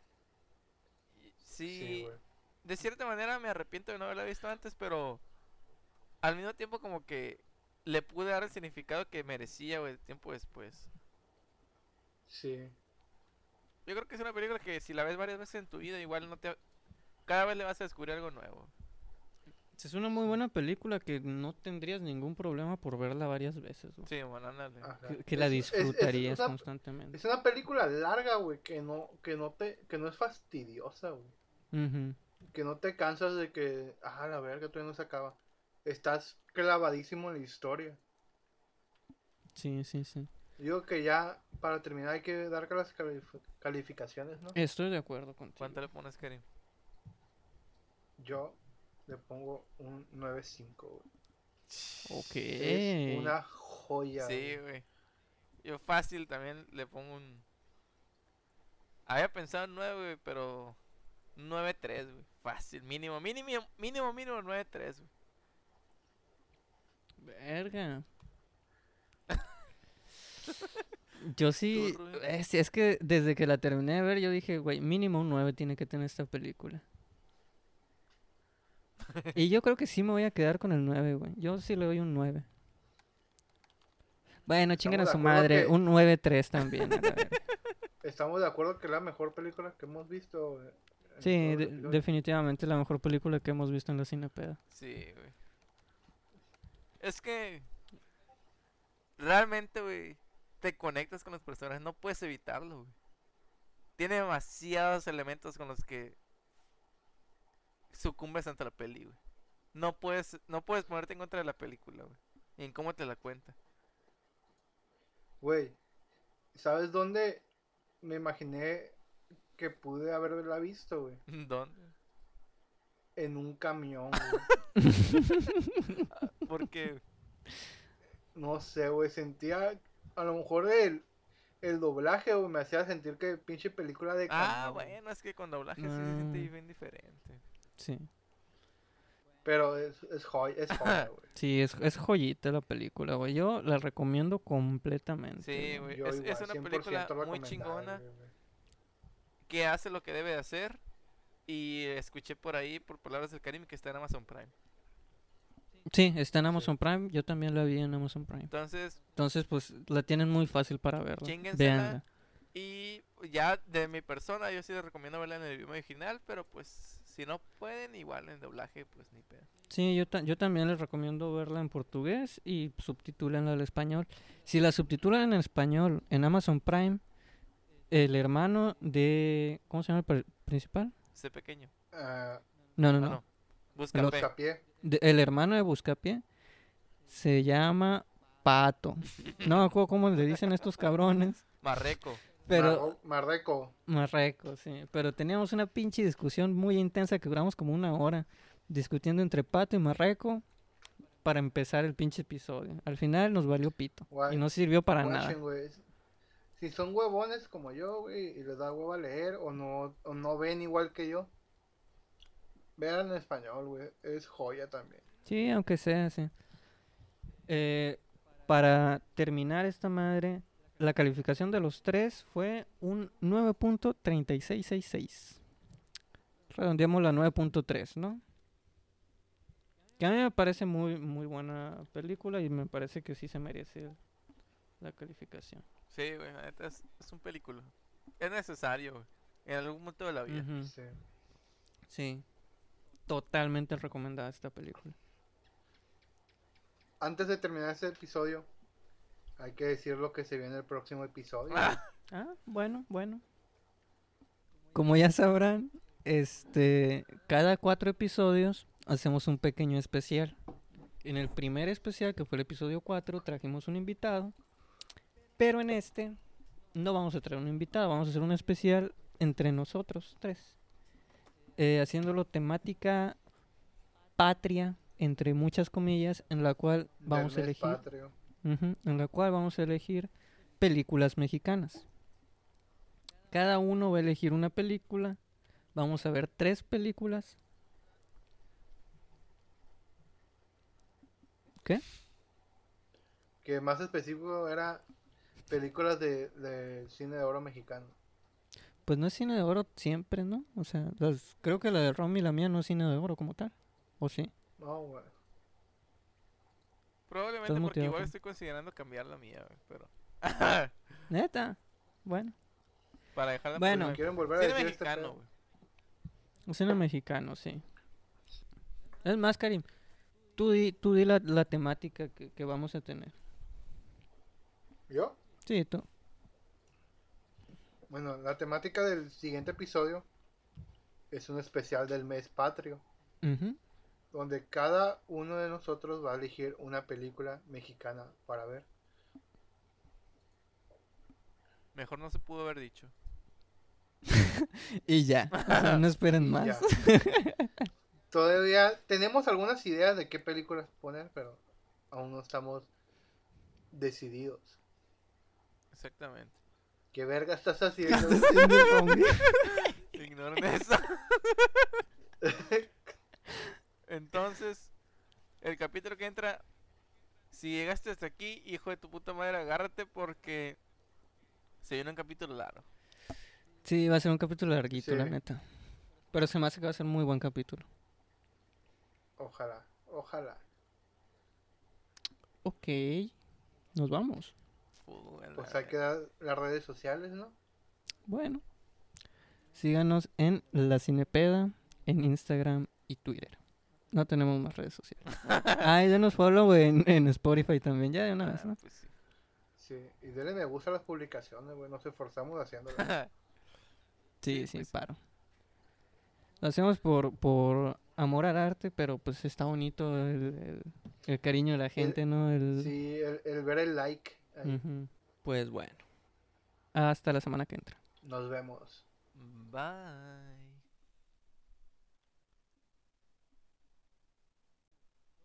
Speaker 1: Sí,
Speaker 3: Sí,
Speaker 1: güey.
Speaker 3: de cierta manera me arrepiento de no haberla visto antes, pero al mismo tiempo como que le pude dar el significado que merecía, güey, tiempo después.
Speaker 1: Sí.
Speaker 3: Yo creo que es una película que si la ves varias veces en tu vida, igual no te... Cada vez le vas a descubrir algo nuevo.
Speaker 2: Es una muy buena película que no tendrías ningún problema por verla varias veces, güey.
Speaker 3: Sí, bueno, ándale.
Speaker 1: Ajá.
Speaker 2: Que la
Speaker 1: Es
Speaker 2: disfrutarías
Speaker 1: una,
Speaker 2: constantemente.
Speaker 1: es una película larga, güey, que no es fastidiosa, güey.
Speaker 2: Ujú.
Speaker 1: Que no te cansas de que, la verga, todavía no se acaba. Estás clavadísimo en la historia.
Speaker 2: Sí, sí, sí.
Speaker 1: Digo que ya, para terminar, hay que dar las calificaciones, ¿no?
Speaker 2: Estoy de acuerdo contigo.
Speaker 3: ¿Cuánto le pones, Karim?
Speaker 1: Yo le pongo un 9.5, güey.
Speaker 2: Ok.
Speaker 1: Es una joya,
Speaker 3: Sí,
Speaker 1: güey.
Speaker 3: güey. Yo fácil también le pongo un... Había pensado en 9, güey, pero... 9.3, güey. Fácil. Mínimo, mínimo, mínimo, mínimo 9.3, güey.
Speaker 2: Verga. Yo sí,
Speaker 3: Tú, Rubén.
Speaker 2: es que desde que la terminé de ver yo dije, güey, mínimo un 9 tiene que tener esta película. Y yo creo que sí me voy a quedar con el 9, güey. Yo sí le doy un 9. Bueno, chinguen a
Speaker 1: Estamos de
Speaker 2: su
Speaker 1: acuerdo
Speaker 2: madre,
Speaker 1: que
Speaker 2: un 9.3 también. A la verga.
Speaker 1: estamos de acuerdo que es la mejor película que hemos visto en
Speaker 2: Sí,
Speaker 1: todos los episodios.
Speaker 2: definitivamente la mejor película que hemos visto en la cinepeda.
Speaker 3: Sí, güey. Es que... Realmente, güey... Te conectas con los personajes. No puedes evitarlo, güey. Tiene demasiados elementos con los que... Sucumbes ante la peli, güey. No puedes ponerte en contra de la película, güey. Y en cómo te la cuenta.
Speaker 1: Güey, ¿sabes dónde me imaginé que pude haberla visto, güey?
Speaker 3: ¿Dónde?
Speaker 1: En un camión, güey.
Speaker 3: Porque...
Speaker 1: No sé, güey, sentía, a lo mejor el doblaje, güey, me hacía sentir que pinche película de camión, güey.
Speaker 3: bueno, es que con doblaje sí se siente bien diferente.
Speaker 2: Sí,
Speaker 1: Pero es joya, güey.
Speaker 2: sí, es joyita la película, güey. Yo la recomiendo completamente.
Speaker 3: Sí,
Speaker 2: güey.
Speaker 3: güey.
Speaker 1: Yo
Speaker 3: Es
Speaker 1: igual,
Speaker 3: una
Speaker 1: 100%
Speaker 3: película muy
Speaker 1: recomendable,
Speaker 3: chingona
Speaker 1: güey.
Speaker 3: que hace lo que debe de hacer. Y escuché por ahí, por palabras del Karim, que está en Amazon Prime.
Speaker 2: Sí, está en Amazon Prime. Yo también la vi en Amazon Prime.
Speaker 3: Entonces,
Speaker 2: Entonces, pues la tienen muy fácil para verla.
Speaker 3: Chíngensela.
Speaker 2: Véanla.
Speaker 3: Y ya de mi persona, yo sí les recomiendo verla en el idioma original, pero pues si no pueden, igual en doblaje, pues ni pedo.
Speaker 2: Sí, yo también les recomiendo verla en portugués y subtitularla al español. Si la subtitulan en español en Amazon Prime, el hermano de... ¿Cómo se llama el principal?
Speaker 3: Sé pequeño.
Speaker 1: Ah,
Speaker 2: No,
Speaker 3: Ah, no. Busca
Speaker 2: El
Speaker 3: P.
Speaker 1: Buscapié.
Speaker 2: el hermano de Buscapié se llama Pato. No me acuerdo cómo le dicen a estos cabrones.
Speaker 3: Marreco.
Speaker 2: Pero...
Speaker 1: Marreco.
Speaker 2: Marreco, sí. Pero teníamos una pinche discusión muy intensa que duramos como 1 hora discutiendo entre Pato y Marreco para empezar el pinche episodio. Al final nos valió pito y no sirvió para nada.
Speaker 1: Watchen, güey. Si son huevones como yo, güey, y les da huevo a leer o no ven igual que yo, vean en español, güey. Es joya también.
Speaker 2: Sí, aunque sea, sí. Para terminar esta madre, la calificación de los tres fue un 9.3666. Redondeamos la 9.3, ¿no? Que a mí me parece muy, muy buena película y me parece que sí se merece la calificación.
Speaker 3: Sí, güey, la neta es un película. Es necesario, güey, en algún momento de la vida.
Speaker 2: Ujú.
Speaker 1: Sí.
Speaker 2: Sí, totalmente recomendada esta película.
Speaker 1: Antes de terminar este episodio, hay que decir lo que se viene en el próximo episodio.
Speaker 2: Bueno. Como ya sabrán, cada 4 episodios hacemos un pequeño especial. En el primer especial, que fue el episodio 4, trajimos un invitado. Pero en este no vamos a traer un invitado, vamos a hacer un especial entre nosotros tres. Haciéndolo temática patria, entre muchas comillas, en la cual vamos a
Speaker 1: Del mes
Speaker 2: elegir.
Speaker 1: patrio.
Speaker 2: En la cual vamos a elegir películas mexicanas. Cada uno va a elegir una película. Vamos a ver 3 películas. ¿Qué?
Speaker 1: Que más específico era películas de cine de oro mexicano.
Speaker 2: Pues no es cine de oro siempre, ¿no? O sea, creo que la de Rom y la mía no es cine de oro como tal. ¿O sí?
Speaker 1: No, güey.
Speaker 3: Probablemente
Speaker 2: ¿Estás
Speaker 3: porque
Speaker 2: motivado,
Speaker 3: igual
Speaker 2: Juan?
Speaker 3: estoy considerando cambiar la mía, güey, pero...
Speaker 2: Neta. Bueno.
Speaker 3: Para dejarla
Speaker 2: Bueno.
Speaker 3: por
Speaker 1: ¿Quieren volver a
Speaker 3: cine
Speaker 1: decir este
Speaker 3: mexicano,
Speaker 1: pedo?
Speaker 3: güey.
Speaker 2: Un cine mexicano, sí. Es más, Karim, tú di la temática que vamos a tener.
Speaker 1: ¿Yo?
Speaker 2: Sí, tú.
Speaker 1: Bueno, la temática del siguiente episodio es un especial del mes patrio,
Speaker 2: Ujú.
Speaker 1: donde cada uno de nosotros va a elegir una película mexicana para ver.
Speaker 3: Mejor no se pudo haber dicho.
Speaker 2: Y ya. O sea, no esperen
Speaker 1: Y
Speaker 2: más.
Speaker 1: ya. Todavía tenemos algunas ideas de qué películas poner, pero aún no estamos decididos.
Speaker 3: Exactamente.
Speaker 1: ¿Qué verga estás haciendo?
Speaker 3: Ignoren eso. Entonces, el capítulo que entra, si llegaste hasta aquí, hijo de tu puta madre, agárrate porque se viene un capítulo largo.
Speaker 2: Sí, va a ser un capítulo larguito,
Speaker 1: Sí.
Speaker 2: la neta. Pero se me hace que va a ser muy buen capítulo.
Speaker 1: Ojalá.
Speaker 2: Ok. Nos vamos.
Speaker 1: Pues hay que dar las redes sociales, ¿no?
Speaker 2: Bueno. Síganos en La Cinepeda, en Instagram y Twitter. No tenemos más redes sociales. Y denos follow en Spotify también, ya de una vez, ¿no?
Speaker 3: Pues sí.
Speaker 1: Sí, y denle me gusta a las publicaciones, güey, nos esforzamos haciéndolo.
Speaker 2: Sí,
Speaker 3: pues sí.
Speaker 2: paro. Lo hacemos por amor al arte, pero pues está bonito el cariño de la gente, ¿no?
Speaker 1: Sí, el ver el like ahí.
Speaker 2: Ujú. Pues bueno. Hasta la semana que entra.
Speaker 1: Nos vemos.
Speaker 3: Bye.